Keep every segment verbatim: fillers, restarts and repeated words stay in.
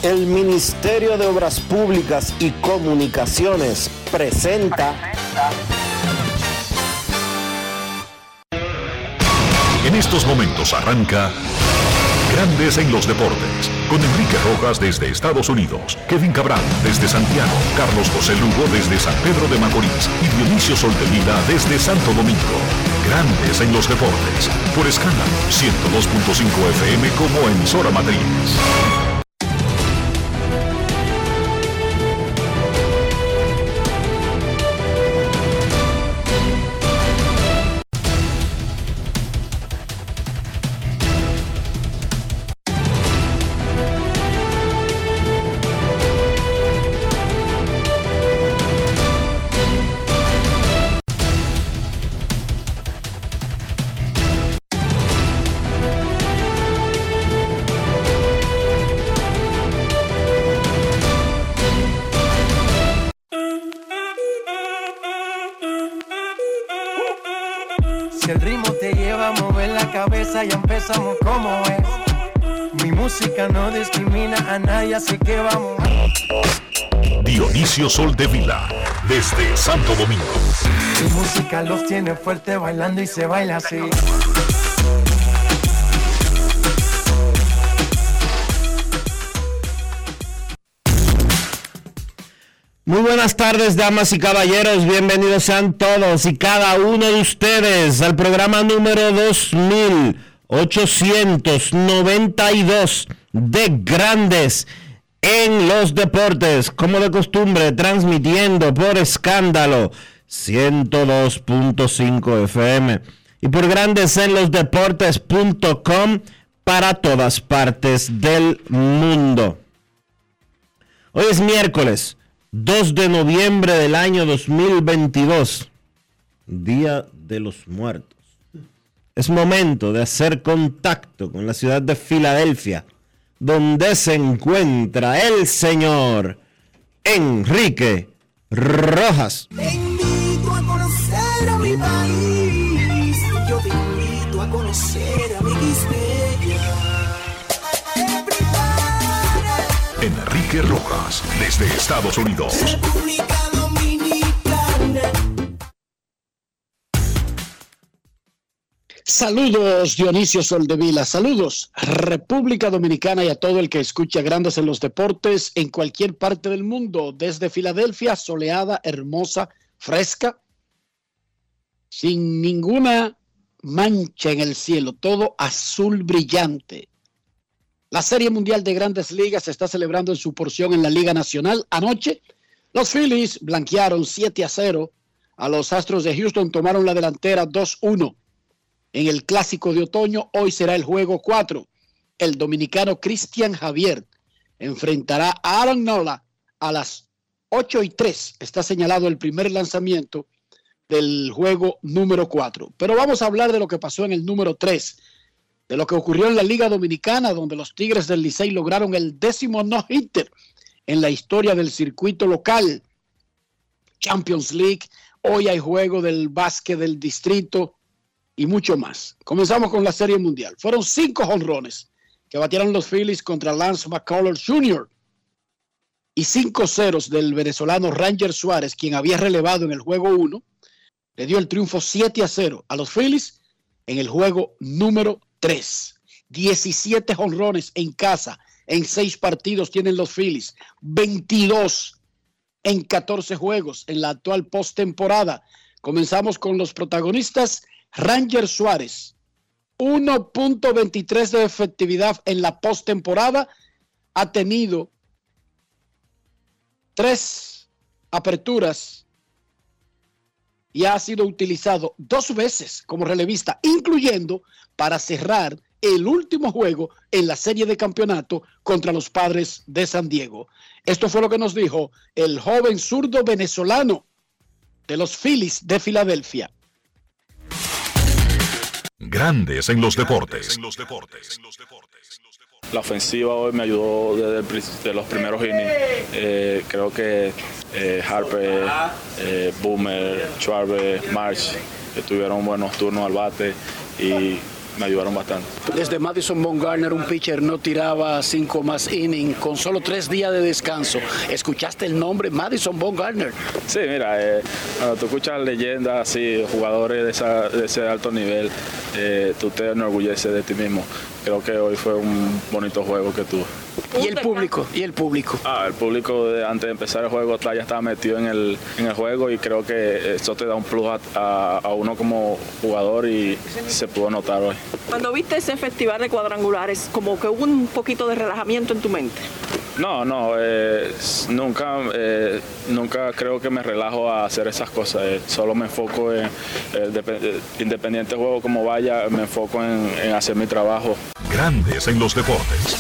El Ministerio de Obras Públicas y Comunicaciones presenta... En estos momentos arranca Grandes en los Deportes, con Enrique Rojas desde Estados Unidos, Kevin Cabral desde Santiago, Carlos José Lugo desde San Pedro de Macorís y Dionisio Solterida desde Santo Domingo. Grandes en los Deportes, por Escándalo ciento dos punto cinco F M como emisora matriz. Si el ritmo te lleva a mover la cabeza, ya empezamos como es. Mi música no discrimina a nadie, así que vamos. Dionisio Soldevila, desde Santo Domingo. Mi música los tiene fuerte bailando y se baila así. Muy buenas tardes, damas y caballeros, bienvenidos sean todos y cada uno de ustedes al programa número dos mil ochocientos noventa y dos de Grandes en los Deportes, como de costumbre, transmitiendo por Escándalo ciento dos punto cinco F M y por grandes en los deportes punto com para todas partes del mundo. Hoy es miércoles dos de noviembre del año dos mil veintidós, Día de los Muertos. Es momento de hacer contacto con la ciudad de Filadelfia, donde se encuentra el señor Enrique Rojas. Te invito a conocer a mi país, yo te invito a conocer a mi Quispeya. Enrique Rojas, desde Estados Unidos. República Dominicana. Saludos, Dionisio Soldevila. Saludos, República Dominicana, y a todo el que escucha Grandes en los Deportes en cualquier parte del mundo. Desde Filadelfia, soleada, hermosa, fresca, sin ninguna mancha en el cielo, todo azul brillante. La Serie Mundial de Grandes Ligas se está celebrando en su porción en la Liga Nacional. Anoche, los Phillies blanquearon siete a cero a los Astros de Houston, tomaron la delantera dos uno. En el Clásico de Otoño, hoy será el juego cuatro. El dominicano Cristian Javier enfrentará a Aaron Nola a las ocho y tres. Está señalado el primer lanzamiento del juego número cuatro. Pero vamos a hablar de lo que pasó en el número tres. De lo que ocurrió en la Liga Dominicana, donde los Tigres del Licey lograron el décimo no-hitter en la historia del circuito local. Champions League, hoy hay juego del básquet del distrito y mucho más. Comenzamos con la Serie Mundial. Fueron cinco jonrones que batieron los Phillies contra Lance McCullers junior y cinco ceros del venezolano Ranger Suárez, quien había relevado en el juego uno, le dio el triunfo siete a cero a los Phillies en el juego número tres. diecisiete jonrones en casa en seis partidos tienen los Phillies, veintidós en catorce juegos en la actual postemporada. Comenzamos con los protagonistas. Ranger Suárez, uno punto veintitrés de efectividad en la postemporada, ha tenido tres aperturas y ha sido utilizado dos veces como relevista, incluyendo para cerrar el último juego en la serie de campeonato contra los Padres de San Diego. Esto fue lo que nos dijo el joven zurdo venezolano de los Phillies de Filadelfia. Grandes en los deportes. La ofensiva hoy me ayudó desde, el, desde los primeros innings. Eh, creo que eh, Harper, eh, Boomer, Schwarber, March, que tuvieron buenos turnos al bate y me ayudaron bastante. Desde Madison Bumgarner, un pitcher no tiraba cinco más innings con solo tres días de descanso. ¿Escuchaste el nombre Madison Bumgarner? Sí, mira, eh, cuando tú escuchas leyendas así, jugadores de, esa, de ese alto nivel, eh, tú te enorgulleces de ti mismo. Creo que hoy fue un bonito juego que tuve. ¿Y el público? ¿Y el público? Ah, el público de, antes de empezar el juego ya estaba metido en el, en el juego y creo que eso te da un plus a, a, a uno como jugador y se pudo notar hoy. Cuando viste ese festival de cuadrangulares, como que hubo un poquito de relajamiento en tu mente. No, no, eh, nunca, eh, nunca creo que me relajo a hacer esas cosas. Eh, solo me enfoco en, eh, dep- independiente del juego como vaya, me enfoco en, en hacer mi trabajo. Grandes en los deportes.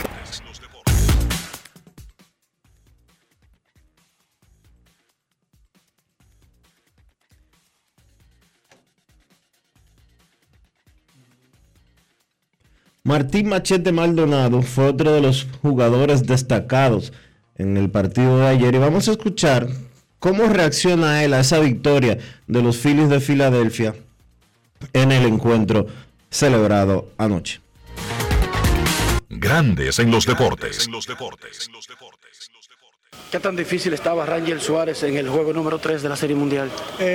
Martín Machete Maldonado fue otro de los jugadores destacados en el partido de ayer y vamos a escuchar cómo reacciona él a esa victoria de los Phillies de Filadelfia en el encuentro celebrado anoche. Grandes en los deportes. ¿Qué tan difícil estaba Rangel Suárez en el juego número tres de la Serie Mundial?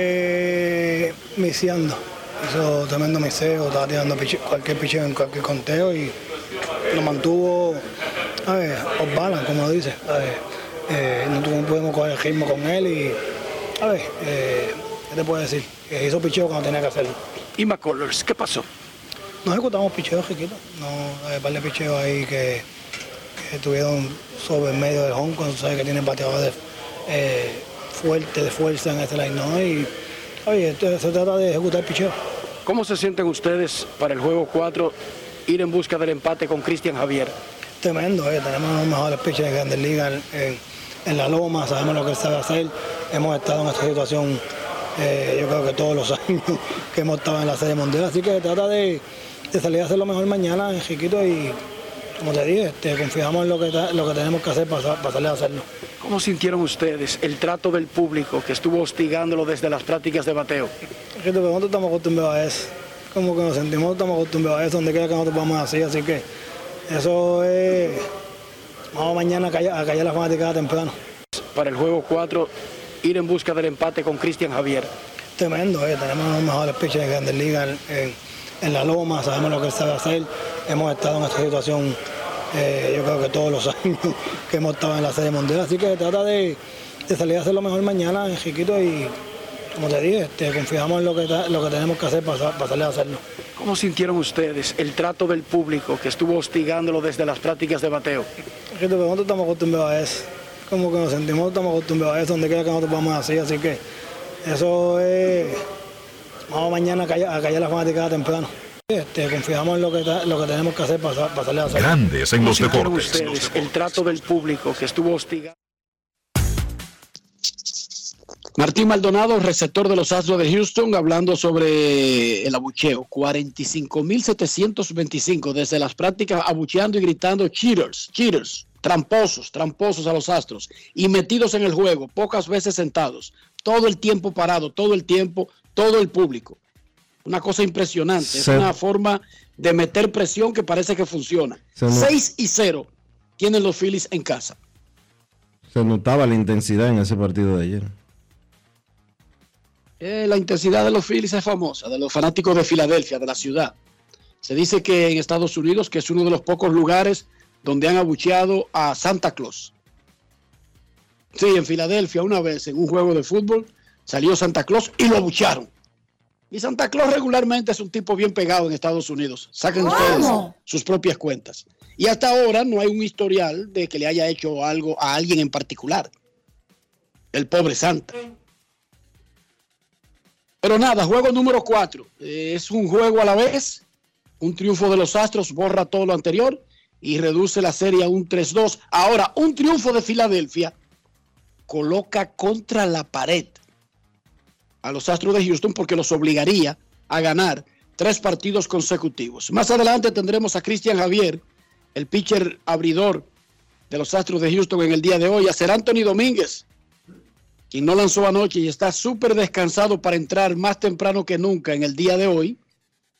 Eh, misiando. Hizo tremendo miseo, estaba tirando piche, cualquier picheo en cualquier conteo y lo mantuvo, a ver, off balance, como lo dice. A ver, eh, no pudimos coger el ritmo con él y, a ver, eh, ¿qué te puedo decir? Eh, hizo picheo cuando tenía que hacerlo. ¿Y McCullers? ¿Qué pasó? No ejecutamos picheos, Riquito. No, hay un par de picheos ahí que, que tuvieron sobre el medio del home, cuando sabes que tienen bateadores eh, fuertes, de fuerza en este line, ¿no? Y, oye, se trata de ejecutar picheo. ¿Cómo se sienten ustedes para el juego cuatro, ir en busca del empate con Cristian Javier? Tremendo, eh. Tenemos los mejores pitchers de Grandes Ligas en, en la loma, sabemos lo que él sabe hacer. Hemos estado en esta situación, eh, yo creo que todos los años que hemos estado en la Serie Mundial, así que trata de, de salir a hacer lo mejor mañana, Enriquito, y como te dije, te confiamos en lo que, lo que tenemos que hacer para, para salir a hacerlo. ¿Cómo sintieron ustedes el trato del público que estuvo hostigándolo desde las prácticas de bateo? Enriquito, pero nosotros estamos acostumbrados a eso. Como que nos sentimos, estamos acostumbrados a eso, donde quiera que nosotros vamos así, así que eso es... Vamos mañana a callar, a callar la fanaticada temprano. Para el juego cuatro, ir en busca del empate con Cristian Javier. Tremendo, eh. Tenemos los mejores pitchers de Grandes Ligas en, en, en la loma, sabemos lo que él sabe hacer. Hemos estado en esta situación, eh, yo creo que todos los años que hemos estado en la Serie Mundial, así que trata de, de salir a hacer lo mejor mañana, Enriquito, y como te dije, te confiamos en lo que, lo que tenemos que hacer para, para salir a hacerlo. ¿Cómo sintieron ustedes el trato del público que estuvo hostigándolo desde las prácticas de bateo? Enriquito, pero nosotros estamos acostumbrados a eso. Como que nos sentimos, estamos acostumbrados a eso, donde quiera que nosotros vamos así, así que eso es... Vamos mañana a callar, a callar la fanaticada temprano. Te confiamos en lo que, lo que tenemos que hacer para, para salir a hacer. Grandes en los deportes. Ustedes, el trato del público que estuvo hostigando. Martín Maldonado, receptor de los Astros de Houston, hablando sobre el abucheo. cuarenta y cinco mil setecientos veinticinco desde las prácticas, abucheando y gritando cheaters, cheaters, tramposos, tramposos a los Astros. Y metidos en el juego, pocas veces sentados. Todo el tiempo parado, todo el tiempo, todo el público. Una cosa impresionante. Se... Es una forma de meter presión que parece que funciona. seis y cero tienen los Phillies en casa. Se notaba la intensidad en ese partido de ayer. Eh, la intensidad de los Phillies es famosa, de los fanáticos de Filadelfia, de la ciudad. Se dice que en Estados Unidos, que es uno de los pocos lugares donde han abucheado a Santa Claus. Sí, en Filadelfia una vez en un juego de fútbol salió Santa Claus y lo abuchearon. Y Santa Claus regularmente es un tipo bien pegado en Estados Unidos. Saquen ustedes sus propias cuentas. Y hasta ahora no hay un historial de que le haya hecho algo a alguien en particular. El pobre Santa. Pero nada, juego número cuatro. Eh, es un juego a la vez. Un triunfo de los Astros borra todo lo anterior y reduce la serie a un tres dos. Ahora, un triunfo de Filadelfia coloca contra la pared a los Astros de Houston porque los obligaría a ganar tres partidos consecutivos. Más adelante tendremos a Cristian Javier, el pitcher abridor de los Astros de Houston en el día de hoy, a Ser Anthony Domínguez, quien no lanzó anoche y está súper descansado para entrar más temprano que nunca en el día de hoy.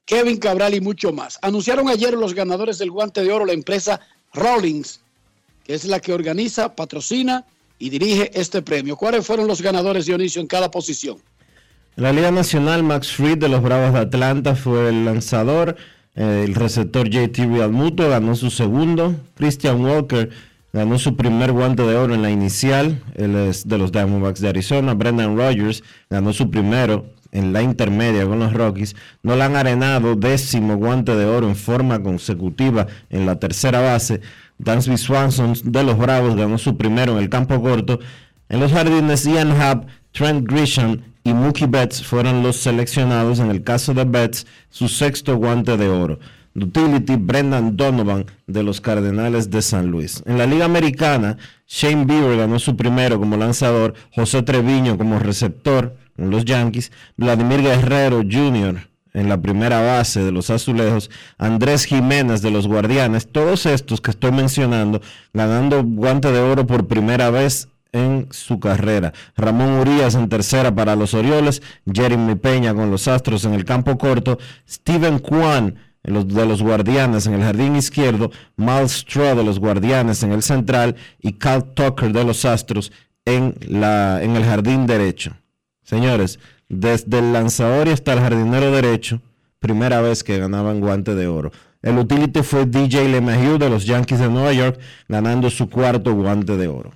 Kevin Cabral y mucho más. Anunciaron ayer los ganadores del Guante de Oro la empresa Rawlings, que es la que organiza, patrocina y dirige este premio. ¿Cuáles fueron los ganadores, Dionisio, en cada posición? En la Liga Nacional, Max Fried de los Bravos de Atlanta fue el lanzador. El receptor J T Realmuto ganó su segundo. Christian Walker ganó su primer Guante de Oro en la inicial. Él es de los Diamondbacks de Arizona. Brendan Rodgers ganó su primero en la intermedia con los Rockies. Nolan Arenado, décimo Guante de Oro en forma consecutiva en la tercera base. Dansby Swanson de los Bravos ganó su primero en el campo corto. En los jardines, Ian Happ, Trent Grisham y Mookie Betts fueron los seleccionados. En el caso de Betts, su sexto Guante de Oro. Utility, Brendan Donovan de los Cardenales de San Luis. En la Liga Americana, Shane Bieber ganó su primero como lanzador, José Treviño como receptor en los Yankees, Vladimir Guerrero junior en la primera base de los Azulejos, Andrés Jiménez de los Guardianes, todos estos que estoy mencionando ganando Guante de Oro por primera vez en su carrera. Ramón Urias en tercera para los Orioles, Jeremy Peña con los Astros en el campo corto, Steven Kwan Los, de los Guardianes en el jardín izquierdo, Miles Straw de los Guardianes en el central y Cal Tucker de los Astros en, la, en el jardín derecho. Señores, desde el lanzador y hasta el jardinero derecho, primera vez que ganaban Guante de Oro. El utility fue D J LeMahieu de los Yankees de Nueva York, ganando su cuarto Guante de Oro.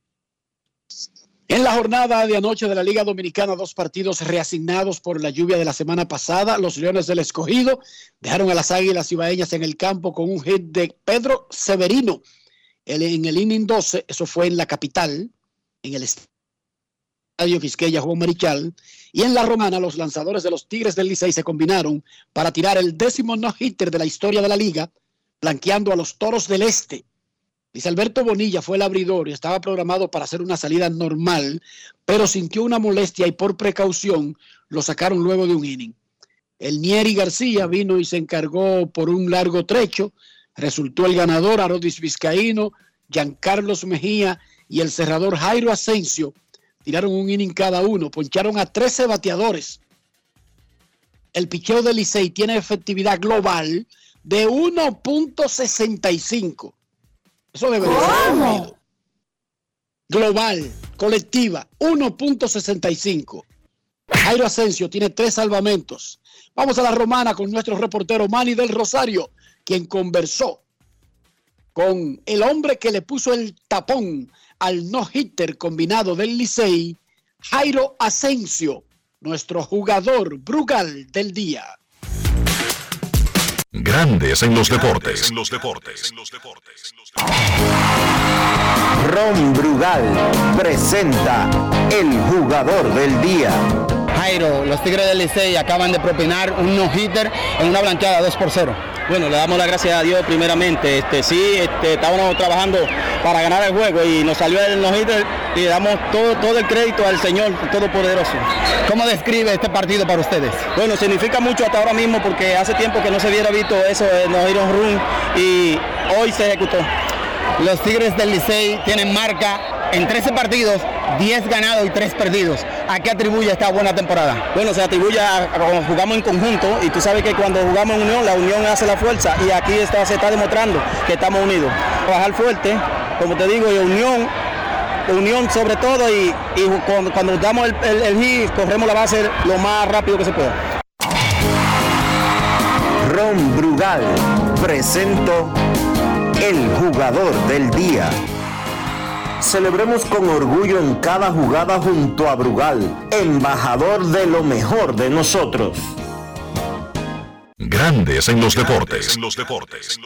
En la jornada de anoche de la Liga Dominicana, dos partidos reasignados por la lluvia de la semana pasada. Los Leones del Escogido dejaron a las Águilas Ibaeñas en el campo con un hit de Pedro Severino el, en el inning doce. Eso fue en la capital, en el Estadio Quisqueya Juan Marichal. Y en la Romana, los lanzadores de los Tigres del Licey se combinaron para tirar el décimo no-hitter de la historia de la liga, blanqueando a los Toros del Este. Luis Alberto Bonilla fue el abridor y estaba programado para hacer una salida normal, pero sintió una molestia y por precaución lo sacaron luego de un inning. El Nieri García vino y se encargó por un largo trecho. Resultó el ganador Arodys Vizcaíno, Giancarlos Mejía y el cerrador Jairo Asensio. Tiraron un inning cada uno, poncharon a trece bateadores. El picheo del Licey tiene efectividad global de uno punto sesenta y cinco. Eso debería ser olvidado. Global, colectiva, uno punto sesenta y cinco. Jairo Asensio tiene tres salvamentos. Vamos a la Romana con nuestro reportero Manny del Rosario, quien conversó con el hombre que le puso el tapón al no-hitter combinado del Licey, Jairo Asensio, nuestro jugador Brugal del día. Grandes en los deportes. En los deportes. Ron Brugal presenta el jugador del día. Jairo, los Tigres del Licey acaban de propinar un no-hitter en una blanqueada dos por cero. Bueno, le damos las gracias a Dios primeramente. Este, sí, este, estábamos trabajando para ganar el juego y nos salió el no-hitter y le damos todo, todo el crédito al Señor Todopoderoso. ¿Cómo describe este partido para ustedes? Bueno, significa mucho hasta ahora mismo porque hace tiempo que no se hubiera visto eso de no-hit run y hoy se ejecutó. Los Tigres del Licey tienen marca en trece partidos, diez ganados y tres perdidos. ¿A qué atribuye esta buena temporada? Bueno, se atribuye a, a cuando jugamos en conjunto y tú sabes que cuando jugamos en unión, la unión hace la fuerza y aquí está, se está demostrando que estamos unidos. Trabajar fuerte, como te digo, y unión, unión sobre todo y, y cuando, cuando damos el, el, el hit, corremos la base lo más rápido que se pueda. Ron Brugal presentó el jugador del día. Celebremos con orgullo en cada jugada junto a Brugal, embajador de lo mejor de nosotros. Grandes en los deportes. En los deportes.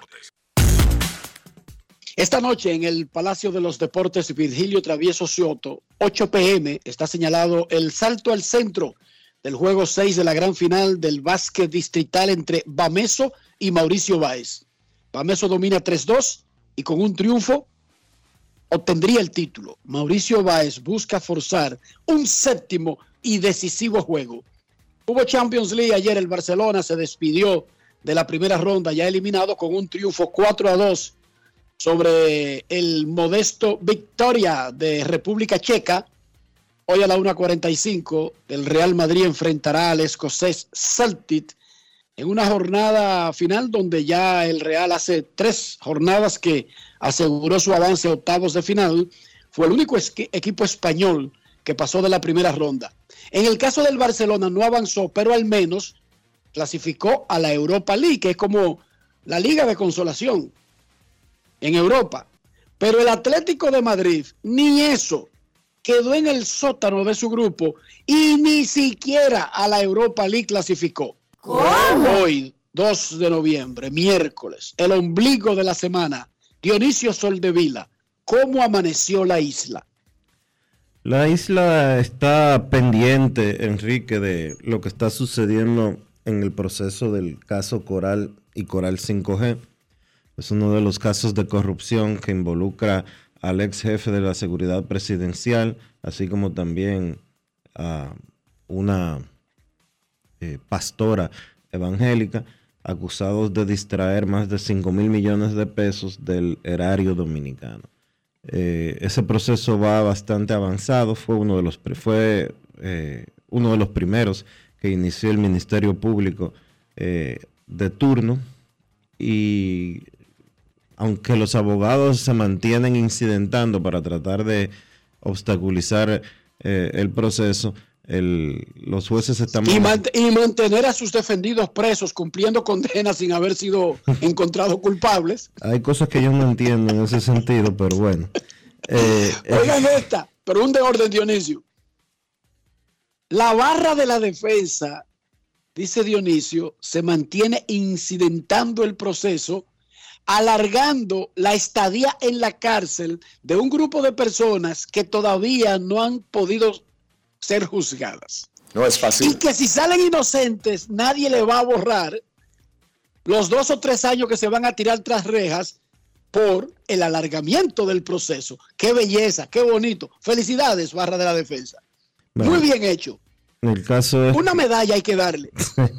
Esta noche en el Palacio de los Deportes Virgilio Travieso Cioto, ocho p.m., está señalado el salto al centro del juego seis de la gran final del básquet distrital entre Bameso y Mauricio Báez. Bameso domina tres dos y con un triunfo obtendría el título. Mauricio Báez busca forzar un séptimo y decisivo juego. Hubo Champions League ayer, el Barcelona se despidió de la primera ronda ya eliminado con un triunfo cuatro a dos sobre el modesto Victoria de República Checa. Hoy a la una cuarenta y cinco el Real Madrid enfrentará al escocés Celtic en una jornada final donde ya el Real hace tres jornadas que aseguró su avance a octavos de final, fue el único esqu- equipo español que pasó de la primera ronda. En el caso del Barcelona no avanzó, pero al menos clasificó a la Europa League, que es como la liga de consolación en Europa. Pero el Atlético de Madrid, ni eso, quedó en el sótano de su grupo y ni siquiera a la Europa League clasificó. ¿Cómo? Hoy, dos de noviembre, miércoles, el ombligo de la semana, Dionisio Soldevila, ¿cómo amaneció la isla? La isla está pendiente, Enrique, de lo que está sucediendo en el proceso del caso Coral y Coral cinco G. Es uno de los casos de corrupción que involucra al ex jefe de la seguridad presidencial, así como también a una eh, pastora evangélica, acusados de distraer más de cinco mil millones de pesos del erario dominicano. Eh, ese proceso va bastante avanzado, fue uno de los, fue, eh, uno de los primeros que inició el Ministerio Público eh, de turno, y aunque los abogados se mantienen incidentando para tratar de obstaculizar eh, el proceso, el, los jueces están... Y, man, y mantener a sus defendidos presos cumpliendo condenas sin haber sido encontrados culpables. Hay cosas que yo no entiendo en ese sentido, pero bueno. Eh, Oigan eh, esta, pero un de orden, Dionisio. La barra de la defensa, dice Dionisio, se mantiene incidentando el proceso, alargando la estadía en la cárcel de un grupo de personas que todavía no han podido ser juzgadas. No es fácil. Y que si salen inocentes, nadie le va a borrar los dos o tres años que se van a tirar tras rejas por el alargamiento del proceso. ¡Qué belleza! ¡Qué bonito! Felicidades, barra de la defensa. Bueno, muy bien hecho. El caso es... Una medalla hay que darle.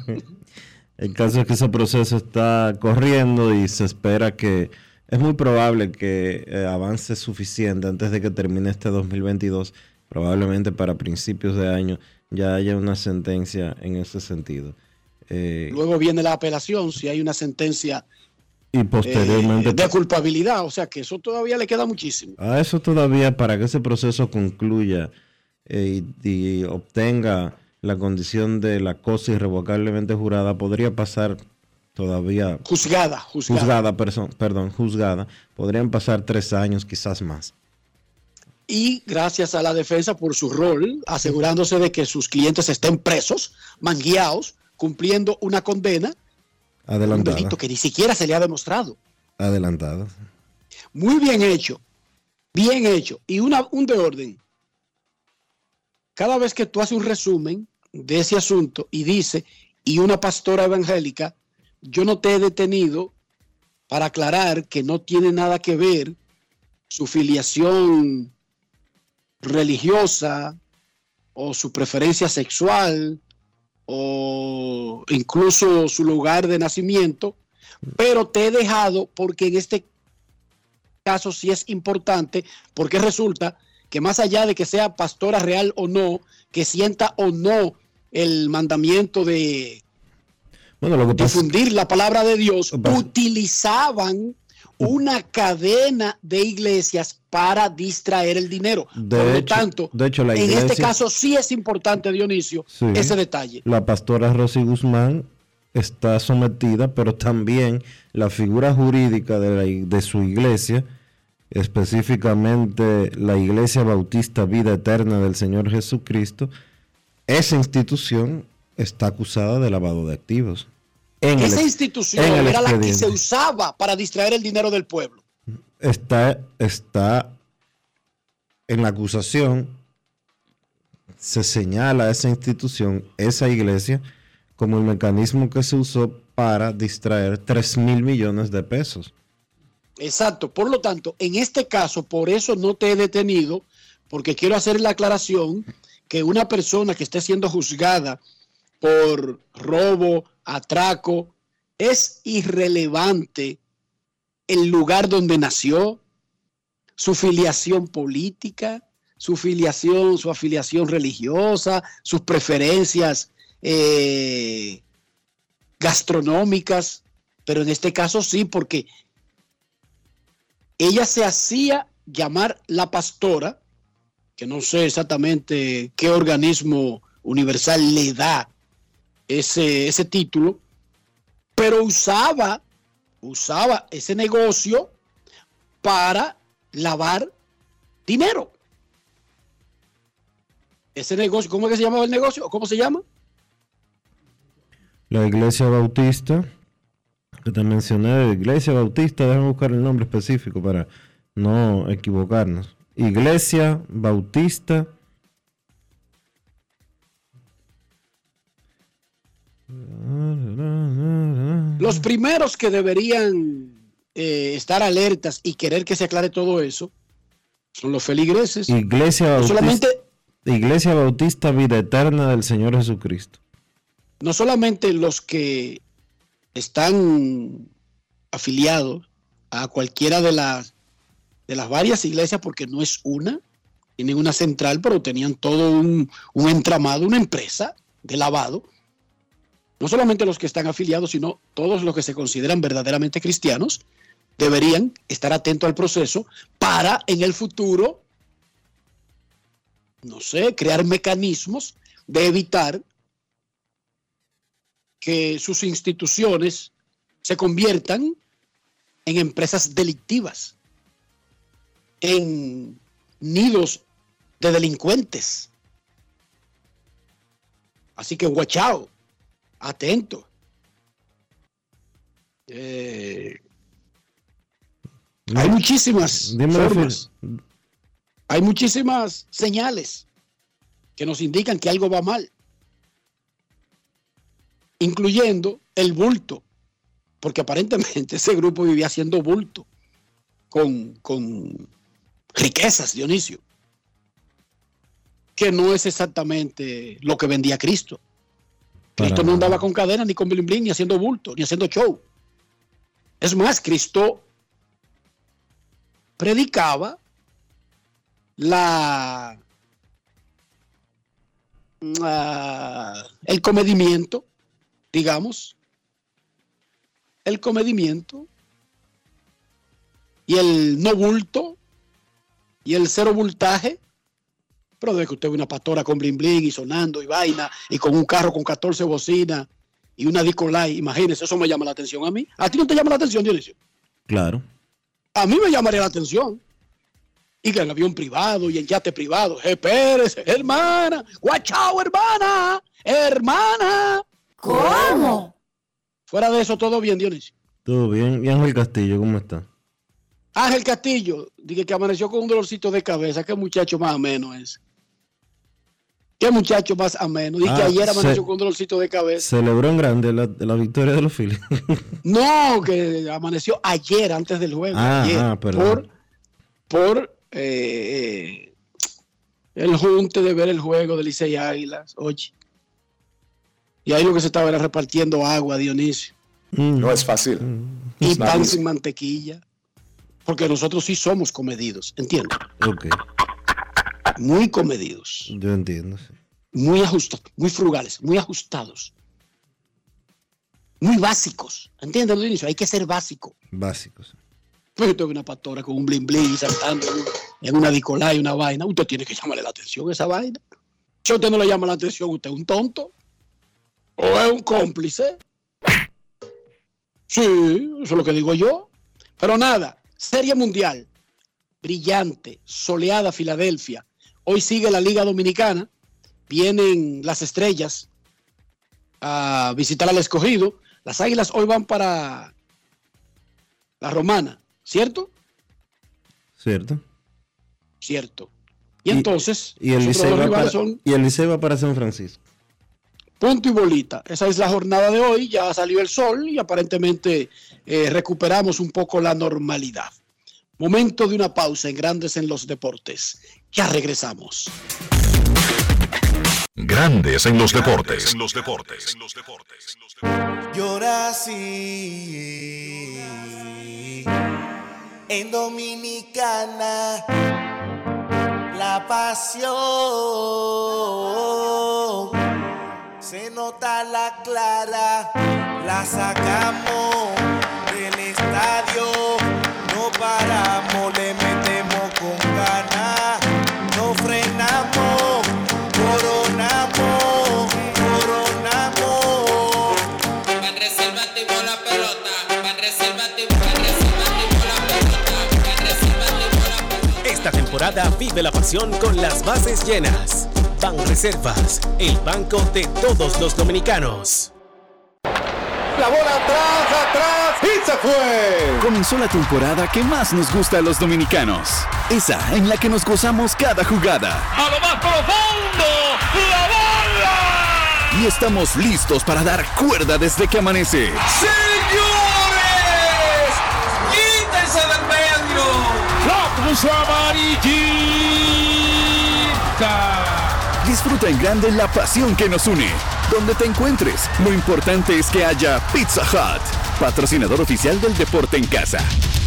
El caso es que ese proceso está corriendo y se espera que... Es muy probable que eh, avance suficiente antes de que termine este dos mil veintidós. Probablemente para principios de año ya haya una sentencia en ese sentido. Eh, Luego viene la apelación, si hay una sentencia y posteriormente eh, de culpabilidad, o sea que eso todavía le queda muchísimo. A eso todavía, para que ese proceso concluya eh, y, y obtenga la condición de la cosa irrevocablemente jurada, podría pasar todavía... Juzgada, juzgada. Juzgada, perdón, perdón, juzgada. Podrían pasar tres años, quizás más. Y gracias a la defensa por su rol, asegurándose de que sus clientes estén presos, mangueados, cumpliendo una condena. Adelantada. Un delito que ni siquiera se le ha demostrado. Adelantada. Muy bien hecho. Bien hecho. Y una, un de orden. Cada vez que tú haces un resumen de ese asunto y dice, y una pastora evangélica, yo no te he detenido para aclarar que no tiene nada que ver su filiación religiosa o su preferencia sexual o incluso su lugar de nacimiento, pero te he dejado porque en este caso sí es importante, porque resulta que más allá de que sea pastora real o no, que sienta o no el mandamiento de bueno, lo que difundir pasa, la palabra de Dios, pasa, utilizaban una cadena de iglesias para distraer el dinero. De Por hecho, lo tanto, de hecho, la iglesia, en este caso sí es importante, Dionisio, sí, ese detalle. La pastora Rosy Guzmán está sometida, pero también la figura jurídica de, la, de su iglesia, específicamente la Iglesia Bautista Vida Eterna del Señor Jesucristo, esa institución está acusada de lavado de activos. En Esa el, institución en era la que se usaba para distraer el dinero del pueblo. Está, está en la acusación, se señala a esa institución, esa iglesia, como el mecanismo que se usó para distraer tres mil millones de pesos. Exacto. Por lo tanto, en este caso, por eso no te he detenido, porque quiero hacer la aclaración que una persona que esté siendo juzgada por robo, atraco, es irrelevante el lugar donde nació, su filiación política, su filiación, su afiliación religiosa, sus preferencias eh, gastronómicas, pero en este caso sí, porque ella se hacía llamar la pastora, que no sé exactamente qué organismo universal le da ese, ese título, pero usaba, usaba ese negocio para lavar dinero. Ese negocio, ¿cómo es que se llamaba el negocio? ¿Cómo se llama? La Iglesia Bautista, que te mencioné, Iglesia Bautista, déjame buscar el nombre específico para no equivocarnos. Iglesia Bautista Los primeros que deberían eh, estar alertas y querer que se aclare todo eso son los feligreses. Iglesia Bautista, no solamente, Iglesia Bautista Vida Eterna del Señor Jesucristo. No solamente los que están afiliados a cualquiera de las de las varias iglesias, porque no es una, tienen una central, pero tenían todo un, un entramado, una empresa de lavado. No solamente los que están afiliados, sino todos los que se consideran verdaderamente cristianos deberían estar atentos al proceso para en el futuro, no sé, crear mecanismos de evitar que sus instituciones se conviertan en empresas delictivas, en nidos de delincuentes. Así que watch out, atento. Eh, hay muchísimas formas, hay muchísimas señales que nos indican que algo va mal, incluyendo el bulto, porque aparentemente ese grupo vivía haciendo bulto con, con riquezas, Dionisio, que no es exactamente lo que vendía Cristo. Cristo no andaba con cadena, ni con bling bling, ni haciendo bulto, ni haciendo show. Es más, Cristo predicaba la, la el comedimiento, digamos, el comedimiento y el no bulto y el cero bultaje. Pero de que usted ve una pastora con bling bling y sonando y vaina y con un carro con catorce bocinas y una disco light, imagínese, eso me llama la atención a mí. ¿A ti no te llama la atención, Dionisio? Claro. A mí me llamaría la atención. Y que en avión privado y en yate privado. Espérese, hermana. Guachao, hermana. Hermana. ¿Cómo? Fuera de eso, todo bien, Dionisio. Todo bien. ¿Y Ángel Castillo, cómo está? Ángel Castillo, dije que amaneció con un dolorcito de cabeza. Qué muchacho más ameno es. Qué muchacho más ameno. Dije ah, que ayer amaneció se, con un dolorcito de cabeza. Celebró en grande la, la victoria de los Phillies. No, que amaneció ayer antes del juego. Ah, ayer, ah perdón. Por, por eh, el junte de ver el juego de Licey Águilas. Oye. Y ahí lo que se estaba era repartiendo agua, Dionisio. Mm. No es fácil. Mm. Y es pan sin mantequilla. Porque nosotros sí somos comedidos, ¿entiendes? Ok. Muy comedidos. Yo entiendo, sí. Muy ajustados, muy frugales, muy ajustados. Muy básicos. ¿Entiendes, Dionisio? Hay que ser básico. Básicos. Pues yo tengo una pastora con un bling bling saltando en una dicolá y una vaina. Usted tiene que llamarle la atención a esa vaina. Si a usted no le llama la atención, usted es un tonto. ¿O es un cómplice? Sí, eso es lo que digo yo. Pero nada. Serie Mundial, brillante, soleada Filadelfia. Hoy sigue la Liga Dominicana. Vienen las Estrellas a visitar al Escogido. Las Águilas hoy van para la Romana, ¿cierto? Cierto. Cierto. Y, y entonces, y el Licey va, para, son... va para San Francisco. Punto y bolita. Esa es la jornada de hoy. Ya salió el sol y aparentemente eh, recuperamos un poco la normalidad. Momento de una pausa en Grandes en los Deportes. Ya regresamos. Grandes en los Deportes. En los Deportes. Yo nací en Dominicana. La pasión Se nota la clara, la sacamos del estadio, no paramos, le metemos con ganas, no frenamos, coronamos, coronamos. Banreserva activó la pelota, Banreserva activó, Banreserva activó la pelota, Banreserva activó la pelota. Esta temporada vive la pasión con las bases llenas. Banreservas, el banco de todos los dominicanos. La bola atrás, atrás y se fue. Comenzó la temporada que más nos gusta a los dominicanos. Esa en la que nos gozamos cada jugada. A lo más profundo, la bola. Y estamos listos para dar cuerda desde que amanece. ¡Señores! ¡Quítense del medio! ¡La cruz amarillita! Disfruta en grande la pasión que nos une. Donde te encuentres, lo importante es que haya Pizza Hut, patrocinador oficial del deporte en casa.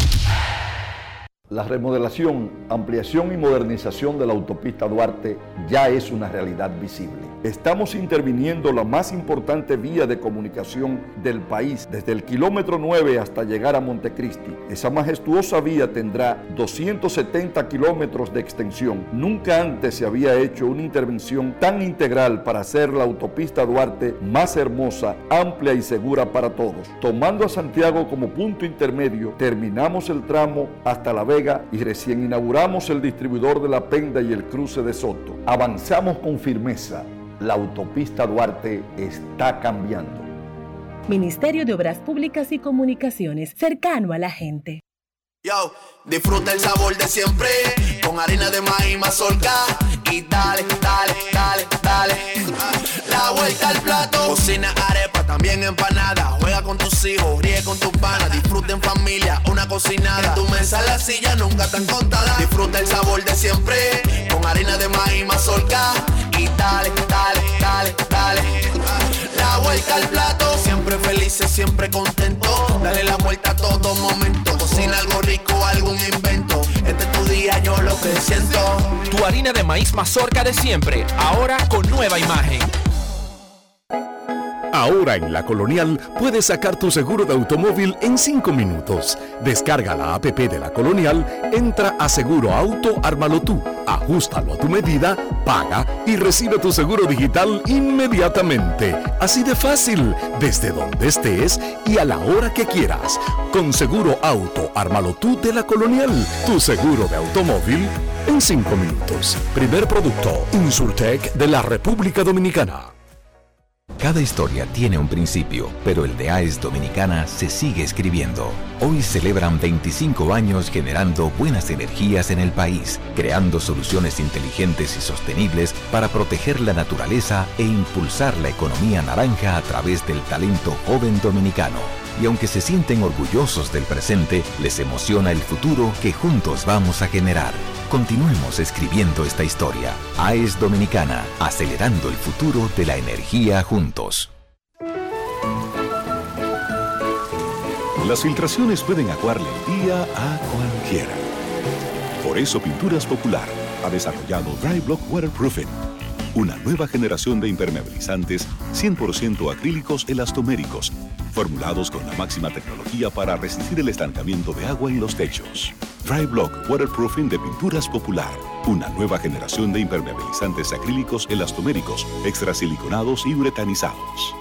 La remodelación, ampliación y modernización de la autopista Duarte ya es una realidad visible. Estamos interviniendo la más importante vía de comunicación del país, desde el kilómetro nueve hasta llegar a Montecristi. Esa majestuosa vía tendrá doscientos setenta kilómetros de extensión. Nunca antes se había hecho una intervención tan integral para hacer la autopista Duarte más hermosa, amplia y segura para todos. Tomando a Santiago como punto intermedio, terminamos el tramo hasta La Vega y recién inauguramos el distribuidor de La Penda y el cruce de Soto. Avanzamos con firmeza. La autopista Duarte está cambiando. Ministerio de Obras Públicas y Comunicaciones, cercano a la gente. Yo, disfruta el sabor de siempre, con harina de maíz mazorca y dale, dale, dale, dale. La vuelta al plato, cocina arepa, también empanada. Juega con tus hijos, ríe con tus panas, disfruta en familia, una cocinada. En tu mesa la silla nunca tan contada. Disfruta el sabor de siempre, con harina de maíz mazorca y dale, dale, dale, dale. La vuelta al plato, siempre felices, siempre contentos. Dale la vuelta a todo momento, cocina algo rico, algún invento. Este es tu día, yo lo que siento. Tu harina de maíz mazorca de siempre, ahora con nueva imagen. Ahora en La Colonial puedes sacar tu seguro de automóvil en cinco minutos. Descarga la app de La Colonial, entra a Seguro Auto, ármalo tú, ajústalo a tu medida, paga y recibe tu seguro digital inmediatamente. Así de fácil, desde donde estés y a la hora que quieras. Con Seguro Auto, ármalo tú de La Colonial, tu seguro de automóvil en cinco minutos. Primer producto, Insurtech de la República Dominicana. Cada historia tiene un principio, pero el de A E S Dominicana se sigue escribiendo. Hoy celebran veinticinco años generando buenas energías en el país, creando soluciones inteligentes y sostenibles para proteger la naturaleza e impulsar la economía naranja a través del talento joven dominicano. Y aunque se sienten orgullosos del presente, les emociona el futuro que juntos vamos a generar. Continuemos escribiendo esta historia. A E S Dominicana, acelerando el futuro de la energía juntos. Las filtraciones pueden aguarle el día a cualquiera. Por eso Pinturas Popular ha desarrollado Dry Block Waterproofing, una nueva generación de impermeabilizantes cien por ciento acrílicos elastoméricos, formulados con la máxima tecnología para resistir el estancamiento de agua en los techos. Dry Block Waterproofing de Pinturas Popular, una nueva generación de impermeabilizantes acrílicos elastoméricos, extrasiliconados y uretanizados.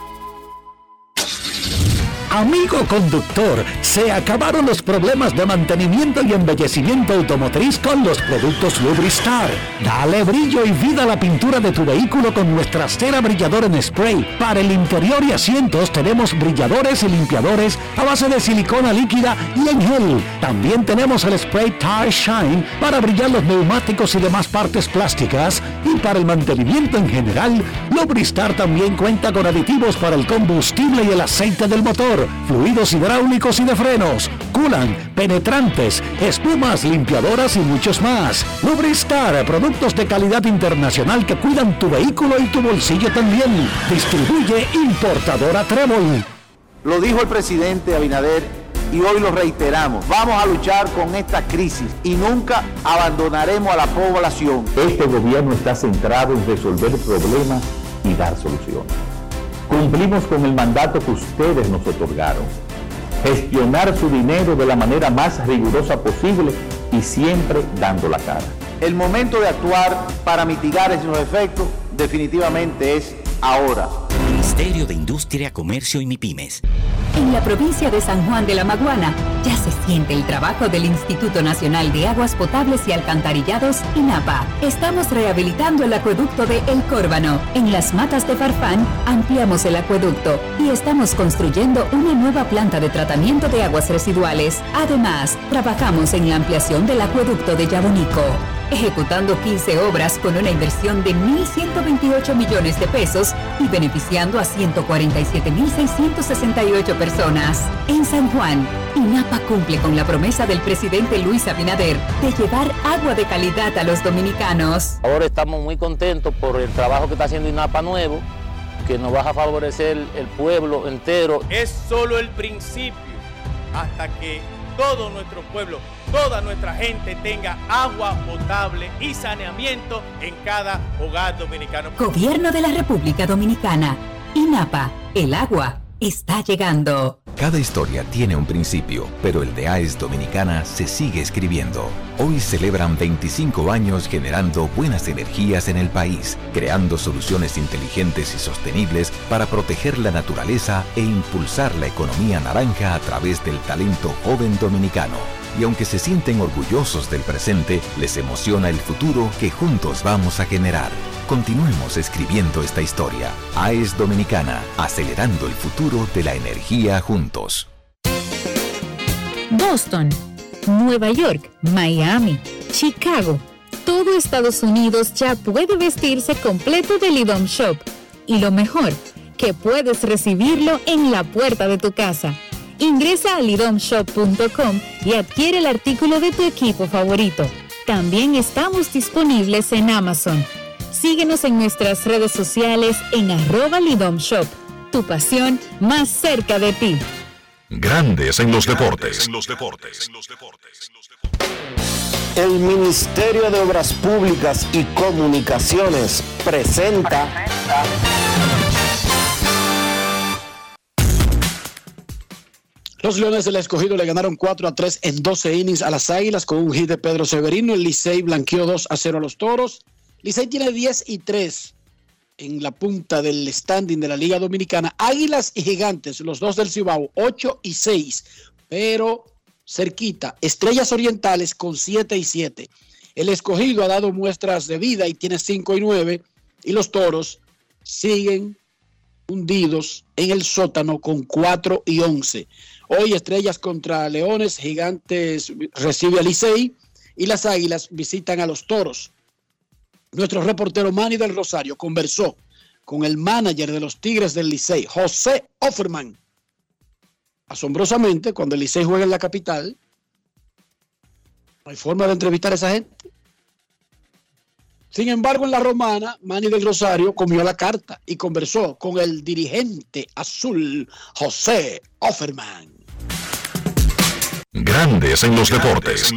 Amigo conductor, se acabaron los problemas de mantenimiento y embellecimiento automotriz con los productos Lubristar. Dale brillo y vida a la pintura de tu vehículo con nuestra cera brilladora en spray. Para el interior y asientos tenemos brilladores y limpiadores a base de silicona líquida y en gel. También tenemos el spray Tire Shine para brillar los neumáticos y demás partes plásticas. Y para el mantenimiento en general, Lubristar también cuenta con aditivos para el combustible y el aceite del motor, fluidos hidráulicos y de frenos, culan, penetrantes, espumas, limpiadoras y muchos más. Lubristar, productos de calidad internacional que cuidan tu vehículo y tu bolsillo también. Distribuye importadora Trébol. Lo dijo el presidente Abinader y hoy lo reiteramos. Vamos a luchar con esta crisis y nunca abandonaremos a la población. Este gobierno está centrado en resolver problemas y dar soluciones. cumplimos con el mandato que ustedes nos otorgaron. Gestionar su dinero de la manera más rigurosa posible y siempre dando la cara. El momento de actuar para mitigar esos efectos definitivamente es ahora. Ministerio de Industria, Comercio y MIPYMES. En la provincia de San Juan de la Maguana ya se siente el trabajo del Instituto Nacional de Aguas Potables y Alcantarillados, INAPA. Estamos rehabilitando el acueducto de El Córbano. En las Matas de Farfán ampliamos el acueducto y estamos construyendo una nueva planta de tratamiento de aguas residuales. Además, trabajamos en la ampliación del acueducto de Yabonico, ejecutando quince obras con una inversión de mil ciento veintiocho millones de pesos y beneficiando a ciento cuarenta y siete mil seiscientos sesenta y ocho personas. En San Juan, INAPA cumple con la promesa del presidente Luis Abinader de llevar agua de calidad a los dominicanos. Ahora estamos muy contentos por el trabajo que está haciendo INAPA nuevo, que nos va a favorecer el pueblo entero. Es solo el principio hasta que todo nuestro pueblo, toda nuestra gente tenga agua potable y saneamiento en cada hogar dominicano. Gobierno de la República Dominicana. INAPA, el agua está llegando. Cada historia tiene un principio, pero el de A E S Dominicana se sigue escribiendo. Hoy celebran veinticinco años generando buenas energías en el país, creando soluciones inteligentes y sostenibles para proteger la naturaleza e impulsar la economía naranja a través del talento joven dominicano. Y aunque se sienten orgullosos del presente, les emociona el futuro que juntos vamos a generar. Continuemos escribiendo esta historia. A E S Dominicana, acelerando el futuro de la energía juntos. Boston, Nueva York, Miami, Chicago. Todo Estados Unidos ya puede vestirse completo del IDOM Shop. Y lo mejor, que puedes recibirlo en la puerta de tu casa. Ingresa a lidom shop punto com y adquiere el artículo de tu equipo favorito. También estamos disponibles en Amazon. Síguenos en nuestras redes sociales en arroba Lidom Shop. Tu pasión más cerca de ti. Grandes en los deportes. El Ministerio de Obras Públicas y Comunicaciones presenta... Los Leones del Escogido le ganaron cuatro a tres en doce innings a las Águilas con un hit de Pedro Severino. El Licey blanqueó dos a cero a los Toros. Licey tiene diez y tres en la punta del standing de la Liga Dominicana. Águilas y Gigantes, los dos del Cibao, ocho y seis, pero cerquita. Estrellas Orientales con siete y siete. El Escogido ha dado muestras de vida y tiene cinco y nueve. Y los Toros siguen hundidos en el sótano con cuatro y once. Hoy Estrellas contra Leones, Gigantes recibe a Licey y las Águilas visitan a los Toros. Nuestro reportero Manny del Rosario conversó con el manager de los Tigres del Licey, José Offerman. Asombrosamente, cuando el Licey juega en la capital, no hay forma de entrevistar a esa gente. Sin embargo, en la Romana, Manny del Rosario comió la carta y conversó con el dirigente azul, José Offerman. Grandes en los deportes.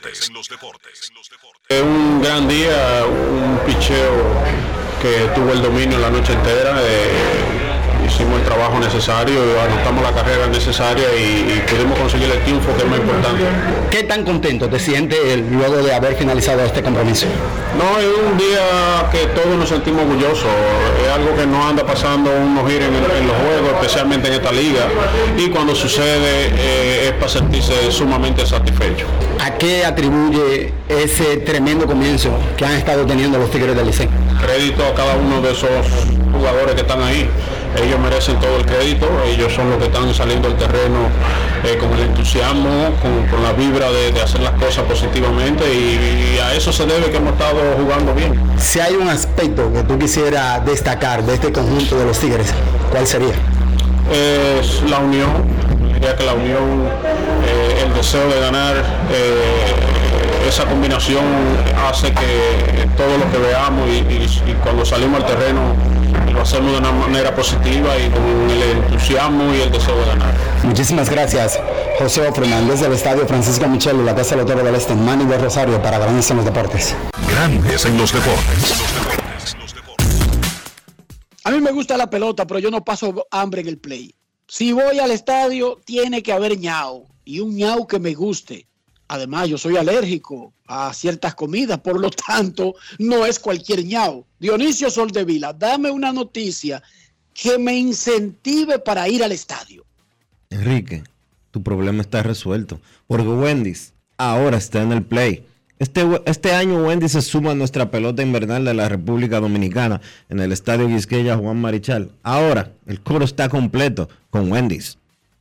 Un gran día, un picheo que tuvo el dominio la noche entera. Eh, hicimos el trabajo necesario, anotamos la carrera necesaria y, y pudimos conseguir el triunfo, que es más importante. ¿Qué tan contento te sientes luego de haber finalizado este compromiso? No, es un día que todos nos sentimos orgullosos. Es algo que no anda pasando unos giros en, en los juegos, especialmente en esta liga. Y cuando sucede eh, es para sentirse sumamente satisfecho. ¿A qué atribuye ese tremendo comienzo que han estado teniendo los Tigres del Licey? Crédito a cada uno de esos jugadores que están ahí. Ellos merecen todo el crédito, ellos son los que están saliendo al terreno eh, con el entusiasmo, con, con la vibra de, de hacer las cosas positivamente y, y a eso se debe que hemos estado jugando bien. Si hay un aspecto que tú quisieras destacar de este conjunto de los Tigres, ¿cuál sería? Es la unión, diría que la unión, eh, el deseo de ganar, eh, esa combinación hace que todo lo que veamos y, y, y cuando salimos al terreno lo hacemos de una manera positiva y con el entusiasmo y el deseo de ganar. Muchísimas gracias, José Offerman, desde el Estadio Francisco Michel y la Casa Lotería del Este, Manny de Rosario, para Grandes en los Deportes. Grandes en los Deportes. A mí mí me gusta la pelota, pero yo no paso hambre en el play. Si voy al estadio, tiene que haber ñao. Y un ñao que me guste. Además, yo soy alérgico a ciertas comidas, por lo tanto, no es cualquier ñao. Dionisio Soldevila, dame una noticia que me incentive para ir al estadio. Enrique, tu problema está resuelto, porque Wendy's ahora está en el play. Este, este año Wendy's se suma a nuestra pelota invernal de la República Dominicana en el Estadio Quisqueya Juan Marichal. Ahora, el coro está completo con Wendy's.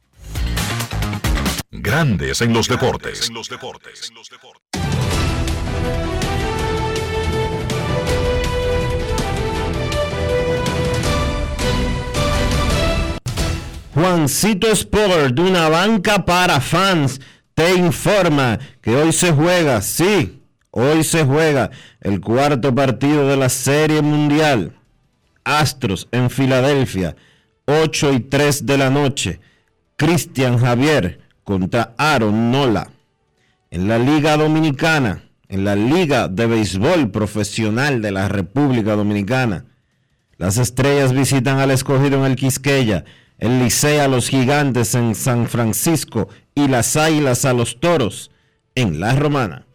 Grandes en los deportes. Juancito Sport, de una banca para fans, te informa que hoy se juega, sí, hoy se juega el cuarto partido de la Serie Mundial. Astros en Filadelfia, ocho y tres de la noche. Cristian Javier contra Aaron Nola. En la Liga Dominicana, en la Liga de Béisbol Profesional de la República Dominicana, las Estrellas visitan al Escogido en el Quisqueya, el Licey a los Gigantes en San Francisco y las Águilas a los Toros en La Romana.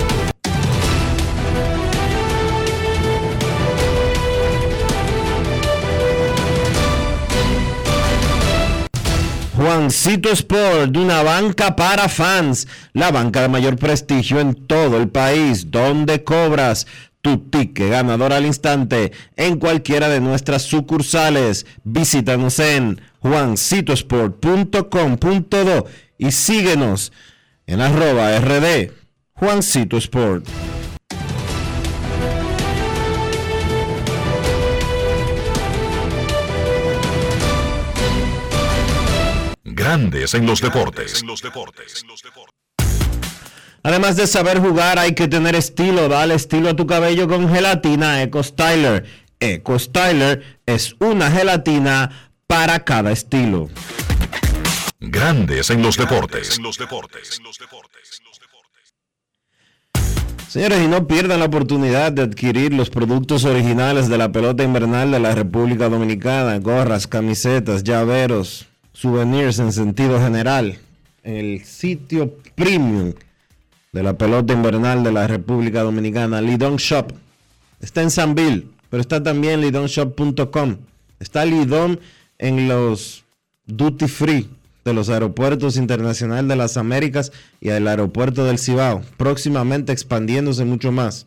Juancito Sport, de una banca para fans, la banca de mayor prestigio en todo el país, donde cobras tu ticket ganador al instante en cualquiera de nuestras sucursales. Visítanos en juancito sport punto com punto do y síguenos en arroba rd Juancito Sport. Grandes en los deportes. Además de saber jugar, hay que tener estilo. Dale estilo a tu cabello con gelatina Eco Styler. Eco Styler es una gelatina para cada estilo. Grandes en los deportes. Señores, y no pierdan la oportunidad de adquirir los productos originales de la pelota invernal de la República Dominicana. Gorras, camisetas, llaveros, souvenirs en sentido general. En el sitio premium de la pelota invernal de la República Dominicana, Lidon Shop. Está en Sanville, pero está también en lidon shop punto com. Está Lidon en los duty free de los aeropuertos internacionales de las Américas y el aeropuerto del Cibao, próximamente expandiéndose mucho más.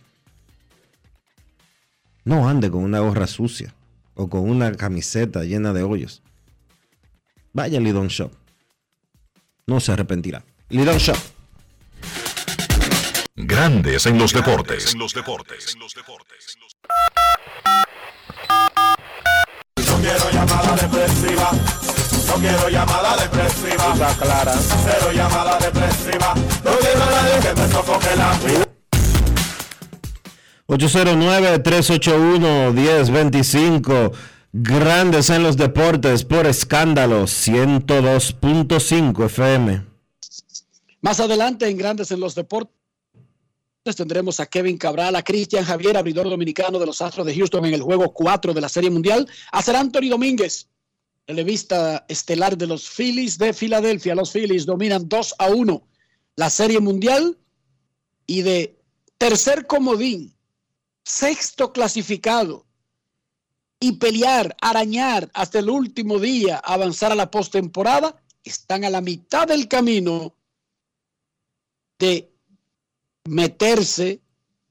No ande con una gorra sucia o con una camiseta llena de hoyos. Vaya a Lidon Shop. No se arrepentirá. Lidon Shop. Grandes en los deportes. No quiero llamada depresiva. No quiero llamada depresiva. Está clara. Cero llamada depresiva. No quiero a nadie que me sofoque la vida. ocho cero nueve, tres ocho uno, uno cero dos cinco. Grandes en los deportes por Escándalo ciento dos punto cinco F M. Más adelante en Grandes en los deportes tendremos a Kevin Cabral, a Cristian Javier, abridor dominicano de los Astros de Houston en el juego cuatro de la Serie Mundial, a Ser Anthony Domínguez, relevista estelar de los Phillies de Filadelfia. Los Phillies dominan dos a uno la Serie Mundial y de tercer comodín, sexto clasificado y pelear, arañar hasta el último día, avanzar a la postemporada, están a la mitad del camino de meterse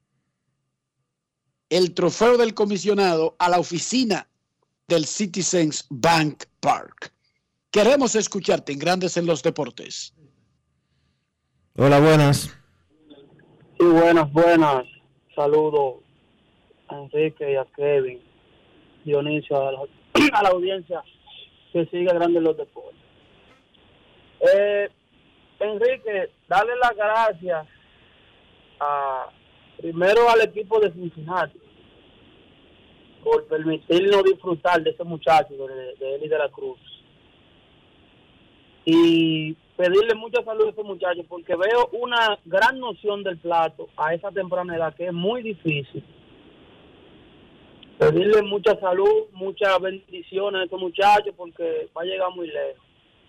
el trofeo del comisionado a la oficina del Citizens Bank Park. Queremos escucharte en Grandes en los Deportes. Hola, buenas. Sí, buenas, buenas. Saludos a Enrique y a Kevin, Dionisio, a la, a la audiencia que sigue Grandes en los Deportes. Eh, Enrique, darle las gracias a, primero al equipo de Cincinnati por permitirnos disfrutar de ese muchacho, de, de Eli de la Cruz, y pedirle mucha salud a ese muchacho porque veo una gran noción del plato a esa temprana edad que es muy difícil Pedirle mucha salud, muchas bendiciones a estos muchachos porque va a llegar muy lejos.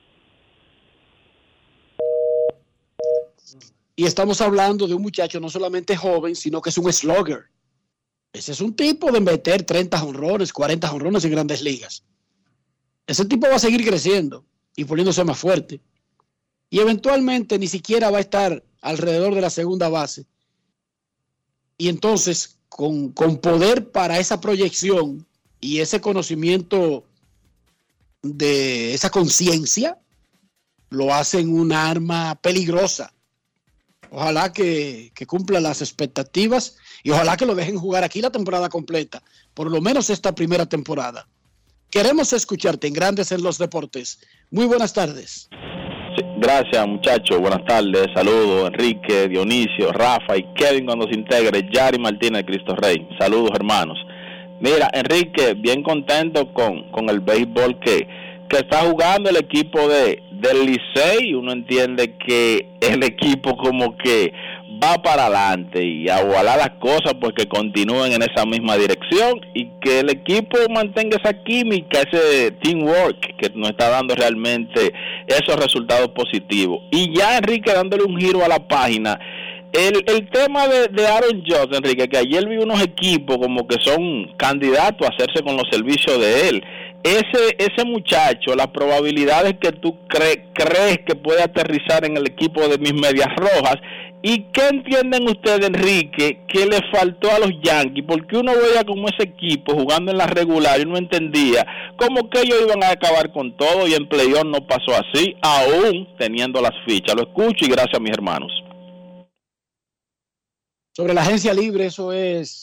Y estamos hablando de un muchacho no solamente joven, sino que es un slugger. Ese es un tipo de meter treinta jonrones, cuarenta jonrones en Grandes Ligas. Ese tipo va a seguir creciendo y poniéndose más fuerte. Y eventualmente ni siquiera va a estar alrededor de la segunda base. Y entonces, con, con poder para esa proyección y ese conocimiento de esa conciencia, lo hacen un arma peligrosa. Ojalá que, que cumpla las expectativas y ojalá que lo dejen jugar aquí la temporada completa, por lo menos esta primera temporada. Queremos escucharte en Grandes en los Deportes. Muy buenas tardes. Sí, gracias, muchachos. Buenas tardes. Saludos, Enrique, Dionisio, Rafa y Kevin cuando se integre, Yari Martínez, Cristo Rey. Saludos, hermanos. Mira, Enrique, bien contento con, con el béisbol que, que está jugando el equipo de del Licey. Uno entiende que el equipo como que va para adelante y ojalá las cosas pues que continúen en esa misma dirección y que el equipo mantenga esa química, ese teamwork que nos está dando realmente esos resultados positivos. Y ya, Enrique, dándole un giro a la página, el, el tema de, de Aaron Judge, Enrique, que ayer vi unos equipos como que son candidatos a hacerse con los servicios de él. Ese ese muchacho, las probabilidades que tú cre, crees que puede aterrizar en el equipo de mis Medias Rojas. ¿Y qué entienden ustedes, Enrique, que le faltó a los Yankees? Porque uno veía como ese equipo jugando en la regular y uno entendía como que ellos iban a acabar con todo y en playoff no pasó así, aún teniendo las fichas. Lo escucho y gracias a mis hermanos. Sobre la agencia libre, eso es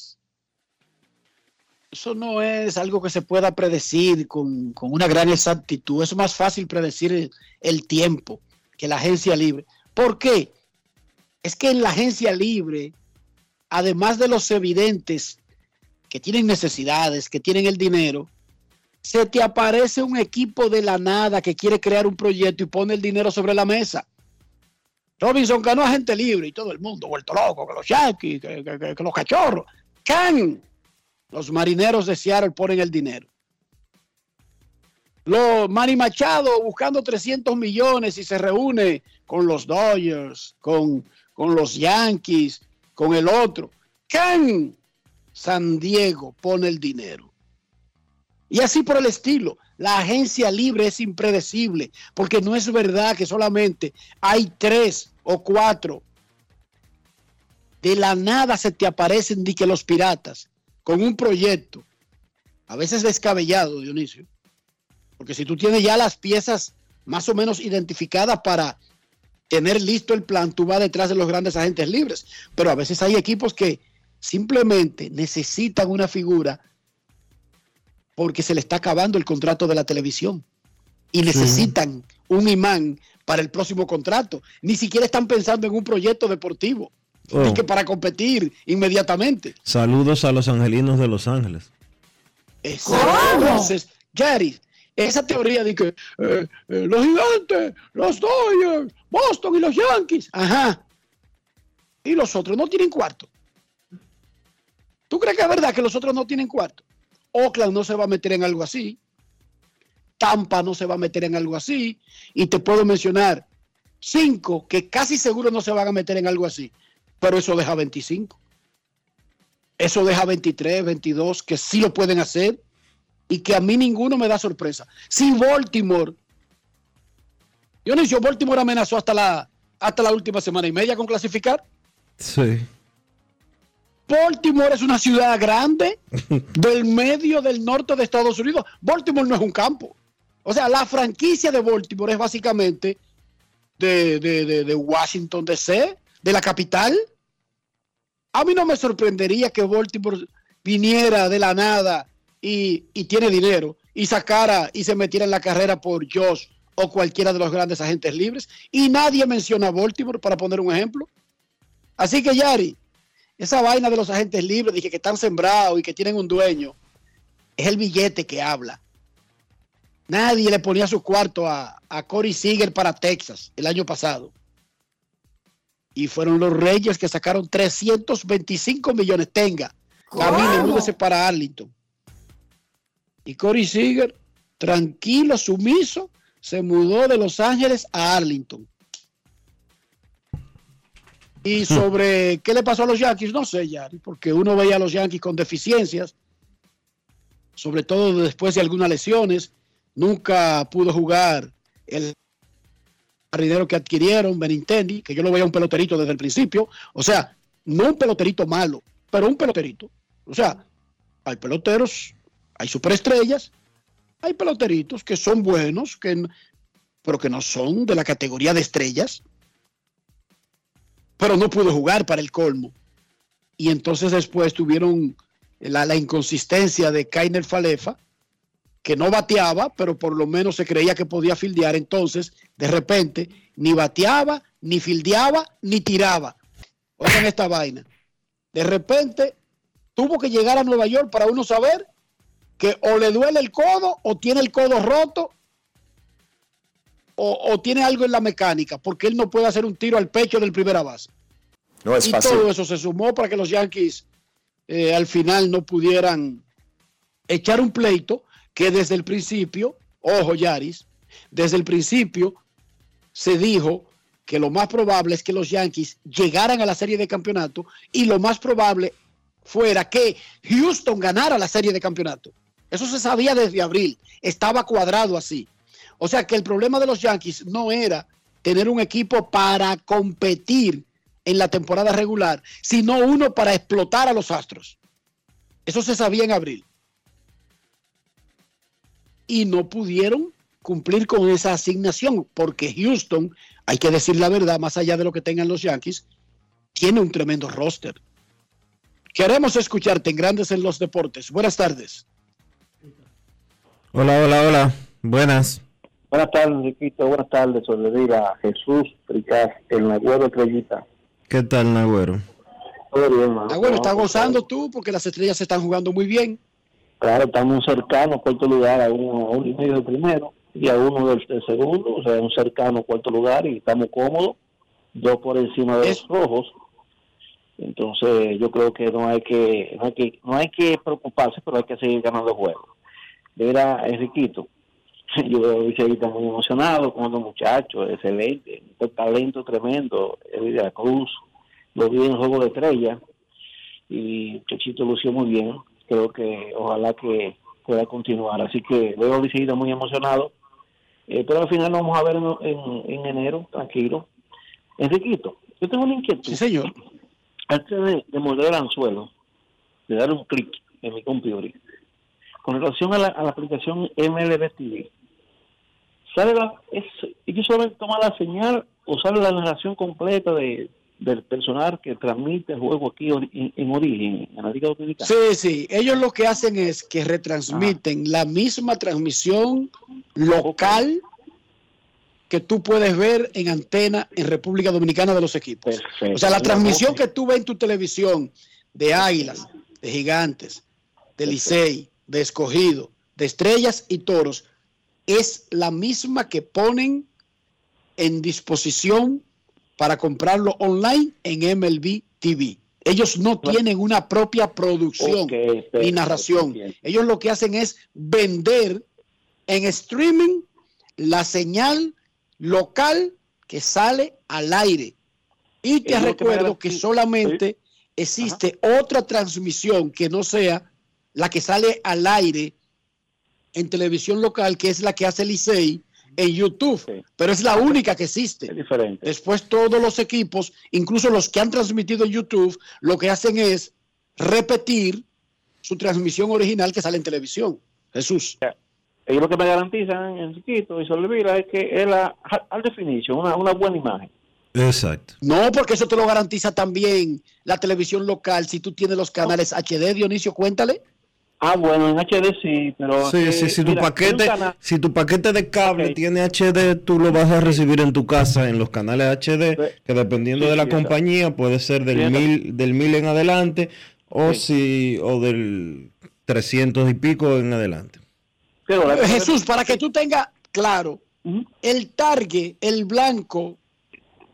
Eso no es algo que se pueda predecir con, con una gran exactitud. Es más fácil predecir el, el tiempo que la agencia libre. ¿Por qué? Es que en la agencia libre, además de los evidentes que tienen necesidades, que tienen el dinero, se te aparece un equipo de la nada que quiere crear un proyecto y pone el dinero sobre la mesa. Robinson ganó agente libre y todo el mundo vuelto loco, que los Yankees, que, que, que, que los cachorros. ¡Can! Los Marineros de Seattle ponen el dinero. Los Manny Machado buscando trescientos millones y se reúne con los Dodgers, con, con los Yankees, con el otro. ¿Quién? San Diego pone el dinero. Y así por el estilo. La agencia libre es impredecible porque no es verdad que solamente hay tres o cuatro. De la nada se te aparecen di que los Piratas con un proyecto, a veces descabellado, Dionisio, porque si tú tienes ya las piezas más o menos identificadas para tener listo el plan, tú vas detrás de los grandes agentes libres, pero a veces hay equipos que simplemente necesitan una figura porque se le está acabando el contrato de la televisión y necesitan sí. un imán para el próximo contrato. Ni siquiera están pensando en un proyecto deportivo. Oh. Y que para competir inmediatamente. Saludos a los angelinos de Los Ángeles. Entonces, Jerry, esa teoría de que eh, eh, los Gigantes, los Dodgers, Boston y los Yankees, ajá, y los otros no tienen cuarto. ¿Tú crees que es verdad que los otros no tienen cuarto? Oakland no se va a meter en algo así. Tampa no se va a meter en algo así. Y te puedo mencionar cinco que casi seguro no se van a meter en algo así. Pero eso deja veinticinco. Eso deja veintitrés, veintidós, que sí lo pueden hacer y que a mí ninguno me da sorpresa. Si Baltimore, Dionisio, Baltimore amenazó hasta la, hasta la última semana y media con clasificar. Sí. Baltimore es una ciudad grande del medio del norte de Estados Unidos. Baltimore no es un campo. O sea, la franquicia de Baltimore es básicamente de, de, de, de Washington D C, de la capital. A mí no me sorprendería que Baltimore viniera de la nada y, y tiene dinero y sacara y se metiera en la carrera por Josh o cualquiera de los grandes agentes libres. Y nadie menciona a Baltimore, para poner un ejemplo. Así que, Yari, esa vaina de los agentes libres, dije que están sembrados y que tienen un dueño, es el billete que habla. Nadie le ponía su cuarto a, a Corey Seager para Texas el año pasado. Y fueron los Reyes que sacaron trescientos veinticinco millones. Tenga, camine, múdese para Arlington. Y Corey Seager, tranquilo, sumiso, se mudó de Los Ángeles a Arlington. Y sobre qué le pasó a los Yankees, no sé, Yari, porque uno veía a los Yankees con deficiencias, sobre todo después de algunas lesiones. Nunca pudo jugar el jardinero que adquirieron, Benintendi, que yo lo veía un peloterito desde el principio. O sea, no un peloterito malo, pero un peloterito. O sea, hay peloteros, hay superestrellas, hay peloteritos que son buenos, que, pero que no son de la categoría de estrellas. Pero no pudo jugar para el colmo. Y entonces después tuvieron la, la inconsistencia de Kiner Falefa, que no bateaba, pero por lo menos se creía que podía fildear. Entonces, de repente, ni bateaba, ni fildeaba, ni tiraba. Oigan esta vaina. De repente, tuvo que llegar a Nueva York para uno saber que o le duele el codo, o tiene el codo roto, o, o tiene algo en la mecánica, porque él no puede hacer un tiro al pecho del primera base. No es y fácil. Todo eso se sumó para que los Yankees eh, al final no pudieran echar un pleito que desde el principio, ojo Yaris, desde el principio se dijo que lo más probable es que los Yankees llegaran a la serie de campeonato y lo más probable fuera que Houston ganara la serie de campeonato. Eso se sabía desde abril, estaba cuadrado así. O sea que el problema de los Yankees no era tener un equipo para competir en la temporada regular, sino uno para explotar a los Astros. Eso se sabía en abril. Y no pudieron cumplir con esa asignación, porque Houston, hay que decir la verdad, más allá de lo que tengan los Yankees, tiene un tremendo roster. Queremos escucharte en Grandes en los Deportes. Buenas tardes. Hola, hola, hola. Buenas. Buenas tardes, Riquito. Buenas tardes. Sobrevida Jesús Tricaz, el Nagüero Estrellita. ¿Qué tal, Nagüero? Todo bien, mano. Nagüero, ¿estás gozando tú? Porque las estrellas se están jugando muy bien. Claro, estamos cercanos, cuarto lugar, a uno, a uno y medio del primero y a uno del, del segundo, o sea, un cercano cuarto lugar y estamos cómodos, dos por encima de los rojos. Entonces, yo creo que no hay que, no hay que, no hay que preocuparse, pero hay que seguir ganando juegos. Mira, Enriquito, yo veo a Vicente muy emocionado con los muchachos, excelente, un talento tremendo, Elida Cruz, lo vi en Juego de Estrella y Chechito lució muy bien. Creo que ojalá que pueda continuar. Así que veo a Vicente muy emocionado. Eh, pero al final nos vamos a ver en, en, en enero, tranquilo. Enriquito, yo tengo una inquietud. Sí, señor. Antes de, de morder el anzuelo, de dar un clic en mi computer, con relación a la, a la aplicación M L B T V, ¿sale la, es, ellos solamente toman la señal o sale la narración completa de del personal que transmite el juego aquí en, en origen, en la Liga Dominicana? Sí, sí. Ellos lo que hacen es que retransmiten ah. la misma transmisión local que tú puedes ver en antena en República Dominicana de los equipos. Perfecto. O sea, la transmisión que tú ves en tu televisión de Águilas, de Gigantes, de Licey, de Escogido, de Estrellas y Toros, es la misma que ponen en disposición para comprarlo online en M L B T V. Ellos no tienen una propia producción okay, ni narración. Ellos lo que hacen es vender en streaming la señal local que sale al aire. Y te recuerdo que, que solamente ¿sí? existe Ajá. otra transmisión que no sea la que sale al aire en televisión local, que es la que hace Licey en YouTube, sí. pero es la única que existe. Es diferente. Después todos los equipos, incluso los que han transmitido en YouTube, lo que hacen es repetir su transmisión original que sale en televisión. Jesús. Ellos lo que me garantizan en Chiquito y Solvira es que es la al definición, una, una buena imagen. Exacto. No, porque eso te lo garantiza también la televisión local. Si tú tienes los canales H D, Dionisio, cuéntale. Ah, bueno, en H D sí, pero... Sí, eh, sí, si, tu mira, paquete, si tu paquete de cable okay. tiene H D, tú lo vas a recibir en tu casa en los canales H D, sí. que dependiendo sí, de la sí, compañía puede ser del sí, mil del mil en adelante o sí. si o del trescientos y pico en adelante. Pero, Jesús, para que tú tengas claro, uh-huh. el target, el blanco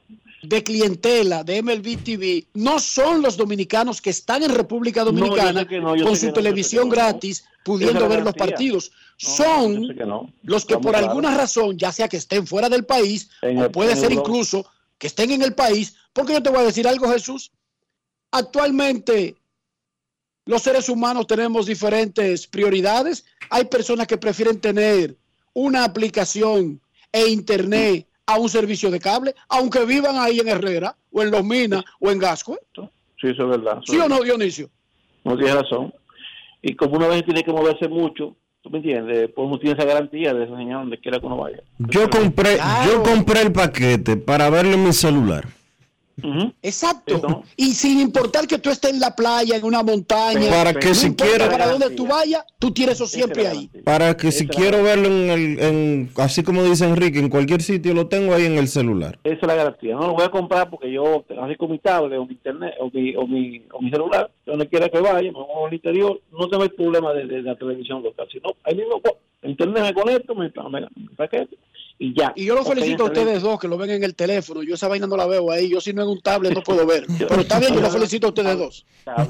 de clientela de M L B T V no son los dominicanos que están en República Dominicana no, no, con su televisión no, gratis no. pudiendo ver los partidos. No, son que no. los que Vamos por alguna claro. razón, ya sea que estén fuera del país en o el, puede ser Europa. Incluso que estén en el país, porque yo te voy a decir algo, Jesús. Actualmente los seres humanos tenemos diferentes prioridades. Hay personas que prefieren tener una aplicación e internet a un servicio de cable, aunque vivan ahí en Herrera, o en Los Minas, o en Gascue. Sí, eso es verdad. ¿Sí o no, Dionisio? No tienes razón. Y como una vez tiene que moverse mucho, ¿tú me entiendes? Pues uno tiene esa garantía de ese señor donde quiera que uno vaya. Yo compré, claro. yo compré el paquete para verlo en mi celular. Uh-huh. Exacto. Eso. Y sin importar que tú estés en la playa, en una montaña, para que no si quiero para donde tú vayas, tú tienes eso siempre ahí. Para que si quiero verlo en el, en, así como dice Enrique, en cualquier sitio lo tengo ahí en el celular. Esa es la garantía. No lo voy a comprar porque yo así con mi tablet o mi internet o mi, o mi, o mi celular, donde quiera que vaya, me muevo al interior, no tengo el problema de, de, de la televisión local, sino ahí mismo el internet me conecto, me, me, me paquete. Y ya. Y yo lo felicito a ustedes dos que lo ven en el teléfono. Yo esa vaina no la veo ahí. Yo si no en un tablet no puedo ver. Pero está bien, yo lo felicito a ustedes dos.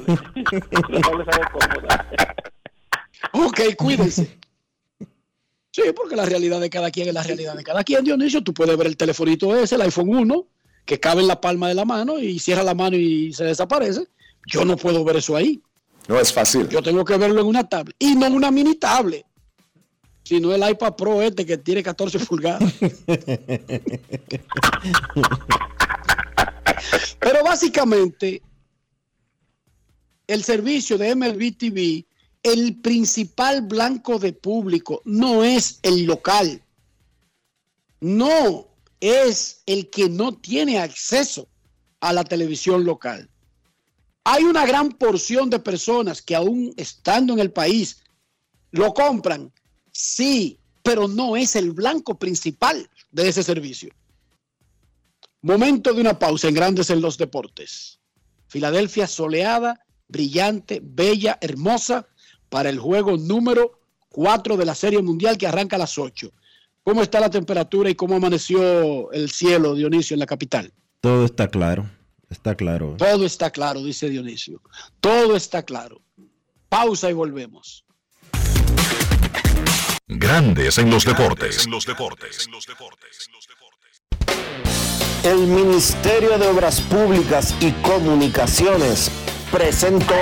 Ok, cuídense. Sí, porque la realidad de cada quien es la realidad de cada quien, Dionisio. Tú puedes ver el telefonito ese, el iPhone uno, que cabe en la palma de la mano y cierra la mano y se desaparece. Yo no puedo ver eso ahí. No es fácil. Yo tengo que verlo en una tablet. Y no en una mini tablet. Sino el iPad Pro este que tiene catorce pulgadas. Pero básicamente, el servicio de M L B T V, el principal blanco de público no es el local. No es el que no tiene acceso a la televisión local. Hay una gran porción de personas que aún estando en el país lo compran. Sí, pero no es el blanco principal de ese servicio. Momento de una pausa en Grandes en los Deportes. Filadelfia soleada, brillante, bella, hermosa para el juego número cuatro de la Serie Mundial que arranca a las ocho. ¿Cómo está la temperatura y cómo amaneció el cielo, Dionisio, en la capital? Todo está claro, está claro. Todo está claro, dice Dionisio. Todo está claro. Pausa y volvemos. Grandes en los deportes. El Ministerio de Obras Públicas y Comunicaciones presentó.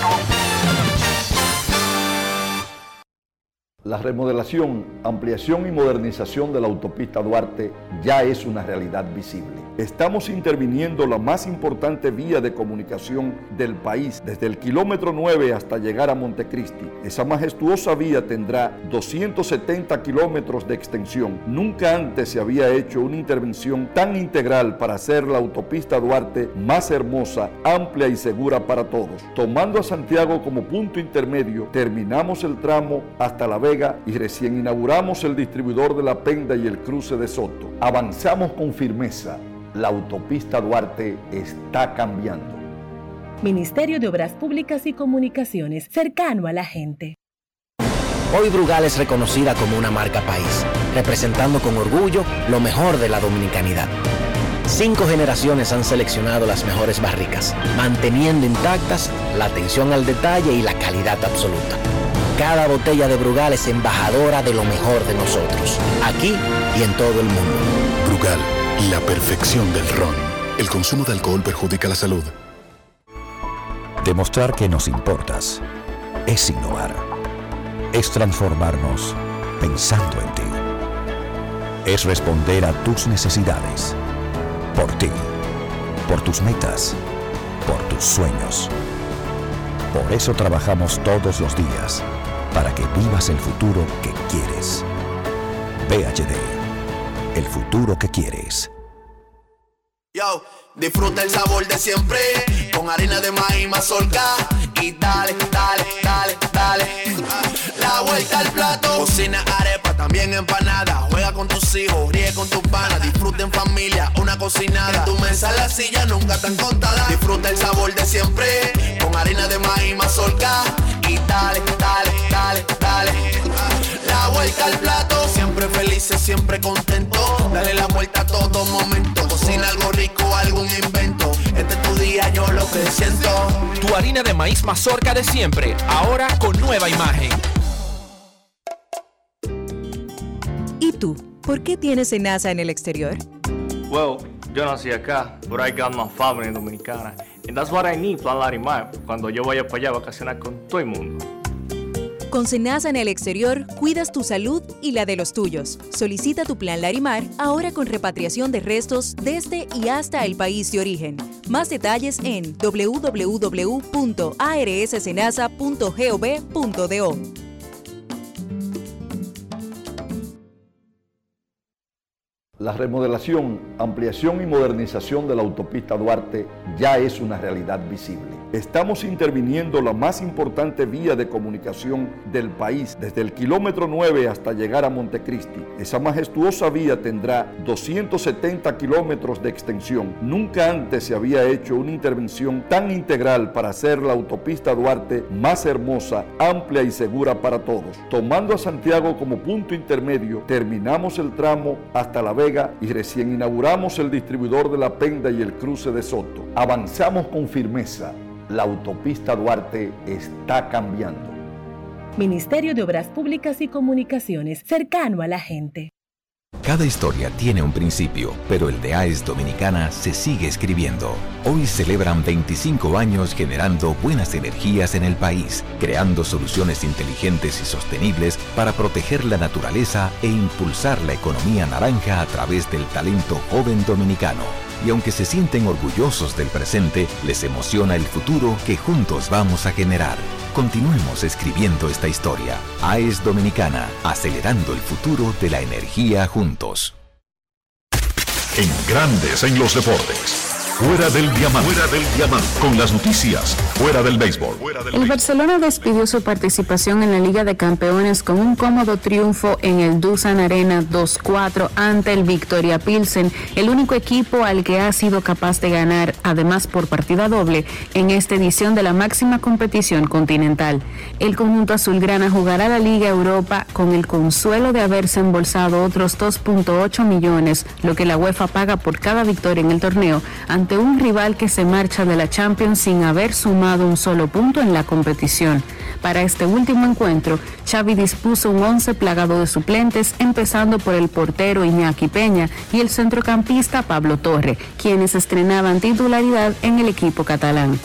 La remodelación, ampliación y modernización de la autopista Duarte ya es una realidad visible. Estamos interviniendo la más importante vía de comunicación del país, desde el kilómetro nueve hasta llegar a Montecristi. Esa majestuosa vía tendrá doscientos setenta kilómetros de extensión. Nunca antes se había hecho una intervención tan integral para hacer la autopista Duarte más hermosa, amplia y segura para todos. Tomando a Santiago como punto intermedio, terminamos el tramo hasta La Vega y recién inauguramos el distribuidor de La Penda y el cruce de Soto. Avanzamos con firmeza. La autopista Duarte está cambiando. Ministerio de Obras Públicas y Comunicaciones, cercano a la gente. Hoy Brugal es reconocida como una marca país, representando con orgullo lo mejor de la dominicanidad. Cinco generaciones han seleccionado las mejores barricas, manteniendo intactas la atención al detalle y la calidad absoluta. Cada botella de Brugal es embajadora de lo mejor de nosotros, aquí y en todo el mundo. Brugal, la perfección del ron. El consumo de alcohol perjudica la salud. Demostrar que nos importas es innovar. Es transformarnos pensando en ti. Es responder a tus necesidades. Por ti. Por tus metas. Por tus sueños. Por eso trabajamos todos los días, para que vivas el futuro que quieres. V H D, el futuro que quieres. Yo, disfruta el sabor de siempre, con harina de maíz mazorca, y dale, dale, dale, dale, la vuelta al plato. Cocina arepa, también empanada, juega con tus hijos, ríe con tus panas, disfruta en familia, una cocinada. En tu mesa la silla nunca tan contada. Disfruta el sabor de siempre, con harina de maíz mazorca, y dale, dale, dale, dale, la vuelta al plato. Siempre feliz dice siempre contento. Dale la vuelta a todo momento. Cocina algo rico, algún invento. Este es tu día, yo lo que siento. Tu harina de maíz mazorca de siempre, ahora con nueva imagen. ¿Y tú? ¿Por qué tienes SENASA en el exterior? Well, yo nací acá, but I got my family dominicana. And that's what I need, Plan Larimar, cuando yo vaya para allá a vacacionar con todo el mundo. Con SENASA en el exterior, cuidas tu salud y la de los tuyos. Solicita tu plan Larimar ahora con repatriación de restos desde y hasta el país de origen. Más detalles en doble u doble u doble u punto a r s senasa punto gov punto do. La remodelación, ampliación y modernización de la autopista Duarte ya es una realidad visible. Estamos interviniendo la más importante vía de comunicación del país, desde el kilómetro nueve hasta llegar a Montecristi. Esa majestuosa vía tendrá doscientos setenta kilómetros de extensión. Nunca antes se había hecho una intervención tan integral para hacer la autopista Duarte más hermosa, amplia y segura para todos. Tomando a Santiago como punto intermedio, terminamos el tramo hasta La Vega y recién inauguramos el distribuidor de La Penda y el cruce de Soto. Avanzamos con firmeza. La autopista Duarte está cambiando. Ministerio de Obras Públicas y Comunicaciones, cercano a la gente. Cada historia tiene un principio, pero el de A E S Dominicana se sigue escribiendo. Hoy celebran veinticinco años generando buenas energías en el país, creando soluciones inteligentes y sostenibles para proteger la naturaleza e impulsar la economía naranja a través del talento joven dominicano. Y aunque se sienten orgullosos del presente, les emociona el futuro que juntos vamos a generar. Continuemos escribiendo esta historia. A E S Dominicana, acelerando el futuro de la energía juntos. En Grandes en los Deportes. Fuera del diamante. Fuera del diamante. Con las noticias. Fuera del béisbol. Fuera del el Barcelona despidió su participación en la Liga de Campeones con un cómodo triunfo en el Dusan Arena dos cuatro ante el Victoria Pilsen, el único equipo al que ha sido capaz de ganar, además por partida doble, en esta edición de la máxima competición continental. El conjunto azulgrana jugará la Liga Europa con el consuelo de haberse embolsado otros dos punto ocho millones, lo que la UEFA paga por cada victoria en el torneo, ante un rival que se marcha de la Champions sin haber sumado un solo punto en la competición. Para este último encuentro, Xavi dispuso un once plagado de suplentes, empezando por el portero Iñaki Peña y el centrocampista Pablo Torre, quienes estrenaban titularidad en el equipo catalán.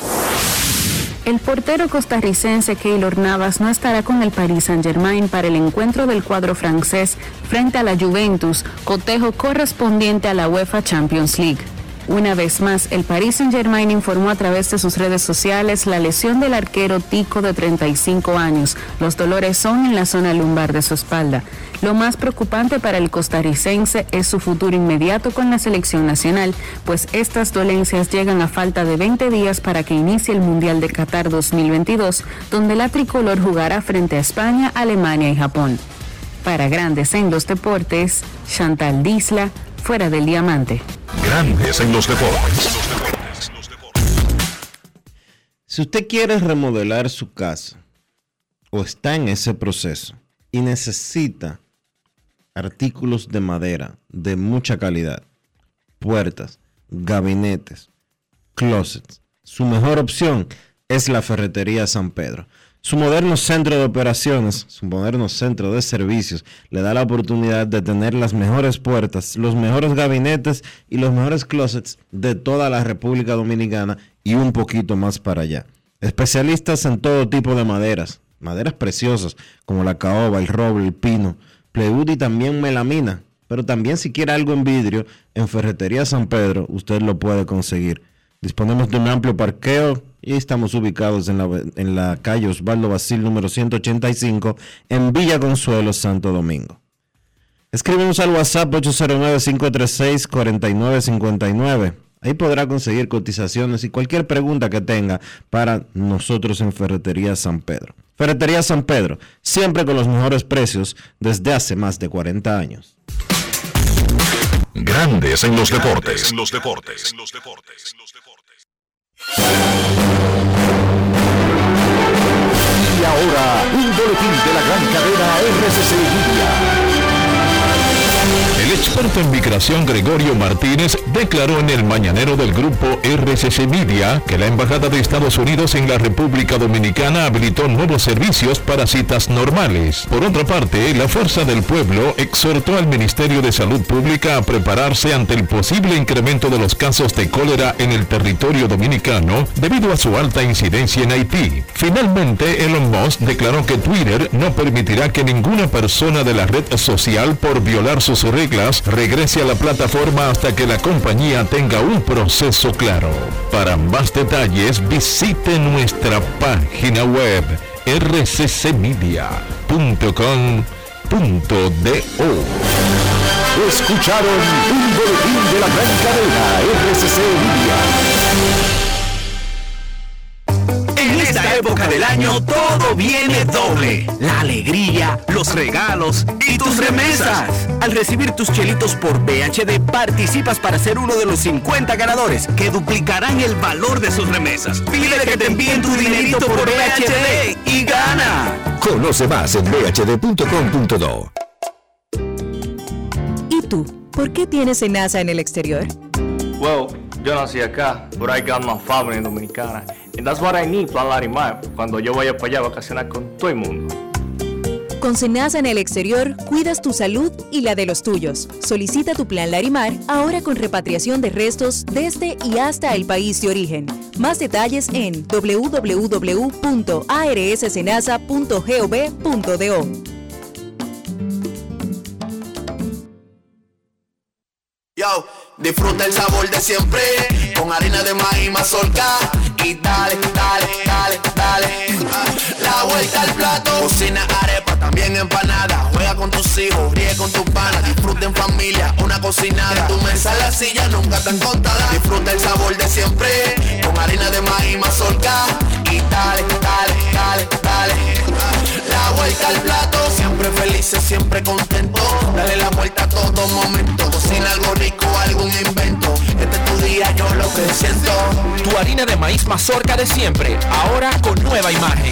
El portero costarricense Keylor Navas no estará con el Paris Saint-Germain para el encuentro del cuadro francés frente a la Juventus, cotejo correspondiente a la UEFA Champions League. Una vez más, el Paris Saint-Germain informó a través de sus redes sociales la lesión del arquero tico de treinta y cinco años. Los dolores son en la zona lumbar de su espalda. Lo más preocupante para el costarricense es su futuro inmediato con la selección nacional, pues estas dolencias llegan a falta de veinte días para que inicie el Mundial de Qatar dos mil veintidós, donde la tricolor jugará frente a España, Alemania y Japón. Para Grandes en los Deportes, Chantal Disla, Fuera del Diamante. Grandes en los Deportes. Si usted quiere remodelar su casa o está en ese proceso y necesita artículos de madera de mucha calidad, puertas, gabinetes, closets, su mejor opción es la Ferretería San Pedro. Su moderno centro de operaciones, su moderno centro de servicios, le da la oportunidad de tener las mejores puertas, los mejores gabinetes y los mejores closets de toda la República Dominicana y un poquito más para allá. Especialistas en todo tipo de maderas, maderas preciosas como la caoba, el roble, el pino, plywood y también melamina. Pero también si quiere algo en vidrio, en Ferretería San Pedro usted lo puede conseguir. Disponemos de un amplio parqueo y estamos ubicados en la, en la calle Osvaldo Basil número ciento ochenta y cinco en Villa Consuelo, Santo Domingo. Escríbenos al WhatsApp ocho cero nueve, cinco tres seis, cuatro nueve cinco nueve. Ahí podrá conseguir cotizaciones y cualquier pregunta que tenga para nosotros en Ferretería San Pedro. Ferretería San Pedro, siempre con los mejores precios desde hace más de cuarenta años. Grandes en los deportes. En los deportes. Y ahora, un boletín de la gran cadena R C C Media. experto en migración Gregorio Martínez declaró en el mañanero del grupo R C C Media que la Embajada de Estados Unidos en la República Dominicana habilitó nuevos servicios para citas normales. Por otra parte, la Fuerza del Pueblo exhortó al Ministerio de Salud Pública a prepararse ante el posible incremento de los casos de cólera en el territorio dominicano debido a su alta incidencia en Haití. Finalmente, Elon Musk declaró que Twitter no permitirá que ninguna persona de la red social por violar sus reglas regrese a la plataforma hasta que la compañía tenga un proceso claro. Para más detalles, visite nuestra página web r c c media punto com punto d o. Escucharon un boletín de la gran cadena R C C Media. En esta época del año todo viene doble. La alegría, los regalos y tus remesas. Al recibir tus chelitos por B H D, participas para ser uno de los cincuenta ganadores que duplicarán el valor de sus remesas. Pide que te envíen tu dinerito por B H D y gana. Conoce más en b h d punto com punto do. ¿Y tú? ¿Por qué tienes SENASA en el exterior? Well, yo nací acá, but I got my family dominicana. And that's what I need, Plan Larimar, cuando yo vaya para allá a vacacionar con todo el mundo. Con SENASA en el exterior, cuidas tu salud y la de los tuyos. Solicita tu plan Larimar ahora con repatriación de restos desde y hasta el país de origen. Más detalles en w w w punto a r s senasa punto gov punto do. Yo, disfruta el sabor de siempre con harina de maíz mazorca y dale, dale, dale, dale. La vuelta al plato, cocina arepa, también empanada. Juega con tus hijos, ríe con tus panas, disfruta en familia, una cocinada. Tu mesa en la silla nunca tan contada. Disfruta el sabor de siempre con harina de maíz mazorca y dale, dale, dale, dale. La vuelta al plato, siempre felices, siempre contentos. Dale la vuelta a todo momento. Cocina algo rico, algún invento. Este es tu día, yo lo que siento. Tu harina de maíz mazorca de siempre, ahora con nueva imagen.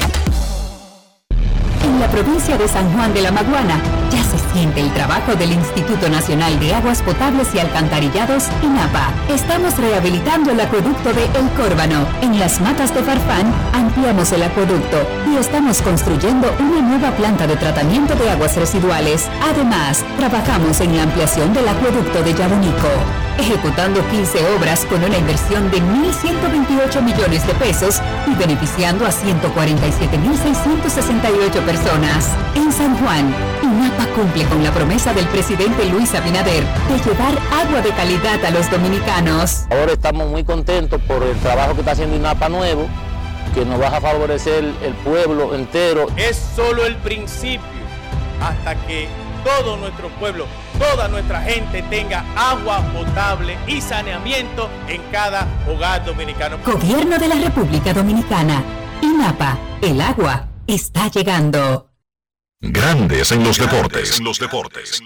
En la provincia de San Juan de la Maguana ya se siente el trabajo del Instituto Nacional de Aguas Potables y Alcantarillados, INAPA. Estamos rehabilitando el acueducto de El Córbano. En las Matas de Farfán ampliamos el acueducto y estamos construyendo una nueva planta de tratamiento de aguas residuales. Además, trabajamos en la ampliación del acueducto de Yabunico, ejecutando quince obras con una inversión de mil ciento veintiocho millones de pesos y beneficiando a ciento cuarenta y siete mil seiscientos sesenta y ocho personas. En San Juan, INAPA cumple con la promesa del presidente Luis Abinader de llevar agua de calidad a los dominicanos. Ahora estamos muy contentos por el trabajo que está haciendo INAPA nuevo, que nos va a favorecer el pueblo entero. Es solo el principio hasta que todo nuestro pueblo, toda nuestra gente tenga agua potable y saneamiento en cada hogar dominicano. Gobierno de la República Dominicana. INAPA, el agua está llegando. Grandes en los deportes. En los deportes.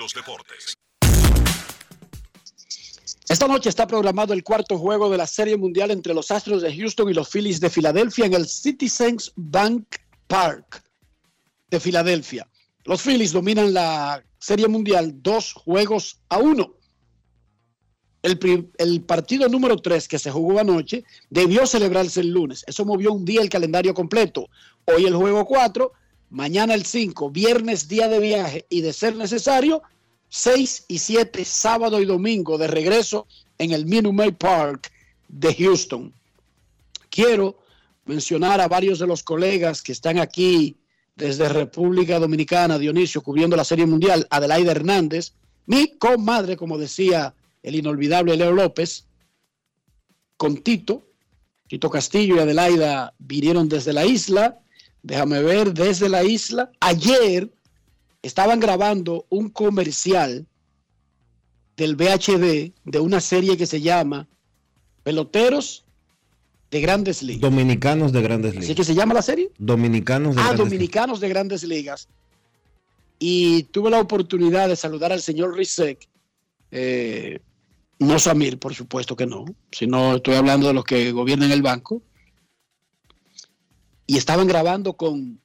Esta noche está programado el cuarto juego de la Serie Mundial entre los Astros de Houston y los Phillies de Filadelfia en el Citizens Bank Park de Filadelfia. Los Phillies dominan la Serie Mundial dos juegos a uno. El, el partido número tres que se jugó anoche debió celebrarse el lunes. Eso movió un día el calendario completo. Hoy el juego cuatro, mañana el cinco, viernes día de viaje y de ser necesario, seis y siete, sábado y domingo de regreso en el Minute Maid Park de Houston. Quiero mencionar a varios de los colegas que están aquí desde República Dominicana, Dionisio, cubriendo la Serie Mundial. Adelaida Hernández, mi comadre, como decía el inolvidable Leo López, con Tito, Tito Castillo y Adelaida vinieron desde la isla. Déjame ver, desde la isla. Ayer estaban grabando un comercial del V H D de una serie que se llama Peloteros de Grandes Ligas. Dominicanos de Grandes Ligas. ¿Así que se llama la serie? Dominicanos de ah, Grandes Dominicanos Ligas. de Grandes Ligas. Y tuve la oportunidad de saludar al señor Rizek. Eh, no Samir, por supuesto que no. Sino estoy hablando de los que gobiernan el banco. Y estaban grabando con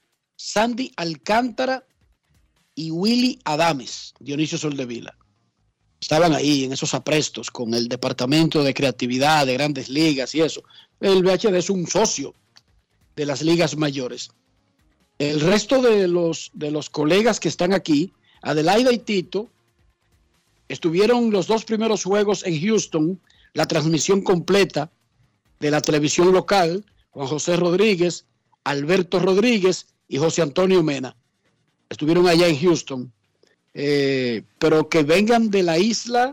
Sandy Alcántara y Willy Adames, Dionisio Soldevila. estaban ahí en esos aprestos con el Departamento de Creatividad de Grandes Ligas y eso. El V H D es un socio de las ligas mayores. El resto de los, de los colegas que están aquí, Adelaida y Tito, estuvieron los dos primeros juegos en Houston, la transmisión completa de la televisión local, Juan José Rodríguez, Alberto Rodríguez y José Antonio Mena. Estuvieron allá en Houston. Eh, pero que vengan de la isla,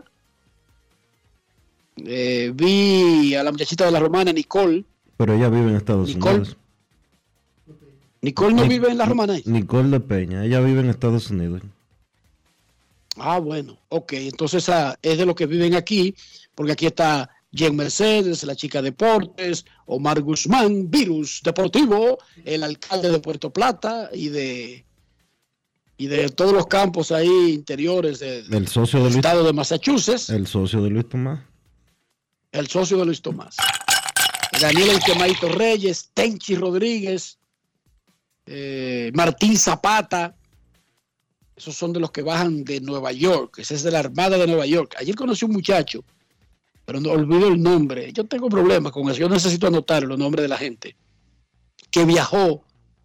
eh, vi a la muchachita de la Romana, Nicole. Pero ella vive en Estados Nicole, Unidos. Nicole no Nic- vive en la Romana. Nicole de Peña, ella vive en Estados Unidos. Ah, bueno, ok, entonces ah, es de los que viven aquí, porque aquí está Jen Mercedes, la chica de deportes, Omar Guzmán, Virus Deportivo, el alcalde de Puerto Plata y de y de todos los campos ahí interiores de, el socio del de Luis, estado de Massachusetts. El socio de Luis Tomás. El socio de Luis Tomás. Daniel El Quemadito Reyes, Tenchi Rodríguez, eh, Martín Zapata. Esos son de los que bajan de Nueva York. Ese es de la Armada de Nueva York. Ayer conocí un muchacho, pero no olvido el nombre. Yo tengo problemas con eso. Yo necesito anotar los nombres de la gente. Que viajó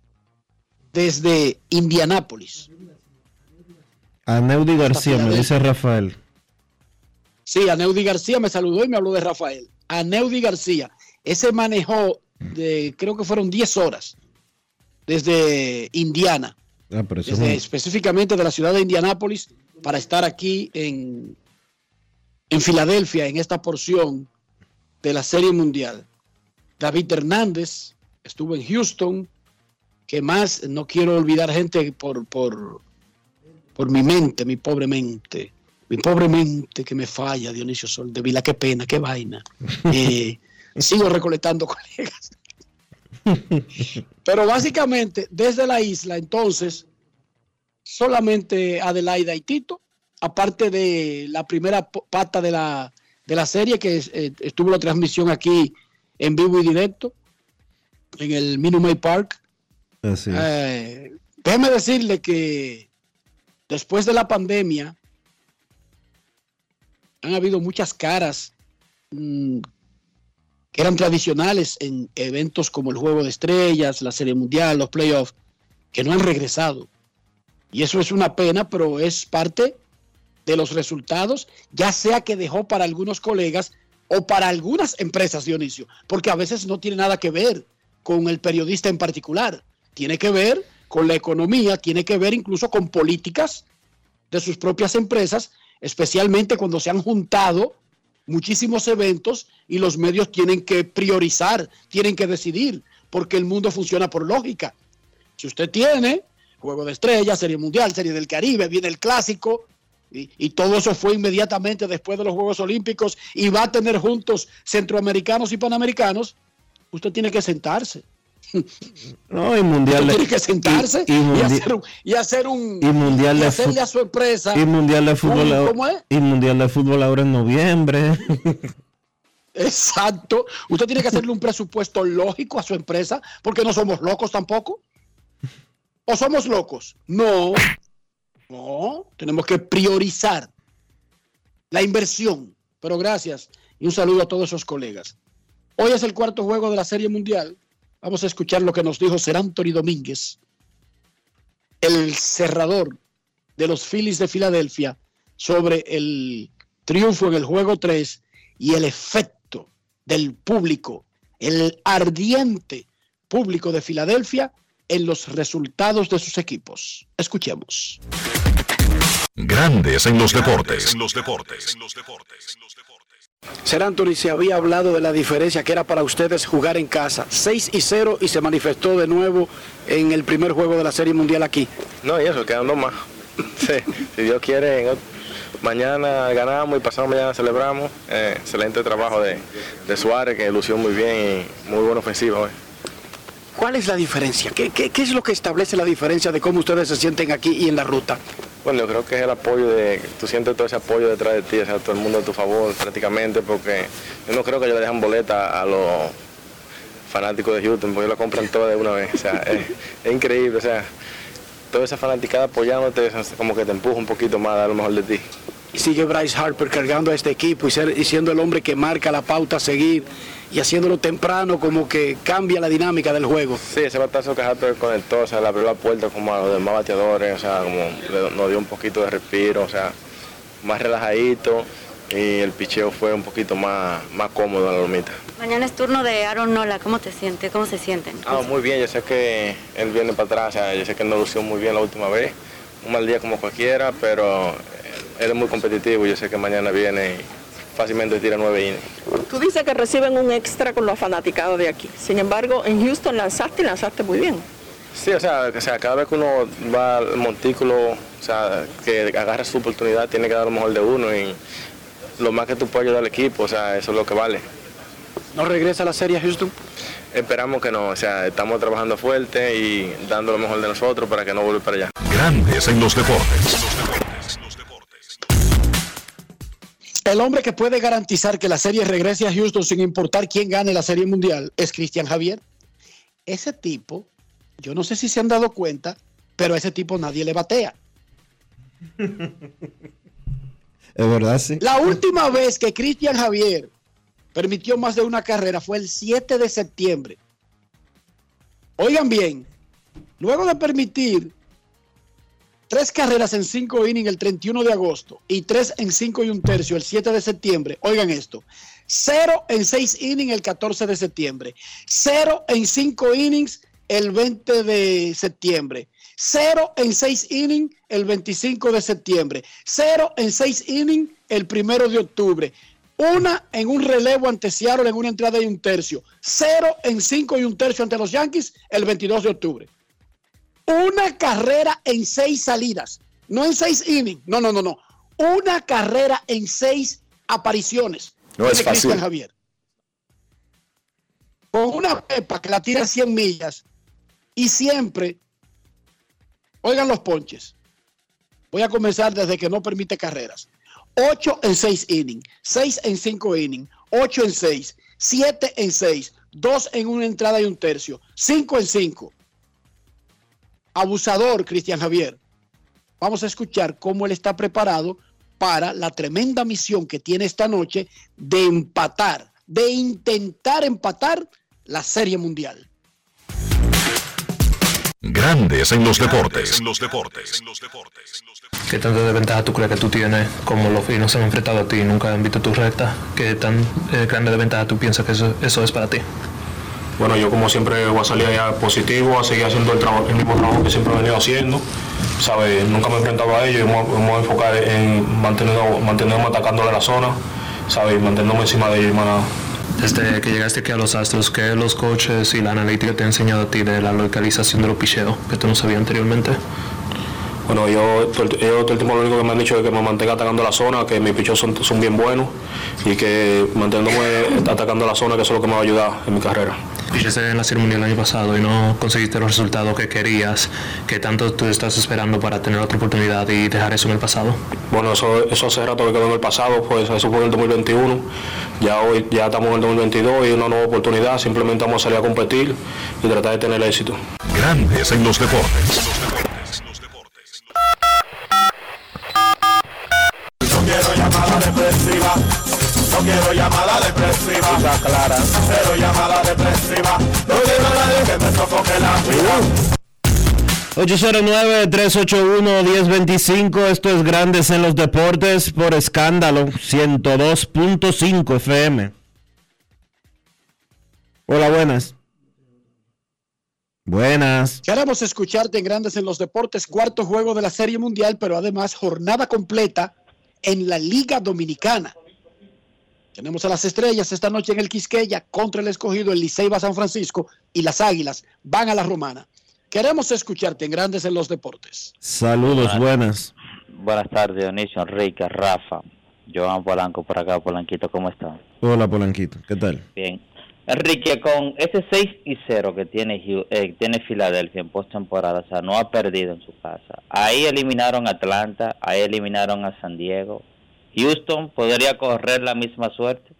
desde Indianápolis. A Neudi García, me dice Rafael. Sí, a Neudi García me saludó y me habló de Rafael. A Neudi García. Ese manejó, de, creo que fueron diez horas, desde Indiana. Ah, pero eso desde, es un... específicamente de la ciudad de Indianápolis, para estar aquí en, en Filadelfia, en esta porción de la Serie Mundial. David Hernández estuvo en Houston. ¿Qué más? No quiero olvidar gente por, por, por mi mente, mi pobre mente. Mi pobre mente que me falla, Dionisio Soldevila. Qué pena, qué vaina. Eh, sigo recolectando colegas. Pero básicamente, desde la isla, entonces, solamente Adelaida y Tito, aparte de la primera pata de la, de la serie, que eh, estuvo la transmisión aquí en vivo y directo, en el Minute Maid Park. Así es. Eh, déjeme decirle que después de la pandemia han habido muchas caras mmm, que eran tradicionales en eventos como el Juego de Estrellas, la Serie Mundial, los playoffs, que no han regresado. Y eso es una pena, pero es parte de los resultados, ya sea que dejó para algunos colegas o para algunas empresas, Dionisio, porque a veces no tiene nada que ver con el periodista en particular. Tiene que ver con la economía, tiene que ver incluso con políticas de sus propias empresas, especialmente cuando se han juntado muchísimos eventos y los medios tienen que priorizar, tienen que decidir, porque el mundo funciona por lógica. Si usted tiene Juego de Estrellas, Serie Mundial, Serie del Caribe, viene el Clásico, y, y todo eso fue inmediatamente después de los Juegos Olímpicos, y va a tener juntos centroamericanos y panamericanos, usted tiene que sentarse. No, y mundial usted tiene que sentarse y, y, y, hacer un, y hacer un y mundial y de hacerle fu- a su empresa y mundial de fútbol un, ¿cómo es? y mundial de fútbol ahora en noviembre. Exacto. Usted tiene que hacerle un presupuesto lógico a su empresa, porque no somos locos tampoco. ¿O somos locos? No. No. Tenemos que priorizar la inversión. Pero gracias y un saludo a todos esos colegas. Hoy es el cuarto juego de la Serie Mundial. Vamos a escuchar lo que nos dijo Ser Anthony Domínguez, el cerrador de los Phillies de Filadelfia, sobre el triunfo en el juego tres y el efecto del público, el ardiente público de Filadelfia en los resultados de sus equipos. Escuchemos. Grandes en los deportes. En los deportes. Ser Anthony, se había hablado de la diferencia que era para ustedes jugar en casa, seis y cero, y se manifestó de nuevo en el primer juego de la Serie Mundial aquí. No, y eso, quedan dos más. Sí, si Dios quiere, mañana ganamos y pasado mañana celebramos. Eh, excelente trabajo de, de Suárez, que lució muy bien y muy buena ofensiva hoy. ¿Cuál es la diferencia? ¿Qué, qué, ¿Qué es lo que establece la diferencia de cómo ustedes se sienten aquí y en la ruta? Bueno, yo creo que es el apoyo de, tú sientes todo ese apoyo detrás de ti, o sea, todo el mundo a tu favor prácticamente, porque yo no creo que ellos le dejan boleta a los fanáticos de Houston, porque ellos la compran toda de una vez, o sea, es, es increíble, o sea, toda esa fanaticada apoyándote, como que te empuja un poquito más a dar lo mejor de ti. y sigue Bryce Harper cargando a este equipo y, ser, y siendo el hombre que marca la pauta a seguir y haciéndolo temprano, como que cambia la dinámica del juego. Sí, ese batazo que Harper conectó, o sea, le abrió la puerta como a los demás bateadores, o sea, como le, nos dio un poquito de respiro, o sea, más relajadito, y el picheo fue un poquito más, más cómodo en la lomita. Mañana es turno de Aaron Nola, ¿cómo te sientes? ¿Cómo se sienten? Ah, muy bien, yo sé que él viene para atrás, o sea, yo sé que él no lució muy bien la última vez, un mal día como cualquiera, pero él es muy competitivo, yo sé que mañana viene y fácilmente tira nueve innings. Tú dices que reciben un extra con los fanaticados de aquí, sin embargo en Houston lanzaste y lanzaste muy bien. Sí, o sea, o sea, cada vez que uno va al montículo, o sea, que agarra su oportunidad, tiene que dar lo mejor de uno y lo más que tú puedes ayudar al equipo, o sea, eso es lo que vale. ¿No regresa a la serie a Houston? Esperamos que no, o sea, estamos trabajando fuerte y dando lo mejor de nosotros para que no vuelva para allá. Grandes en los deportes. El hombre que puede garantizar que la serie regrese a Houston sin importar quién gane la serie mundial es Cristian Javier. Ese tipo, yo no sé si se han dado cuenta, pero a ese tipo nadie le batea. Es verdad, sí. La última vez que Cristian Javier permitió más de una carrera fue el siete de septiembre. Oigan bien, luego de permitir tres carreras en cinco innings el treinta y uno de agosto y tres en cinco y un tercio el siete de septiembre, oigan esto, cero en seis innings el catorce de septiembre, cero en cinco innings el veinte de septiembre, cero en seis innings el veinticinco de septiembre, cero en seis innings el primero de octubre, una en un relevo ante Seattle en una entrada y un tercio, cero en cinco y un tercio ante los Yankees el veintidós de octubre. Una carrera en seis salidas, no en seis innings, no, no, no, no. Una carrera en seis apariciones. No es fácil. Cristian Javier. Con una pepa que la tira cien millas y siempre, oigan los ponches. Voy a comenzar desde que no permite carreras. ocho en seis innings, seis en cinco innings, ocho en seis, siete en seis, dos en una entrada y un tercio, cinco en cinco. Abusador, Cristian Javier. Vamos a escuchar cómo él está preparado para la tremenda misión que tiene esta noche de empatar, de intentar empatar la Serie Mundial. Grandes en los deportes. En los deportes. ¿Qué tanta desventaja tú crees que tú tienes? Como los finos se han enfrentado a ti y nunca han visto tu recta. ¿Qué tan eh, grande desventaja tú piensas que eso, eso es para ti? Bueno, yo como siempre voy a salir allá positivo, a seguir haciendo el, trabajo, el mismo trabajo que siempre he venido haciendo, ¿sabes? Nunca me he enfrentado a ellos y me voy a enfocar en mantenerme, mantenerme atacándole la zona, ¿sabes? Manteniéndome encima de ellos, hermano. Desde que llegaste aquí a los Astros, ¿qué los coaches y la analítica te han enseñado a ti de la localización de los picheos que tú no sabías anteriormente? Bueno, yo, yo todo el tiempo lo único que me han dicho es que me mantenga atacando la zona, que mis picheos son, son bien buenos y que manteniéndome atacando la zona, que eso es lo que me va a ayudar en mi carrera. Pichaste en la Serie Mundial el año pasado y no conseguiste los resultados que querías. ¿Qué tanto tú estás esperando para tener otra oportunidad y dejar eso en el pasado? Bueno, eso, eso hace rato que quedó en el pasado, pues eso fue en el dos mil veintiuno. Ya hoy ya estamos en el dos mil veintidós y una nueva oportunidad. Simplemente vamos a salir a competir y tratar de tener éxito. Grandes en los deportes. No quiero llamada depresiva. No quiero llamada depresiva. Está clara. Cero llamada depresiva. No quiero a nadie que me sofoque la vida. ocho cero nueve, tres ocho uno, uno cero dos cinco. Esto es Grandes en los Deportes por Escándalo ciento dos punto cinco F M. Hola, buenas. Buenas. Queremos escucharte en Grandes en los Deportes, cuarto juego de la Serie Mundial, pero además jornada completa en la Liga Dominicana. Tenemos a las Estrellas esta noche en el Quisqueya contra el Escogido, el Licey va a San Francisco y las Águilas van a la Romana. Queremos escucharte en Grandes en los Deportes. Saludos, buenas. Buenas tardes, Dionisio, Enrique, Rafa, Joan Polanco por acá, Polanquito, ¿cómo están? Hola, Polanquito, ¿qué tal? Bien. Enrique, con ese seis y cero que tiene, eh, tiene Filadelfia en postemporada, o sea, no ha perdido en su casa. Ahí eliminaron a Atlanta, ahí eliminaron a San Diego. Houston podría correr la misma suerte.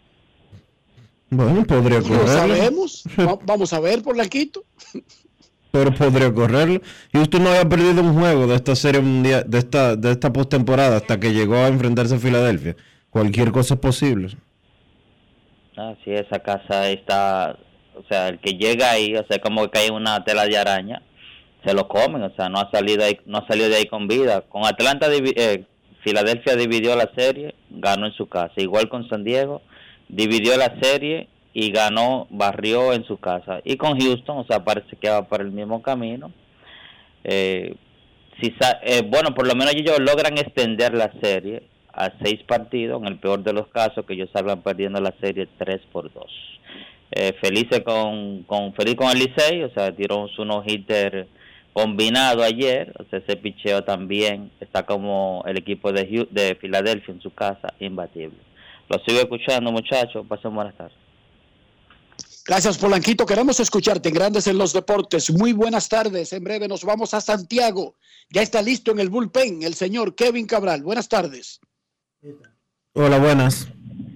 Bueno, podría correr. Lo sabemos. Vamos a ver, Polanquito. pero podría correrlo. Houston no había perdido un juego de esta serie mundial, de esta, de esta postemporada hasta que llegó a enfrentarse a Filadelfia. Cualquier cosa es posible. Ah, sí, esa casa está, o sea, el que llega ahí, o sea, como que cae una tela de araña, se lo comen, o sea, no ha salido ahí, no ha salido de ahí con vida. Con Atlanta, eh, Filadelfia dividió la serie, ganó en su casa. Igual con San Diego, dividió la serie y ganó, barrió en su casa. Y con Houston, o sea, parece que va por el mismo camino. Eh, si eh, bueno, por lo menos ellos logran extender la serie a seis partidos, en el peor de los casos, que ellos salgan perdiendo la serie tres por dos. Eh, felices con, con, feliz con el Licey, o sea, tiró su no-hitter combinado ayer, o sea, ese picheo también está como el equipo de, de Filadelfia en su casa, imbatible. Lo sigo escuchando, muchachos, pasen buenas tardes. Gracias, Polanquito. Queremos escucharte en Grandes en los Deportes. Muy buenas tardes. En breve nos vamos a Santiago. Ya está listo en el bullpen el señor Kevin Cabral. Buenas tardes. Hola, buenas.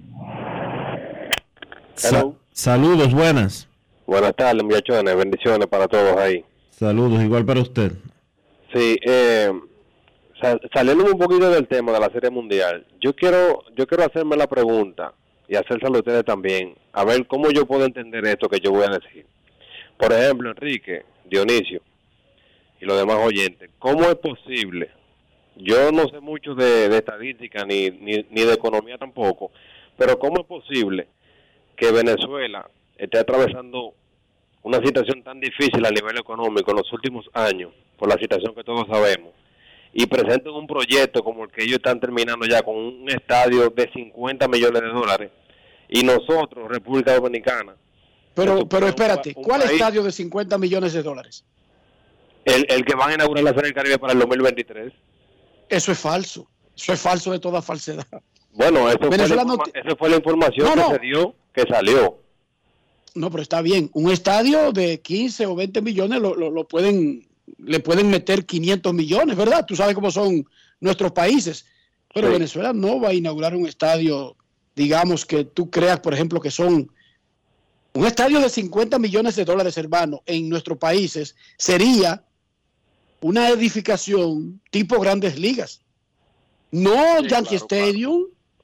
Sa- saludos, buenas. Buenas tardes, muchachones. Bendiciones para todos ahí. Saludos, igual para usted. Sí, eh, sal- saliendo un poquito del tema de la Serie Mundial, yo quiero, yo quiero hacerme la pregunta y hacérselo a ustedes también, a ver cómo yo puedo entender esto que yo voy a decir. Por ejemplo, Enrique, Dionisio y los demás oyentes, ¿cómo es posible? Yo no sé mucho de, de estadística ni, ni, ni de economía tampoco, pero ¿cómo es posible que Venezuela esté atravesando una situación tan difícil a nivel económico en los últimos años, por la situación que todos sabemos, y presenten un proyecto como el que ellos están terminando ya con un estadio de cincuenta millones de dólares, y nosotros, República Dominicana... Pero pero espérate, un ¿cuál país, estadio de cincuenta millones de dólares? El, el que van a inaugurar la Serie del Caribe para el dos mil veintitrés. Eso es falso, eso es falso de toda falsedad. Bueno, eso, fue la, no informa- te... eso fue la información no, que no. se dio, que salió. No, pero está bien. Un estadio de quince o veinte millones lo, lo, lo pueden, le pueden meter quinientos millones, ¿verdad? Tú sabes cómo son nuestros países. Pero Sí. Venezuela no va a inaugurar un estadio, digamos, que tú creas, por ejemplo, que son un estadio de cincuenta millones de dólares, hermano, en nuestros países sería una edificación tipo Grandes Ligas. No Sí, Yankee claro, Stadium,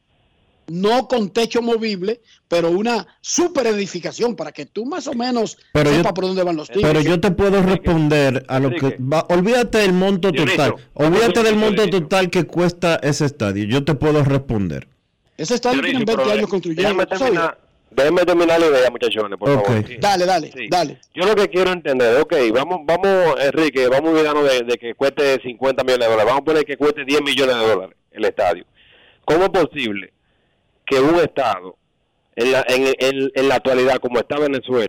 no con techo movible, pero una super edificación para que tú más o menos Pero sepas yo, por dónde van los tiros. pero yo te puedo responder a lo que va, olvídate del monto total, olvídate del monto total que cuesta ese estadio. Yo te puedo responder. Ese estadio tiene veinte años construyendo. Déjame ¿tú sabes? terminar, déjame terminar la idea, muchachones, por Ok. favor. Sí. Dale, dale, Sí. dale. Yo lo que quiero entender, ok, vamos, vamos, Enrique, vamos a olvidarnos de, de que cueste cincuenta millones de dólares, vamos a poner que cueste diez millones de dólares el estadio. ¿Cómo es posible que un estado, en la, en, en, en la actualidad, como está Venezuela,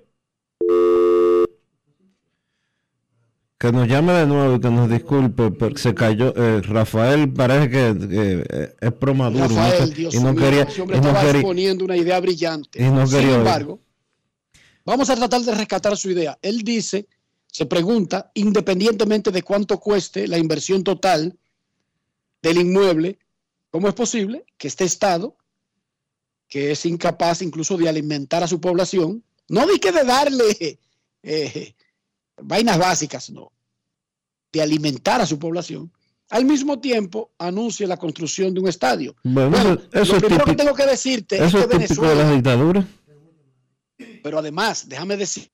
Que nos llame de nuevo y que nos disculpe, pero se cayó. eh, Rafael parece que eh, es promaduro. Rafael, no sé, Dios y no mío, quería, ese hombre y no estaba quería- exponiendo una idea brillante. y no Sin quería oír. embargo, vamos a tratar de rescatar su idea. Él dice, se pregunta, independientemente de cuánto cueste la inversión total del inmueble, ¿cómo es posible que este Estado, que es incapaz incluso de alimentar a su población, no di que de darle eh, vainas básicas, no, de alimentar a su población, al mismo tiempo anuncia la construcción de un estadio? Bueno, Bueno, eso lo es primero típico, que tengo que decirte eso es es que típico de Venezuela, la dictadura. pero además, déjame decirte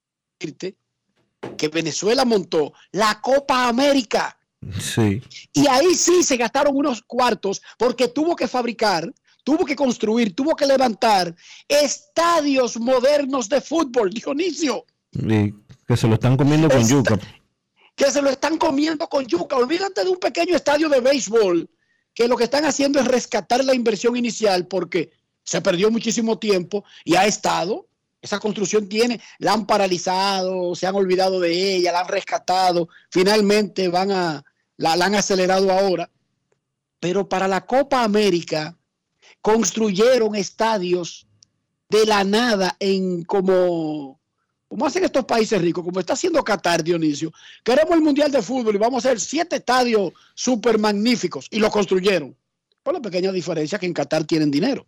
que Venezuela montó la Copa América Sí. y ahí sí se gastaron unos cuartos porque tuvo que fabricar, tuvo que construir, tuvo que levantar estadios modernos de fútbol, Dionisio, Y que se lo están comiendo con Esta- yuca. que se lo están comiendo con yuca. Olvídate de un pequeño estadio de béisbol, que lo que están haciendo es rescatar la inversión inicial porque se perdió muchísimo tiempo y ha estado, esa construcción tiene, la han paralizado, se han olvidado de ella, la han rescatado, finalmente van a, la, la han acelerado ahora. Pero para la Copa América construyeron estadios de la nada en como... como hacen estos países ricos, como está haciendo Qatar, Dionisio. Queremos el Mundial de Fútbol y vamos a hacer siete estadios súper magníficos. Y los construyeron. Por la pequeña diferencia que en Qatar tienen dinero.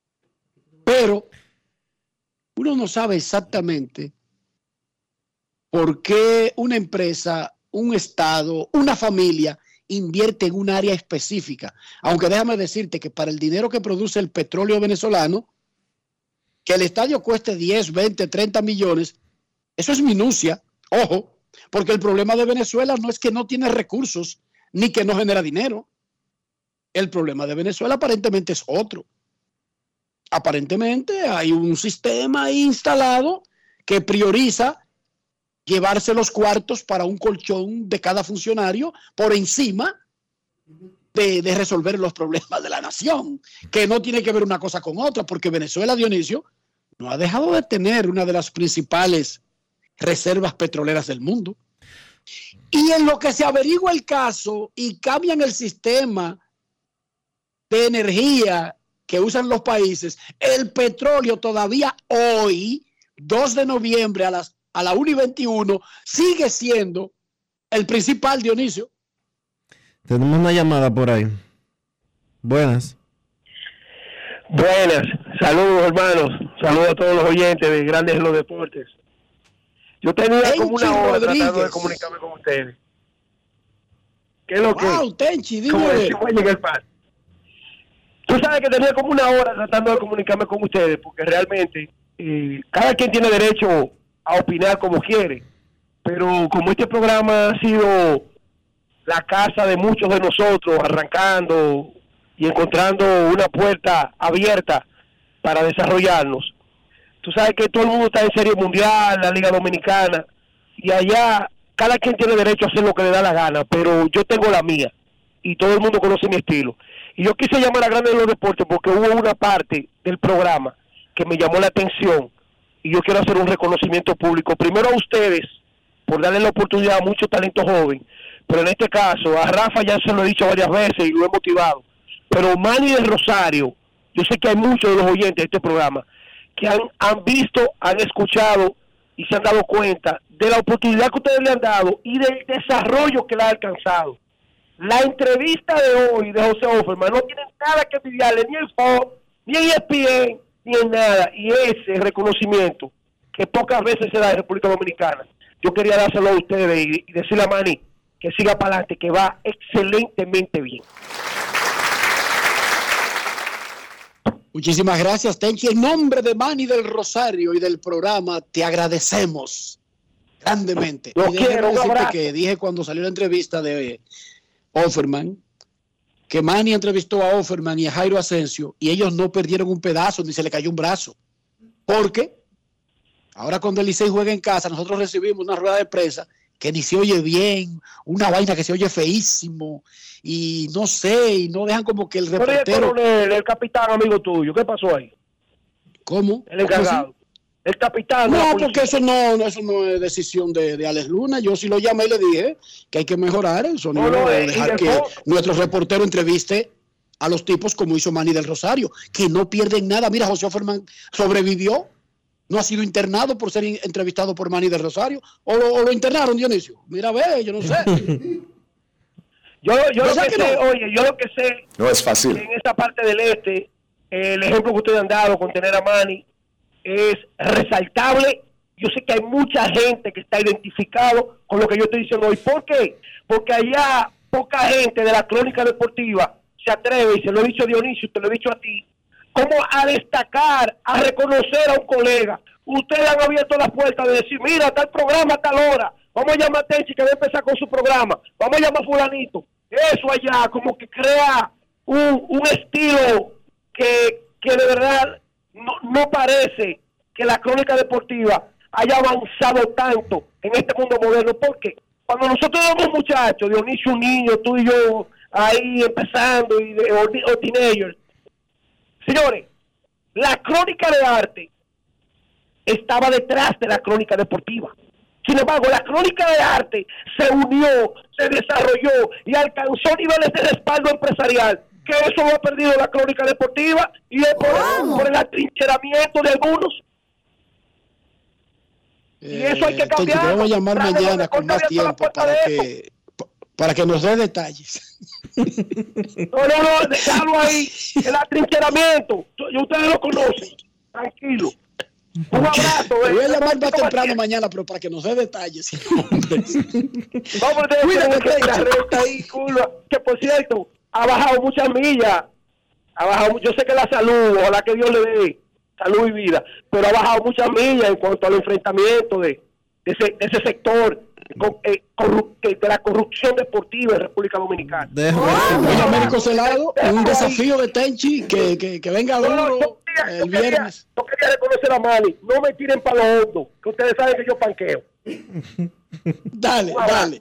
Pero uno no sabe exactamente por qué una empresa, un estado, una familia invierte en un área específica. Aunque déjame decirte que para el dinero que produce el petróleo venezolano, que el estadio cueste diez, veinte, treinta millones, eso es minucia, ojo, porque el problema de Venezuela no es que no tiene recursos ni que no genera dinero. El problema de Venezuela aparentemente es otro. Aparentemente hay un sistema instalado que prioriza llevarse los cuartos para un colchón de cada funcionario por encima de, de resolver los problemas de la nación, que no tiene que ver una cosa con otra, porque Venezuela, Dionisio, no ha dejado de tener una de las principales reservas petroleras del mundo. Y en lo que se averigua el caso y cambian el sistema de energía que usan los países, el petróleo todavía hoy, dos de noviembre a las a la una y veintiuno, sigue siendo el principal, Dionisio. Tenemos una llamada por ahí. Buenas. Buenas, saludos hermanos, saludos a todos los oyentes de Grandes en los Deportes. Yo tenía Tenchi como una hora Rodríguez. tratando de comunicarme con ustedes. ¿Qué es lo wow, que? Tenchi, dime. Como decir, voy a llegar par. Tú sabes que tenía como una hora tratando de comunicarme con ustedes, porque realmente eh, cada quien tiene derecho a opinar como quiere, pero como este programa ha sido la casa de muchos de nosotros, arrancando y encontrando una puerta abierta para desarrollarnos, tú sabes que todo el mundo está en Serie Mundial, la Liga Dominicana, y allá cada quien tiene derecho a hacer lo que le da la gana, pero yo tengo la mía, y todo el mundo conoce mi estilo, y yo quise llamar a Grandes de los Deportes porque hubo una parte del programa que me llamó la atención, y yo quiero hacer un reconocimiento público, primero a ustedes, por darle la oportunidad a mucho talento joven, pero en este caso, a Rafa ya se lo he dicho varias veces y lo he motivado, pero Manny del Rosario, yo sé que hay muchos de los oyentes de este programa, que han, han visto, han escuchado y se han dado cuenta de la oportunidad que ustedes le han dado y del desarrollo que le ha alcanzado. La entrevista de hoy de José Offerman no tiene nada que envidiarle, ni en Fox, ni en E S P N, ni en nada, y ese reconocimiento que pocas veces se da en República Dominicana, yo quería dárselo a ustedes y, y decirle a Manny que siga para adelante, que va excelentemente bien. Muchísimas gracias, Tenchi. En nombre de Manny del Rosario y del programa, te agradecemos grandemente. Lo y quiero, un decirte abrazo. que dije cuando salió la entrevista de Offerman, que Manny entrevistó a Offerman y a Jairo Asensio y ellos no perdieron un pedazo ni se le cayó un brazo. Porque ahora cuando el Licey juega en casa, nosotros recibimos una rueda de prensa que ni se oye bien, una vaina que se oye feísimo y no sé, y no dejan como que el reportero... Pero el, el capitán, amigo tuyo, ¿qué pasó ahí? ¿Cómo? El encargado. El capitán. No, porque eso no, eso no es decisión de, de Alex Luna. Yo sí lo llamé y le dije que hay que mejorar el sonido, no, no, de dejar que nuestro reportero entreviste a los tipos como hizo Manny del Rosario, que no pierden nada. Mira, José Offerman sobrevivió, no ha sido internado por ser entrevistado por Manny del Rosario, o lo, o lo internaron, Dionisio. Mira, ve, yo no sé. yo yo lo que, que sé, no? oye, yo lo que sé, no es fácil. En esta parte del este, el ejemplo que ustedes han dado con tener a Manny es resaltable. Yo sé que hay mucha gente que está identificado con lo que yo estoy diciendo hoy. ¿Por qué? Porque allá poca gente de la crónica deportiva se atreve, y se lo he dicho a Dionisio, te lo he dicho a ti, como a destacar, a reconocer a un colega. Ustedes han abierto las puertas de decir, mira, tal programa a tal hora, vamos a llamar a Tenchi que va a empezar con su programa, vamos a llamar a fulanito. Eso allá como que crea un, un estilo que, que de verdad no, no parece que la crónica deportiva haya avanzado tanto en este mundo moderno. Porque cuando nosotros éramos muchachos, Dionisio un niño, tú y yo ahí empezando, y de, o, o teenagers, señores, la crónica de arte estaba detrás de la crónica deportiva. Sin embargo, la crónica de arte se unió, se desarrolló y alcanzó niveles de respaldo empresarial, que eso lo ha perdido la crónica deportiva y es por, oh. por el atrincheramiento de algunos. Eh, y eso hay que cambiar. Te vamos a llamar mañana con más tiempo para que, para que nos dé detalles. No, no, no, déjalo ahí, el atrincheramiento. Ustedes lo conocen, tranquilo. Un abrazo. Te voy a llamar más temprano mañana, pero para que nos dé detalles. Vamos a tener que la recta ahí, curva, que por cierto, ha bajado muchas millas. Ha bajado, yo sé que la salud, ojalá que Dios le dé salud y vida, pero ha bajado muchas millas en cuanto al enfrentamiento de, de, ese, de ese sector con, eh, corru, de la corrupción deportiva en República Dominicana. El Américo Celado, un desafío de Tenchi, que, que, que venga duro no, no, yo quería, el yo quería, viernes. Yo quería reconocer a Manny, no me tiren para lo hondo, que ustedes saben que yo panqueo. Dale, dale.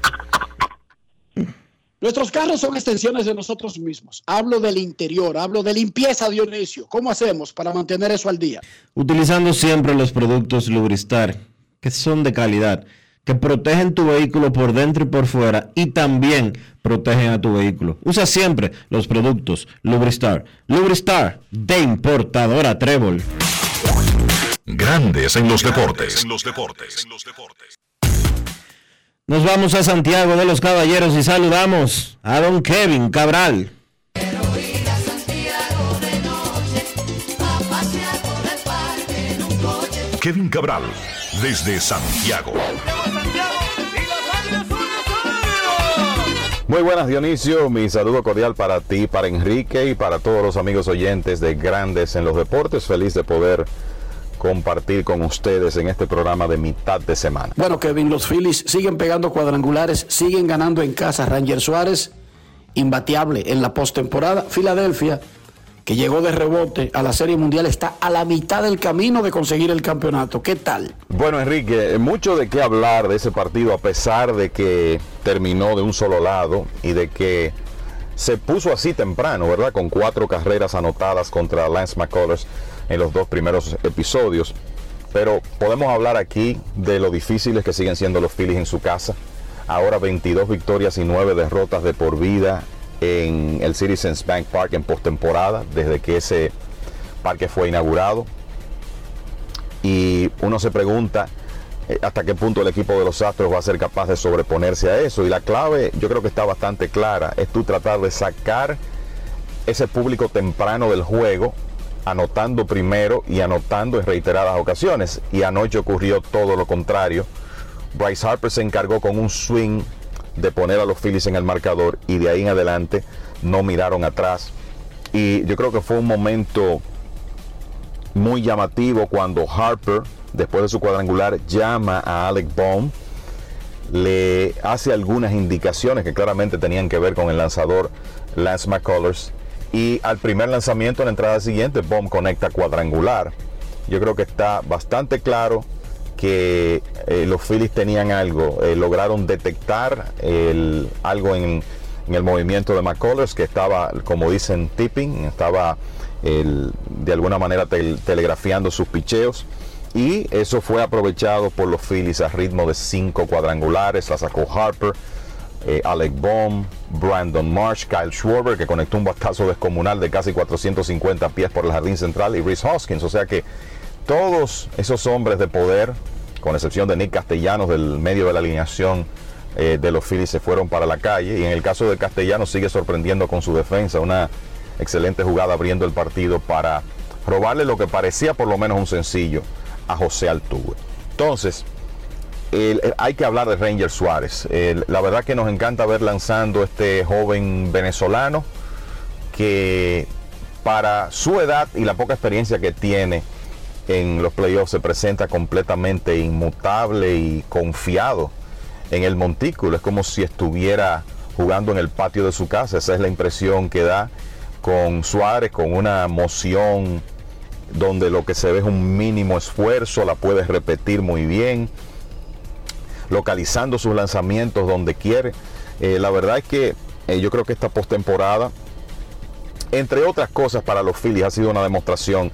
Nuestros carros son extensiones de nosotros mismos. Hablo del interior, hablo de limpieza, Dionisio. ¿Cómo hacemos para mantener eso al día? Utilizando siempre los productos Lubristar, que son de calidad, que protegen tu vehículo por dentro y por fuera y también protegen a tu vehículo. Usa siempre los productos Lubristar. Lubristar, de importadora Trébol. Grandes en los deportes. En los deportes. En los deportes. Nos vamos a Santiago de los Caballeros y saludamos a don Kevin Cabral. Kevin Cabral, desde Santiago. Muy buenas, Dionisio. Mi saludo cordial para ti, para Enrique y para todos los amigos oyentes de Grandes en los Deportes. Feliz de poder compartir con ustedes en este programa de mitad de semana. Bueno, Kevin, los Phillies siguen pegando cuadrangulares, siguen ganando en casa. Ranger Suárez, imbateable en la postemporada. Filadelfia, que llegó de rebote a la Serie Mundial, está a la mitad del camino de conseguir el campeonato. ¿Qué tal? Bueno, Enrique, mucho de qué hablar de ese partido, a pesar de que terminó de un solo lado y de que se puso así temprano, ¿verdad? Con cuatro carreras anotadas contra Lance McCullers en los dos primeros episodios. Pero podemos hablar aquí de lo difíciles que siguen siendo los Phillies en su casa. Ahora veintidós victorias y nueve derrotas de por vida en el Citizens Bank Park en postemporada, desde que ese parque fue inaugurado. Y uno se pregunta eh, hasta qué punto el equipo de los Astros va a ser capaz de sobreponerse a eso. Y la clave, yo creo que está bastante clara, es tú tratar de sacar ese público temprano del juego, anotando primero y anotando en reiteradas ocasiones. Y anoche ocurrió todo lo contrario. Bryce Harper se encargó con un swing de poner a los Phillies en el marcador y de ahí en adelante no miraron atrás. Y yo creo que fue un momento muy llamativo cuando Harper, después de su cuadrangular, llama a Alec Bohm, le hace algunas indicaciones que claramente tenían que ver con el lanzador Lance McCullers. Y al primer lanzamiento, en la entrada siguiente, Bohm conecta cuadrangular. Yo creo que está bastante claro que eh, los Phillies tenían algo, eh, lograron detectar el, algo en, en el movimiento de McCullers, que estaba, como dicen, tipping, estaba el, de alguna manera tel, telegrafiando sus picheos, y eso fue aprovechado por los Phillies a ritmo de cinco cuadrangulares. La sacó Harper, Eh, Alec Bohm, Brandon Marsh, Kyle Schwarber, que conectó un batazo descomunal de casi cuatrocientos cincuenta pies por el jardín central, y Rhys Hoskins. O sea que todos esos hombres de poder, con excepción de Nick Castellanos del medio de la alineación eh, de los Phillies, se fueron para la calle. Y en el caso de Castellanos sigue sorprendiendo con su defensa, una excelente jugada abriendo el partido para robarle lo que parecía por lo menos un sencillo a José Altuve. Entonces, El, el, hay que hablar de Ranger Suárez. El, la verdad que nos encanta ver lanzando este joven venezolano que, para su edad y la poca experiencia que tiene en los playoffs, se presenta completamente inmutable y confiado en el montículo. Es como si estuviera jugando en el patio de su casa. Esa es la impresión que da con Suárez, con una moción donde lo que se ve es un mínimo esfuerzo, la puedes repetir muy bien, localizando sus lanzamientos donde quiere. Eh, la verdad es que eh, yo creo que esta postemporada, entre otras cosas, para los Phillies ha sido una demostración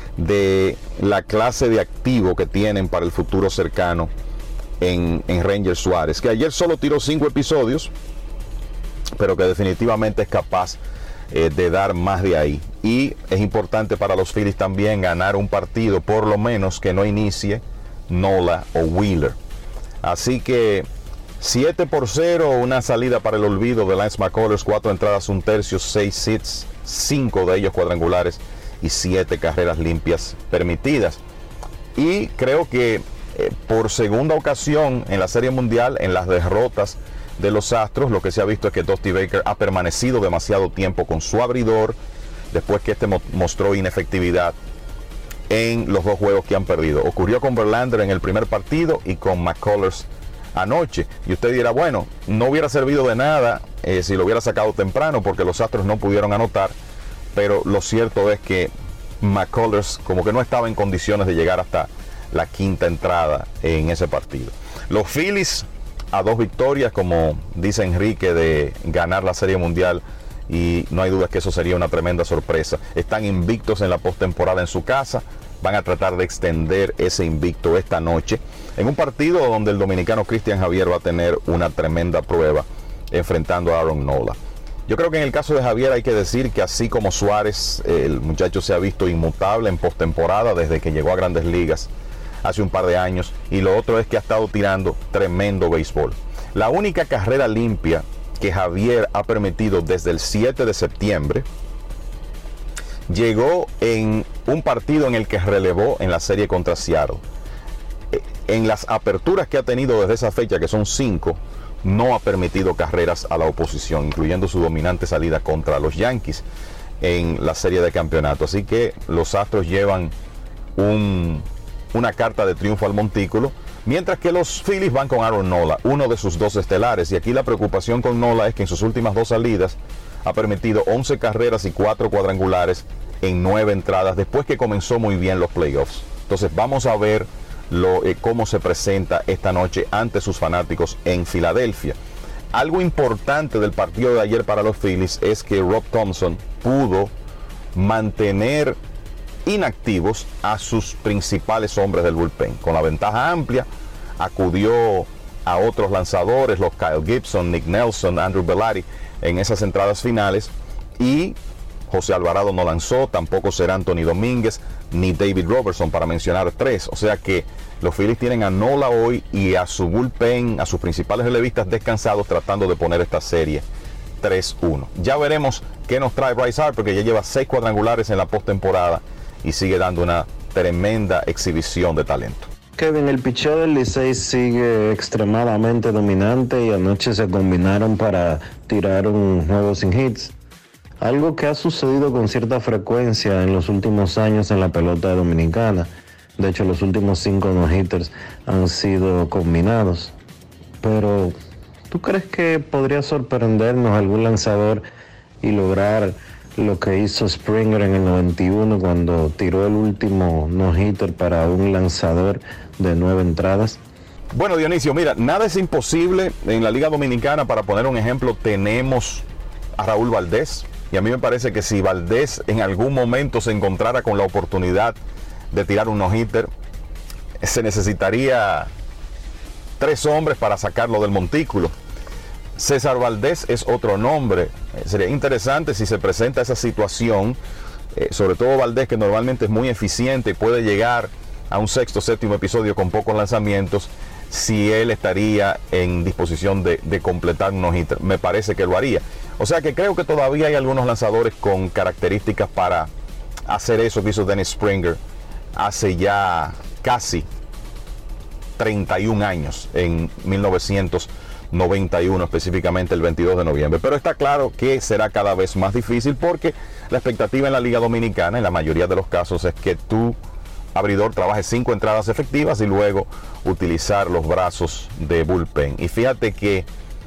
de la clase de activo que tienen para el futuro cercano en, en Ranger Suárez, que ayer solo tiró cinco episodios, pero que definitivamente es capaz eh, de dar más de ahí. Y es importante para los Phillies también ganar un partido, por lo menos que no inicie Nola o Wheeler. Así que siete por cero, una salida para el olvido de Lance McCullers, cuatro entradas, un tercio, seis hits, cinco de ellos cuadrangulares y siete carreras limpias permitidas. y creo que eh, por segunda ocasión en la Serie Mundial, en las derrotas de los Astros, lo que se ha visto es que Dusty Baker ha permanecido demasiado tiempo con su abridor después que este mo- mostró inefectividad en los dos juegos que han perdido. Ocurrió con Verlander en el primer partido y con McCullers anoche. Y usted dirá, bueno, no hubiera servido de nada eh, si lo hubiera sacado temprano porque los Astros no pudieron anotar, pero lo cierto es que McCullers como que no estaba en condiciones de llegar hasta la quinta entrada en ese partido. Los Phillies a dos victorias, como dice Enrique, de ganar la Serie Mundial, y no hay duda que eso sería una tremenda sorpresa. Están invictos en la postemporada en su casa, van a tratar de extender ese invicto esta noche en un partido donde el dominicano Cristian Javier va a tener una tremenda prueba enfrentando a Aaron Nola. Yo creo que en el caso de Javier hay que decir que así como Suárez, el muchacho se ha visto inmutable en postemporada desde que llegó a Grandes Ligas hace un par de años, y lo otro es que ha estado tirando tremendo béisbol. La única carrera limpia que Javier ha permitido desde el siete de septiembre llegó en un partido en el que relevó en la serie contra Seattle. En las aperturas que ha tenido desde esa fecha, que son cinco, no ha permitido carreras a la oposición, incluyendo su dominante salida contra los Yankees en la serie de campeonato. Así que los Astros llevan un, una carta de triunfo al montículo, mientras que los Phillies van con Aaron Nola, uno de sus dos estelares. Y aquí la preocupación con Nola es que en sus últimas dos salidas ha permitido once carreras y cuatro cuadrangulares en nueve entradas, después que comenzó muy bien los playoffs. Entonces vamos a ver lo, eh, cómo se presenta esta noche ante sus fanáticos en Filadelfia. Algo importante del partido de ayer para los Phillies es que Rob Thompson pudo mantener inactivos a sus principales hombres del bullpen. Con la ventaja amplia, acudió a otros lanzadores, los Kyle Gibson, Nick Nelson, Andrew Bellatti, en esas entradas finales, y José Alvarado no lanzó, tampoco será Anthony Domínguez ni David Robertson, para mencionar tres. O sea que los Phillies tienen a Nola hoy y a su bullpen, a sus principales relevistas descansados, tratando de poner esta serie tres uno. Ya veremos qué nos trae Bryce Harper, que ya lleva seis cuadrangulares en la postemporada y sigue dando una tremenda exhibición de talento. Kevin, el picheo del Licey sigue extremadamente dominante y anoche se combinaron para tirar un juego sin hits. Algo que ha sucedido con cierta frecuencia en los últimos años en la pelota dominicana. De hecho, los últimos cinco no-hitters han sido combinados. Pero, ¿tú crees que podría sorprendernos algún lanzador y lograr lo que hizo Springer en el noventa y uno cuando tiró el último no-hitter para un lanzador de nueve entradas? Bueno, Dionisio, mira, nada es imposible en la Liga Dominicana. Para poner un ejemplo, tenemos a Raúl Valdés, y a mí me parece que si Valdés en algún momento se encontrara con la oportunidad de tirar un no-hitter, se necesitaría tres hombres para sacarlo del montículo. César Valdés es otro nombre. Eh, sería interesante si se presenta esa situación, eh, sobre todo Valdés, que normalmente es muy eficiente y puede llegar a un sexto, séptimo episodio con pocos lanzamientos, si él estaría en disposición de, de completar un no-hitter. Me parece que lo haría. O sea que creo que todavía hay algunos lanzadores con características para hacer eso que hizo Dennis Springer hace ya casi treinta y un años, en mil novecientos noventa y uno, específicamente el veintidós de noviembre. Pero está claro que será cada vez más difícil, porque la expectativa en la Liga Dominicana, en la mayoría de los casos, es que tu abridor trabaje cinco entradas efectivas y luego utilizar los brazos de bullpen. Y fíjate que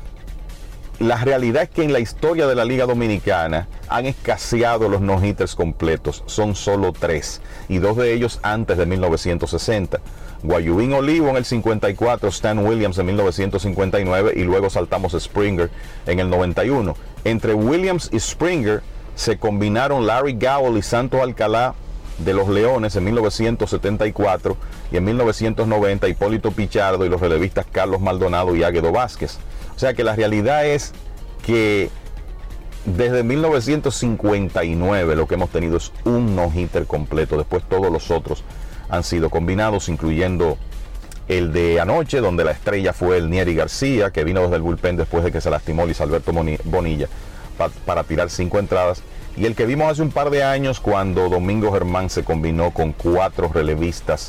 la realidad es que en la historia de la Liga Dominicana han escaseado los no-hitters completos. Son solo tres, y dos de ellos antes de mil novecientos sesenta. Guayubín Olivo en el cincuenta y cuatro, Stan Williams en mil novecientos cincuenta y nueve, y luego saltamos a Springer en el noventa y uno. Entre Williams y Springer se combinaron Larry Gowell y Santos Alcalá de los Leones en mil novecientos setenta y cuatro, y en mil novecientos noventa Hipólito Pichardo y los relevistas Carlos Maldonado y Águedo Vázquez. O sea que la realidad es que desde mil novecientos cincuenta y nueve lo que hemos tenido es un no-hitter completo. Después todos los otros han sido combinados, incluyendo el de anoche, donde la estrella fue el Nieri García, que vino desde el bullpen después de que se lastimó Luis Alberto Bonilla pa para tirar cinco entradas. Y el que vimos hace un par de años, cuando Domingo Germán se combinó con cuatro relevistas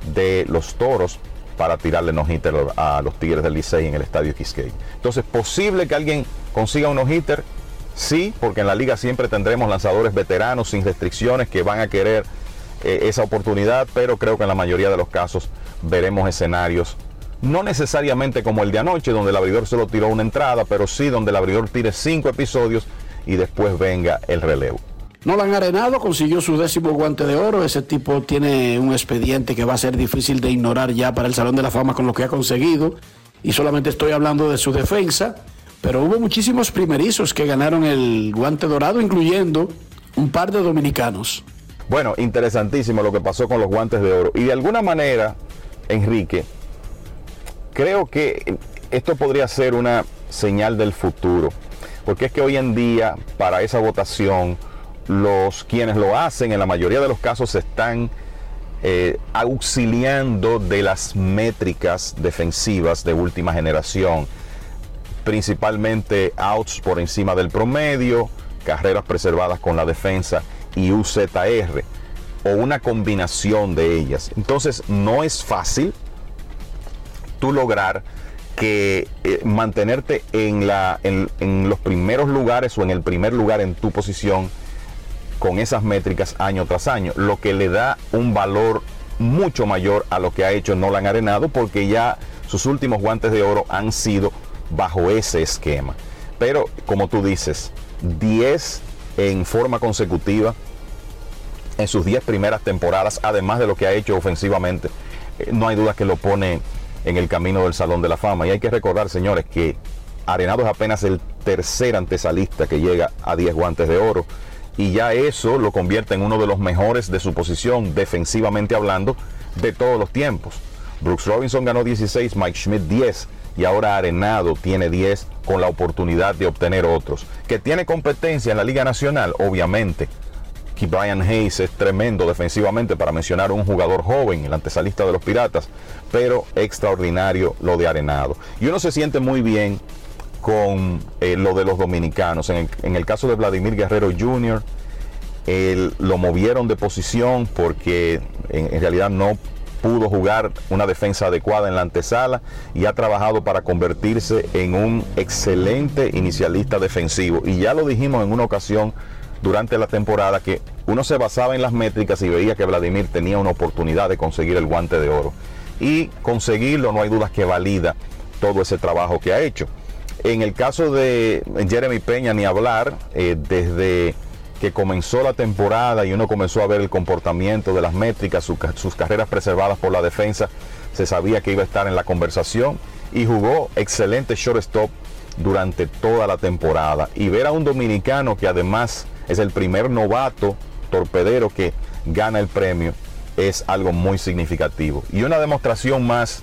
de los Toros para tirarle no-hitter a los Tigres del Licey en el Estadio Quisqueya. Entonces, ¿posible que alguien consiga un no-hitter? Sí, porque en la liga siempre tendremos lanzadores veteranos sin restricciones que van a querer eh, esa oportunidad, pero creo que en la mayoría de los casos veremos escenarios, no necesariamente como el de anoche, donde el abridor solo tiró una entrada, pero sí donde el abridor tire cinco episodios y después venga el relevo. Nolan Arenado consiguió su décimo guante de oro. Ese tipo tiene un expediente que va a ser difícil de ignorar ya para el Salón de la Fama con lo que ha conseguido. Y solamente estoy hablando de su defensa. Pero hubo muchísimos primerizos que ganaron el guante dorado, incluyendo un par de dominicanos. Bueno, interesantísimo lo que pasó con los guantes de oro. Y de alguna manera, Enrique, creo que esto podría ser una señal del futuro. Porque es que hoy en día, para esa votación, los quienes lo hacen en la mayoría de los casos se están eh, auxiliando de las métricas defensivas de última generación, principalmente outs por encima del promedio, carreras preservadas con la defensa y U Z R, o una combinación de ellas. Entonces no es fácil tú lograr que eh, mantenerte en, la, en, en los primeros lugares o en el primer lugar en tu posición con esas métricas año tras año, lo que le da un valor mucho mayor a lo que ha hecho Nolan Arenado, porque ya sus últimos guantes de oro han sido bajo ese esquema. Pero como tú dices, diez en forma consecutiva en sus diez primeras temporadas, además de lo que ha hecho ofensivamente, eh, no hay duda que lo pone en el camino del Salón de la Fama. Y hay que recordar, señores, que Arenado es apenas el tercer antesalista que llega a diez guantes de oro, y ya eso lo convierte en uno de los mejores de su posición, defensivamente hablando, de todos los tiempos. Brooks Robinson ganó dieciséis, Mike Schmidt diez, y ahora Arenado tiene diez con la oportunidad de obtener otros. Que tiene competencia en la Liga Nacional, obviamente. Que Brian Hayes es tremendo defensivamente, para mencionar un jugador joven, el antesalista de los Piratas, pero extraordinario lo de Arenado. Y uno se siente muy bien con eh, lo de los dominicanos. En el, en el caso de Vladimir Guerrero junior, él, lo movieron de posición porque en, en realidad no pudo jugar una defensa adecuada en la antesala, y ha trabajado para convertirse en un excelente inicialista defensivo. Y ya lo dijimos en una ocasión durante la temporada, que uno se basaba en las métricas y veía que Vladimir tenía una oportunidad de conseguir el guante de oro. Y conseguirlo, no hay dudas que valida todo ese trabajo que ha hecho. En el caso de Jeremy Peña, ni hablar, eh, desde que comenzó la temporada y uno comenzó a ver el comportamiento de las métricas, su, sus carreras preservadas por la defensa, se sabía que iba a estar en la conversación, y jugó excelente shortstop durante toda la temporada. Y ver a un dominicano que además es el primer novato torpedero que gana el premio es algo muy significativo, y una demostración más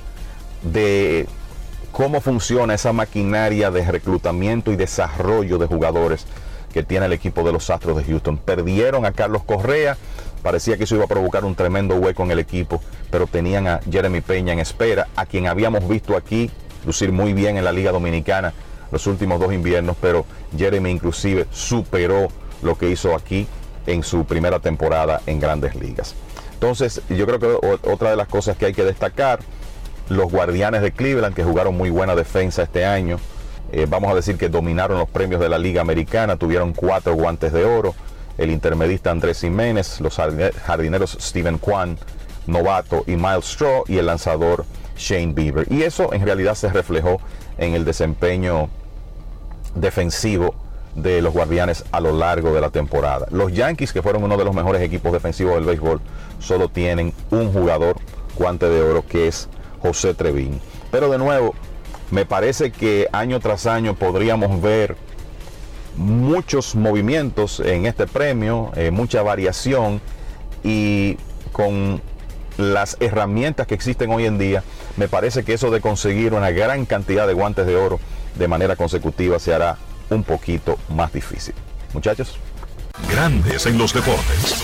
de cómo funciona esa maquinaria de reclutamiento y desarrollo de jugadores que tiene el equipo de los Astros de Houston. Perdieron a Carlos Correa, parecía que eso iba a provocar un tremendo hueco en el equipo, pero tenían a Jeremy Peña en espera, a quien habíamos visto aquí lucir muy bien en la Liga Dominicana los últimos dos inviernos, pero Jeremy inclusive superó lo que hizo aquí en su primera temporada en Grandes Ligas. Entonces, yo creo que otra de las cosas que hay que destacar, los Guardianes de Cleveland, que jugaron muy buena defensa este año, eh, vamos a decir que dominaron los premios de la Liga Americana, tuvieron cuatro guantes de oro, el intermedista Andrés Jiménez, los jardineros Steven Kwan, novato, y Miles Straw, y el lanzador Shane Bieber. Y eso en realidad se reflejó en el desempeño defensivo de los Guardianes a lo largo de la temporada. Los Yankees, que fueron uno de los mejores equipos defensivos del béisbol, solo tienen un jugador guante de oro, que es José Treviño. Pero de nuevo, me parece que año tras año podríamos ver muchos movimientos en este premio, eh, mucha variación, y con las herramientas que existen hoy en día, me parece que eso de conseguir una gran cantidad de guantes de oro de manera consecutiva se hará un poquito más difícil. Muchachos. Grandes en los deportes.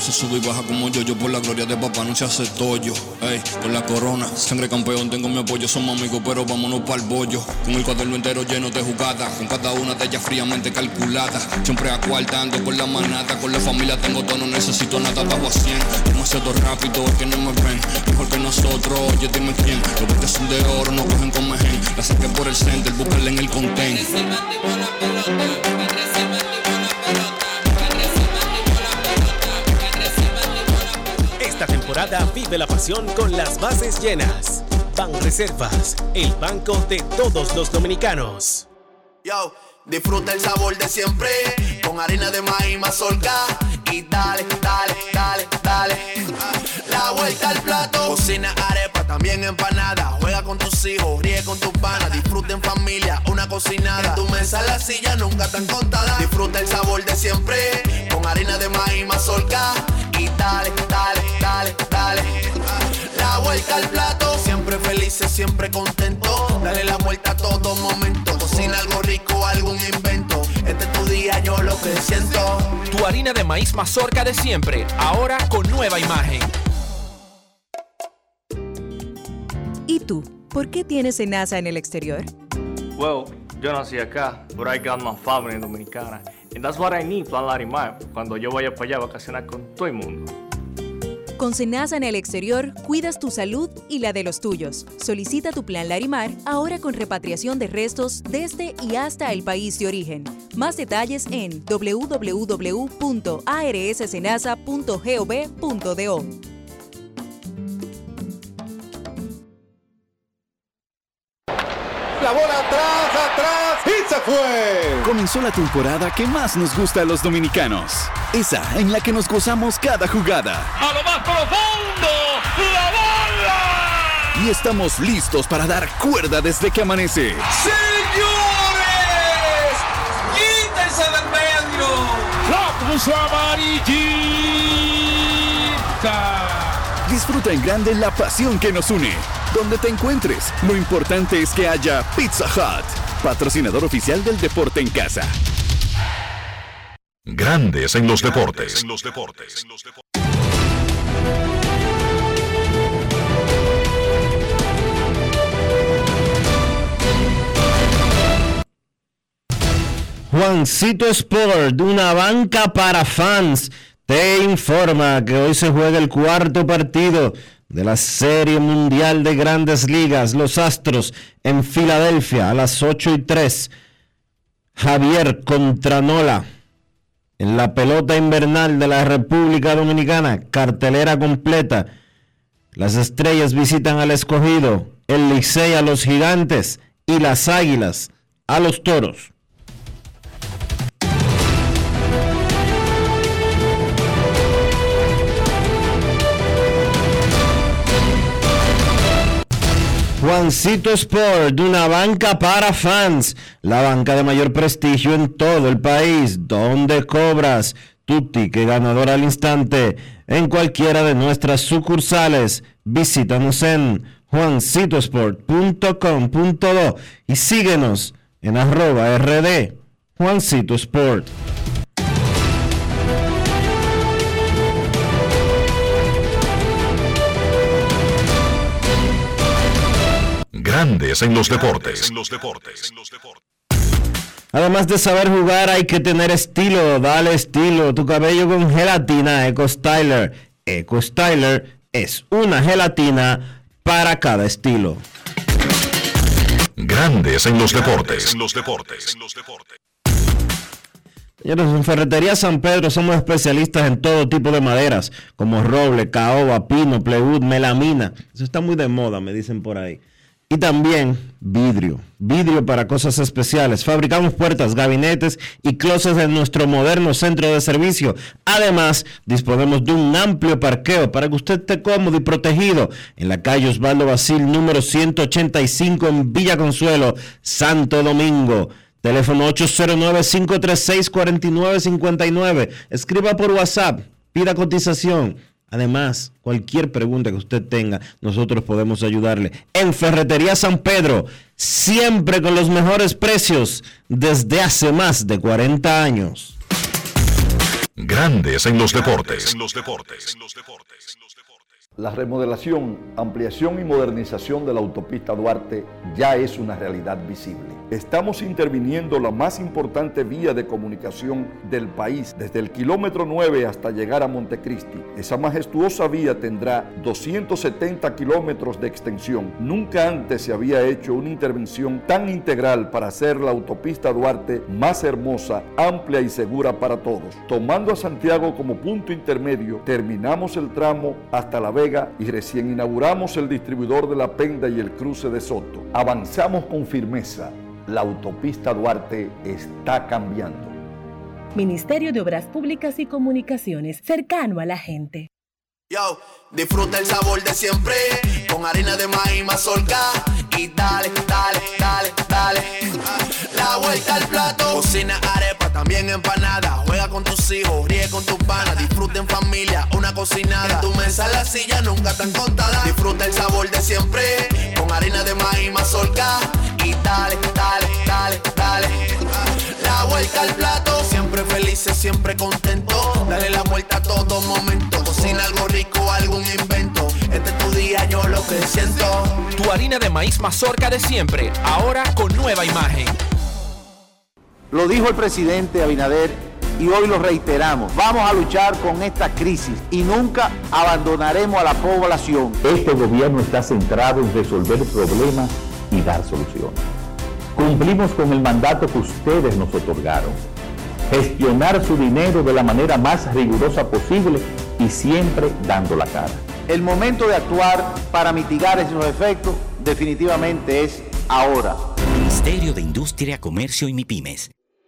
se sube y baja como yo. Yo por la gloria de papá no se hace tollo. Ey, por la corona, sangre campeón, tengo mi apoyo. Somos amigos, pero vámonos pa'l bollo. Con el cuaderno entero lleno de jugadas, con cada una de ellas fríamente calculada. Siempre acuartando con la manata, con la familia tengo todo, no necesito nada, bajo a cien. Demasiado rápido, es que no me ven. Mejor que nosotros, oye, dime quién. Los verdes son de oro, no cogen con mejen. La saqué por el center, búscala en el content. Esta temporada vive la pasión con las bases llenas. Banreservas, el banco de todos los dominicanos. Yo, disfruta el sabor de siempre, con harina de maíz mazorca. Y dale, dale, dale, dale, la vuelta al plato. Cocina arepa, también empanada. Juega con tus hijos, ríe con tus panas. Disfruta en familia, una cocinada. En tu mesa, la silla nunca tan contada. Disfruta el sabor de siempre, con harina de maíz mazorca. Y dale, dale, dale, dale, la vuelta al plato. Siempre felices, siempre contento. Dale la vuelta a todo momento. Cocina algo rico, algún invento. Este es tu día, yo lo que siento. Tu harina de maíz mazorca de siempre, ahora con nueva imagen. ¿Y tú? ¿Por qué tienes SENASA en el exterior? Well, yo nací acá, but I got my family dominicana. And that's what I need, Plan Larimar, cuando yo vaya para allá a vacacionar con todo el mundo. Con SENASA en el exterior, cuidas tu salud y la de los tuyos. Solicita tu plan Larimar ahora con repatriación de restos desde y hasta el país de origen. Más detalles en doble u doble u doble u punto a r s senasa punto gov punto do. La bola atrás, atrás y se fue. Comenzó la temporada que más nos gusta a los dominicanos. Esa en la que nos gozamos cada jugada. A lo más profundo, la bola. Y estamos listos para dar cuerda desde que amanece. ¡Señores! ¡Quítense del medio! ¡La puso amarillita! Disfruta en grande la pasión que nos une. Donde te encuentres, lo importante es que haya Pizza Hut, patrocinador oficial del deporte en casa. Grandes en los deportes. En los deportes. Juancito Sport, una banca para fans, te informa que hoy se juega el cuarto partido de la Serie Mundial de Grandes Ligas. Los Astros en Filadelfia a las ocho y tres. Javier contra Nola. En la pelota invernal de la República Dominicana, cartelera completa. Las Estrellas visitan al Escogido, el Licey a los Gigantes y las Águilas a los Toros. Juancito Sport, una banca para fans, la banca de mayor prestigio en todo el país, donde cobras tu ticket ganador al instante en cualquiera de nuestras sucursales. Visítanos en juancito sport punto com punto do y síguenos en arroba rd Juancito Sport. Grandes en los deportes. Además de saber jugar, hay que tener estilo. Dale estilo. Tu cabello con gelatina Eco Styler. Eco Styler es una gelatina para cada estilo. Grandes en los deportes. Señores, en Ferretería San Pedro somos especialistas en todo tipo de maderas, como roble, caoba, pino, plywood, melamina. Eso está muy de moda, me dicen por ahí. Y también vidrio, vidrio para cosas especiales. Fabricamos puertas, gabinetes y closets en nuestro moderno centro de servicio. Además, disponemos de un amplio parqueo para que usted esté cómodo y protegido en la calle Osvaldo Basil, número ciento ochenta y cinco en Villa Consuelo, Santo Domingo. Teléfono ocho cero nueve, cinco tres seis, cuatro nueve cinco nueve. Escriba por WhatsApp, pida cotización. Además, cualquier pregunta que usted tenga, nosotros podemos ayudarle. En Ferretería San Pedro, siempre con los mejores precios desde hace más de cuarenta años. Grandes en los deportes. La remodelación, ampliación y modernización de la autopista Duarte ya es una realidad visible. Estamos interviniendo la más importante vía de comunicación del país, desde el kilómetro nueve hasta llegar a Montecristi. Esa majestuosa vía tendrá doscientos setenta kilómetros de extensión. Nunca antes se había hecho una intervención tan integral para hacer la autopista Duarte más hermosa, amplia y segura para todos. Tomando a Santiago como punto intermedio, terminamos el tramo hasta La Vega y recién inauguramos el distribuidor de La Penda y el cruce de Soto. Avanzamos con firmeza. La autopista Duarte está cambiando. Ministerio de Obras Públicas y Comunicaciones, cercano a la gente. Yo, disfruta el sabor de siempre, con harina de maíz mazorca y dale, dale, dale, dale. La vuelta al plato, cocina arepa, también empanada. Juega con tus hijos, ríe con tus panas, disfruta en familia, una cocinada. En tu mesa la silla nunca tan contada. Disfruta el sabor de siempre, con harina de maíz mazorca y dale, dale, dale, dale. La vuelta al plato, siempre felices, siempre contento. Dale la vuelta a todo momento. Cocina algo rico, algún invento. Este es tu día, yo lo que siento. Tu harina de maíz mazorca de siempre, ahora con nueva imagen. Lo dijo el presidente Abinader y hoy lo reiteramos. Vamos a luchar con esta crisis y nunca abandonaremos a la población. Este gobierno está centrado en resolver problemas y dar soluciones. Cumplimos con el mandato que ustedes nos otorgaron. Gestionar su dinero de la manera más rigurosa posible y siempre dando la cara. El momento de actuar para mitigar esos efectos definitivamente es ahora. Ministerio de Industria, Comercio y MIPYMES.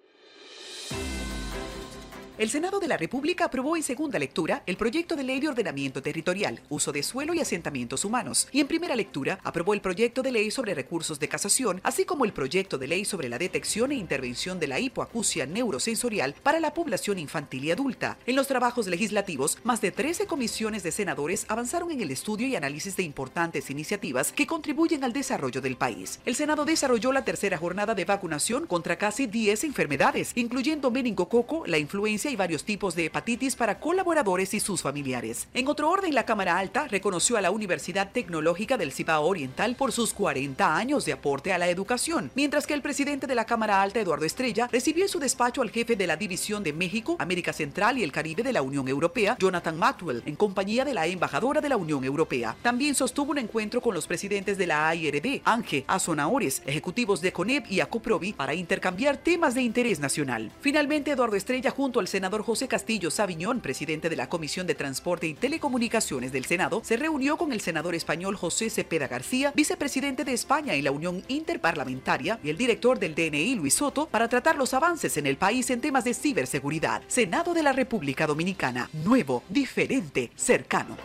El Senado de la República aprobó en segunda lectura el proyecto de ley de ordenamiento territorial, uso de suelo y asentamientos humanos, y en primera lectura aprobó el proyecto de ley sobre recursos de casación, así como el proyecto de ley sobre la detección e intervención de la hipoacusia neurosensorial para la población infantil y adulta. En los trabajos legislativos, más de trece comisiones de senadores avanzaron en el estudio y análisis de importantes iniciativas que contribuyen al desarrollo del país. El Senado desarrolló la tercera jornada de vacunación contra casi diez enfermedades, incluyendo meningococo, la influencia y varios tipos de hepatitis para colaboradores y sus familiares. En otro orden, la Cámara Alta reconoció a la Universidad Tecnológica del Cibao Oriental por sus cuarenta años de aporte a la educación, mientras que el presidente de la Cámara Alta, Eduardo Estrella, recibió en su despacho al jefe de la División de México, América Central y el Caribe de la Unión Europea, Jonathan Matwell, en compañía de la embajadora de la Unión Europea. También sostuvo un encuentro con los presidentes de la A I R D, ANGE, Azonahores, ejecutivos de CONEP y ACOPROVI para intercambiar temas de interés nacional. Finalmente, Eduardo Estrella, junto al senador José Castillo Sabiñón, presidente de la Comisión de Transporte y Telecomunicaciones del Senado, se reunió con el senador español José Cepeda García, vicepresidente de España en la Unión Interparlamentaria, y el director del D N I, Luis Soto, para tratar los avances en el país en temas de ciberseguridad. Senado de la República Dominicana, nuevo, diferente, cercano.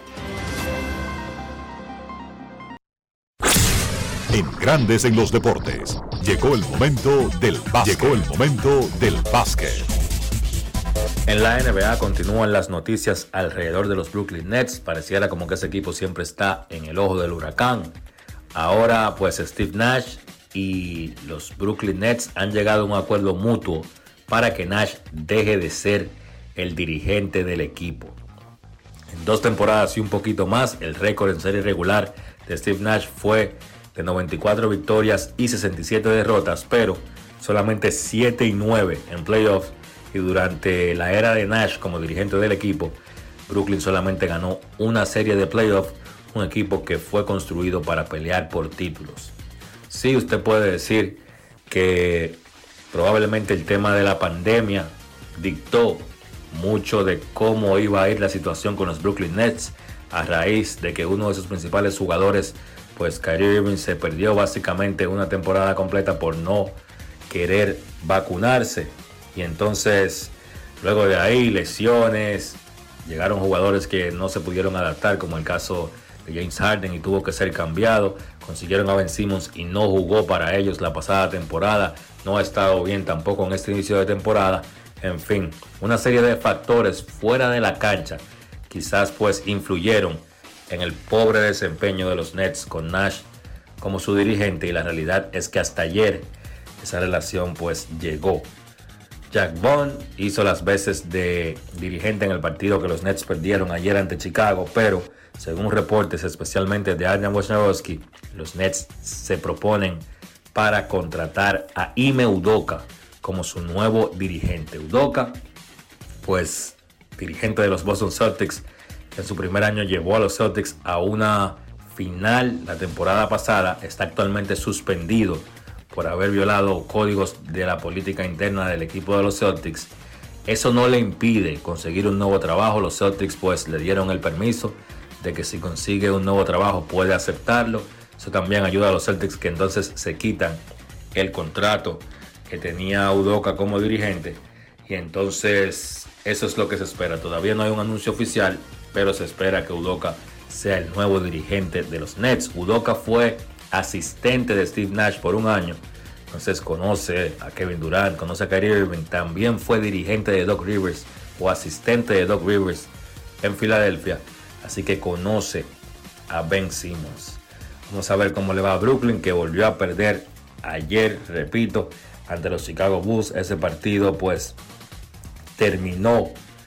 En Grandes en los Deportes, llegó el momento del básquet. Llegó el momento del básquet. En la N B A continúan las noticias alrededor de los Brooklyn Nets. Pareciera como que ese equipo siempre está en el ojo del huracán. Ahora pues Steve Nash y los Brooklyn Nets han llegado a un acuerdo mutuo para que Nash deje de ser el dirigente del equipo. En dos temporadas y un poquito más, el récord en serie regular de Steve Nash fue de noventa y cuatro victorias y sesenta y siete derrotas, pero solamente siete y nueve en playoffs. Y durante la era de Nash como dirigente del equipo, Brooklyn solamente ganó una serie de playoffs, un equipo que fue construido para pelear por títulos. Sí, usted puede decir que probablemente el tema de la pandemia dictó mucho de cómo iba a ir la situación con los Brooklyn Nets, a raíz de que uno de sus principales jugadores, pues Kyrie Irving, se perdió básicamente una temporada completa por no querer vacunarse. Y entonces, luego de ahí, lesiones, llegaron jugadores que no se pudieron adaptar, como el caso de James Harden, y tuvo que ser cambiado. Consiguieron a Ben Simmons y no jugó para ellos la pasada temporada. No ha estado bien tampoco en este inicio de temporada. En fin, una serie de factores fuera de la cancha quizás pues influyeron en el pobre desempeño de los Nets con Nash como su dirigente, y la realidad es que hasta ayer esa relación pues llegó Jack Bond hizo las veces de dirigente en el partido que los Nets perdieron ayer ante Chicago, pero según reportes especialmente de Adrian Wojnarowski, los Nets se proponen para contratar a Ime Udoka como su nuevo dirigente. Udoka, pues dirigente de los Boston Celtics, en su primer año llevó a los Celtics a una final la temporada pasada, está actualmente suspendido por haber violado códigos de la política interna del equipo de los Celtics. Eso no le impide conseguir un nuevo trabajo. Los Celtics pues le dieron el permiso de que si consigue un nuevo trabajo puede aceptarlo. Eso también ayuda a los Celtics, que entonces se quitan el contrato que tenía Udoka como dirigente, y entonces eso es lo que se espera. Todavía no hay un anuncio oficial, pero se espera que Udoka sea el nuevo dirigente de los Nets. Udoka fue asistente de Steve Nash por un año, entonces conoce a Kevin Durant, conoce a Kyrie Irving, también fue dirigente de Doc Rivers o asistente de Doc Rivers en Filadelfia, así que conoce a Ben Simmons. Vamos a ver cómo le va a Brooklyn, que volvió a perder ayer, repito, ante los Chicago Bulls. Ese partido pues terminó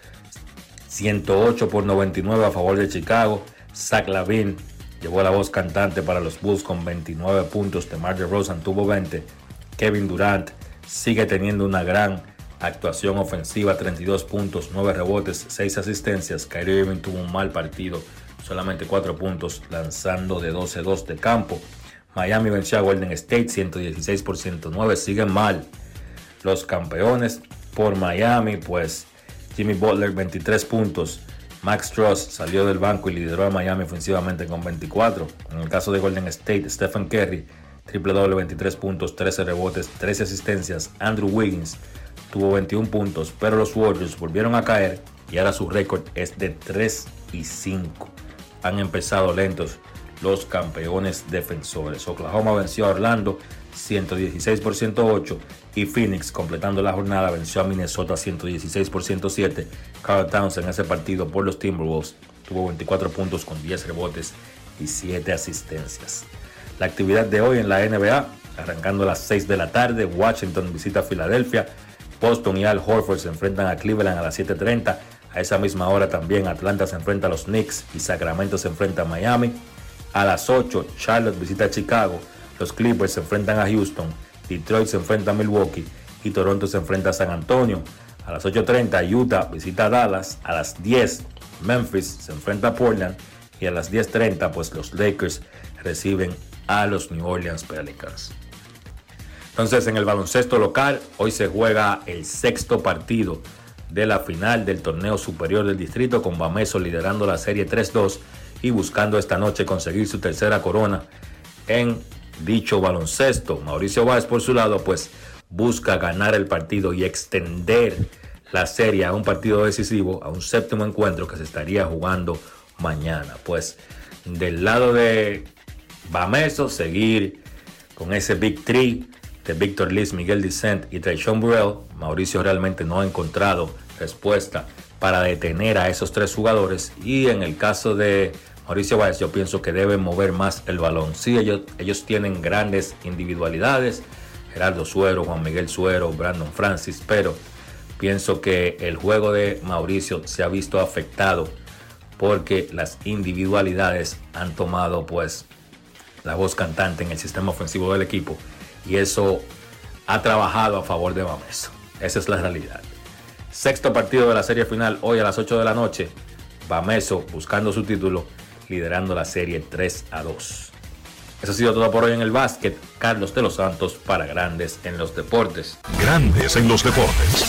ciento ocho por noventa y nueve a favor de Chicago. Zach LaVine llevó la voz cantante para los Bulls con veintinueve puntos. DeMar DeRozan tuvo veinte. Kevin Durant sigue teniendo una gran actuación ofensiva, treinta y dos puntos, nueve rebotes, seis asistencias. Kyrie Irving tuvo un mal partido, solamente cuatro puntos, lanzando de doce dos de campo. Miami venció a Golden State ciento dieciséis por ciento nueve. Siguen mal los campeones por Miami, pues Jimmy Butler veintitrés puntos. Max Strus salió del banco y lideró a Miami ofensivamente con veinticuatro. En el caso de Golden State, Stephen Curry, triple doble, veintitrés puntos, trece rebotes, trece asistencias. Andrew Wiggins tuvo veintiún puntos, pero los Warriors volvieron a caer y ahora su récord es de tres y cinco. Han empezado lentos los campeones defensores. Oklahoma venció a Orlando ciento dieciséis por ciento ocho y Phoenix, completando la jornada, venció a Minnesota ciento dieciséis por ciento siete. Karl Towns en ese partido por los Timberwolves tuvo veinticuatro puntos con diez rebotes y siete asistencias. La actividad de hoy en la N B A, arrancando a las seis de la tarde, Washington visita a Filadelfia, Boston y Al Horford se enfrentan a Cleveland a las siete treinta. A esa misma hora también Atlanta se enfrenta a los Knicks y Sacramento se enfrenta a Miami. A las ocho, Charlotte visita a Chicago, los Clippers se enfrentan a Houston, Detroit se enfrenta a Milwaukee y Toronto se enfrenta a San Antonio. A las ocho treinta, Utah visita a Dallas. A las diez, Memphis se enfrenta a Portland. Y a las diez treinta, pues los Lakers reciben a los New Orleans Pelicans. Entonces, en el baloncesto local, hoy se juega el sexto partido de la final del torneo superior del distrito, con Bameso liderando la serie tres dos y buscando esta noche conseguir su tercera corona en dicho baloncesto. Mauricio Báez, por su lado, pues busca ganar el partido y extender la serie a un partido decisivo, a un séptimo encuentro que se estaría jugando mañana. Pues del lado de Bameso, seguir con ese Big Three de Victor Liz, Miguel Dicent y Trayshawn Burrell. Mauricio realmente no ha encontrado respuesta para detener a esos tres jugadores, y en el caso de Mauricio Báez, yo pienso que deben mover más el balón. Sí, ellos, ellos tienen grandes individualidades, Gerardo Suero, Juan Miguel Suero, Brandon Francis, pero pienso que el juego de Mauricio se ha visto afectado porque las individualidades han tomado pues la voz cantante en el sistema ofensivo del equipo, y eso ha trabajado a favor de Bameso. Esa es la realidad. Sexto partido de la serie final hoy a las ocho de la noche. Bameso buscando su título, liderando la serie tres a dos. Eso ha sido todo por hoy en el básquet. Carlos de los Santos para Grandes en los Deportes. Grandes en los Deportes.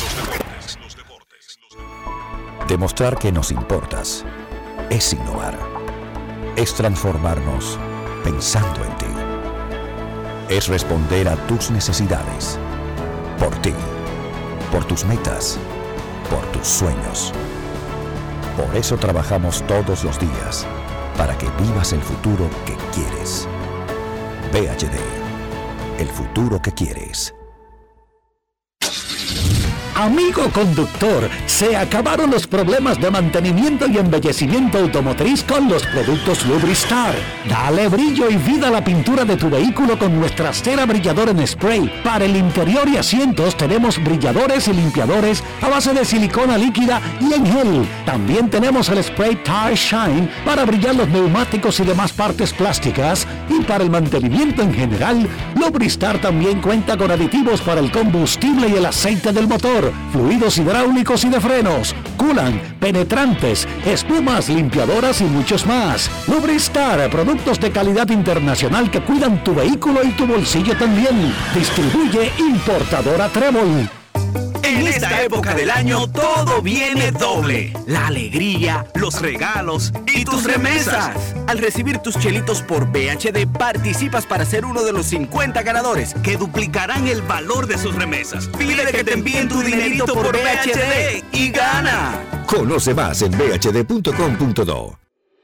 Demostrar que nos importas es innovar. Es transformarnos pensando en ti. Es responder a tus necesidades. Por ti. Por tus metas. Por tus sueños. Por eso trabajamos todos los días, para que vivas el futuro que quieres. V H D, el futuro que quieres. Amigo conductor, se acabaron los problemas de mantenimiento y embellecimiento automotriz con los productos Lubristar. Dale brillo y vida a la pintura de tu vehículo con nuestra cera brilladora en spray. Para el interior y asientos tenemos brilladores y limpiadores a base de silicona líquida y en gel. También tenemos el spray Tire Shine para brillar los neumáticos y demás partes plásticas. Y para el mantenimiento en general, Lubristar también cuenta con aditivos para el combustible y el aceite del motor, fluidos hidráulicos y de frenos, culan, penetrantes, espumas, limpiadoras y muchos más. Lubristar, productos de calidad internacional que cuidan tu vehículo y tu bolsillo también. Distribuye importadora Trébol. En esta época del año todo viene doble. La alegría, los regalos y tus remesas. Al recibir tus chelitos por B H D, participas para ser uno de los cincuenta ganadores que duplicarán el valor de sus remesas. Pide que te envíen tu dinerito por B H D y gana. Conoce más en b h d punto com punto do.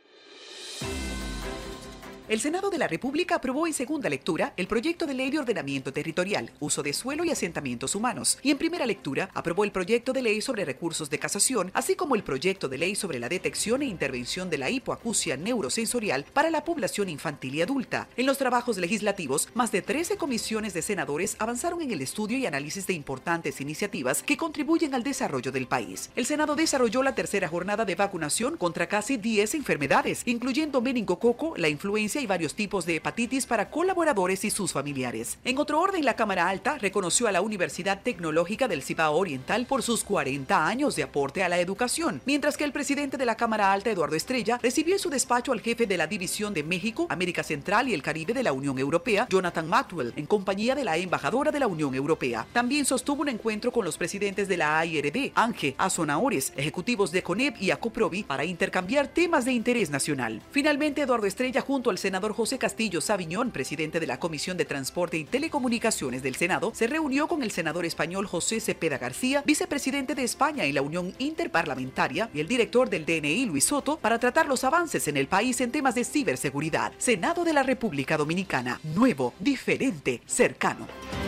El Senado de la República aprobó en segunda lectura el proyecto de ley de ordenamiento territorial, uso de suelo y asentamientos humanos, y en primera lectura aprobó el proyecto de ley sobre recursos de casación, así como el proyecto de ley sobre la detección e intervención de la hipoacusia neurosensorial para la población infantil y adulta. En los trabajos legislativos, más de trece comisiones de senadores avanzaron en el estudio y análisis de importantes iniciativas que contribuyen al desarrollo del país. El Senado desarrolló la tercera jornada de vacunación contra casi diez enfermedades, incluyendo meningococo, la influencia y varios tipos de hepatitis para colaboradores y sus familiares. En otro orden, la Cámara Alta reconoció a la Universidad Tecnológica del Cibao Oriental por sus cuarenta años de aporte a la educación, mientras que el presidente de la Cámara Alta, Eduardo Estrella, recibió en su despacho al jefe de la División de México, América Central y el Caribe de la Unión Europea, Jonathan Matwell, en compañía de la embajadora de la Unión Europea. También sostuvo un encuentro con los presidentes de la A I R D, Ángel Azonaores, ejecutivos de CONEP y ACOPROVI para intercambiar temas de interés nacional. Finalmente, Eduardo Estrella, junto al senador José Castillo Saviñón, presidente de la Comisión de Transporte y Telecomunicaciones del Senado, se reunió con el senador español José Cepeda García, vicepresidente de España en la Unión Interparlamentaria, y el director del D N I, Luis Soto, para tratar los avances en el país en temas de ciberseguridad. Senado de la República Dominicana, nuevo, diferente, cercano.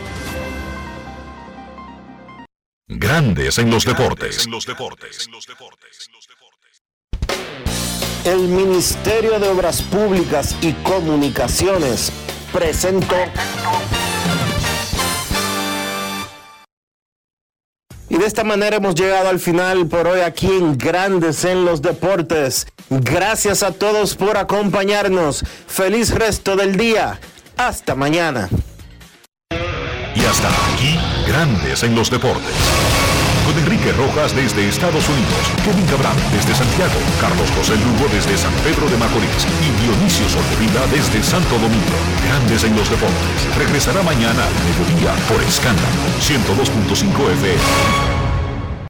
Grandes en los deportes. El Ministerio de Obras Públicas y Comunicaciones presentó. Y de esta manera hemos llegado al final por hoy aquí en Grandes en los Deportes. Gracias a todos por acompañarnos. Feliz resto del día. Hasta mañana. Y hasta aquí, Grandes en los Deportes. Con Enrique Rojas desde Estados Unidos, Kevin Cabral desde Santiago, Carlos José Lugo desde San Pedro de Macorís y Dionisio Soldevila desde Santo Domingo. Grandes en los Deportes. Regresará mañana al mediodía por Escándalo ciento dos punto cinco F M.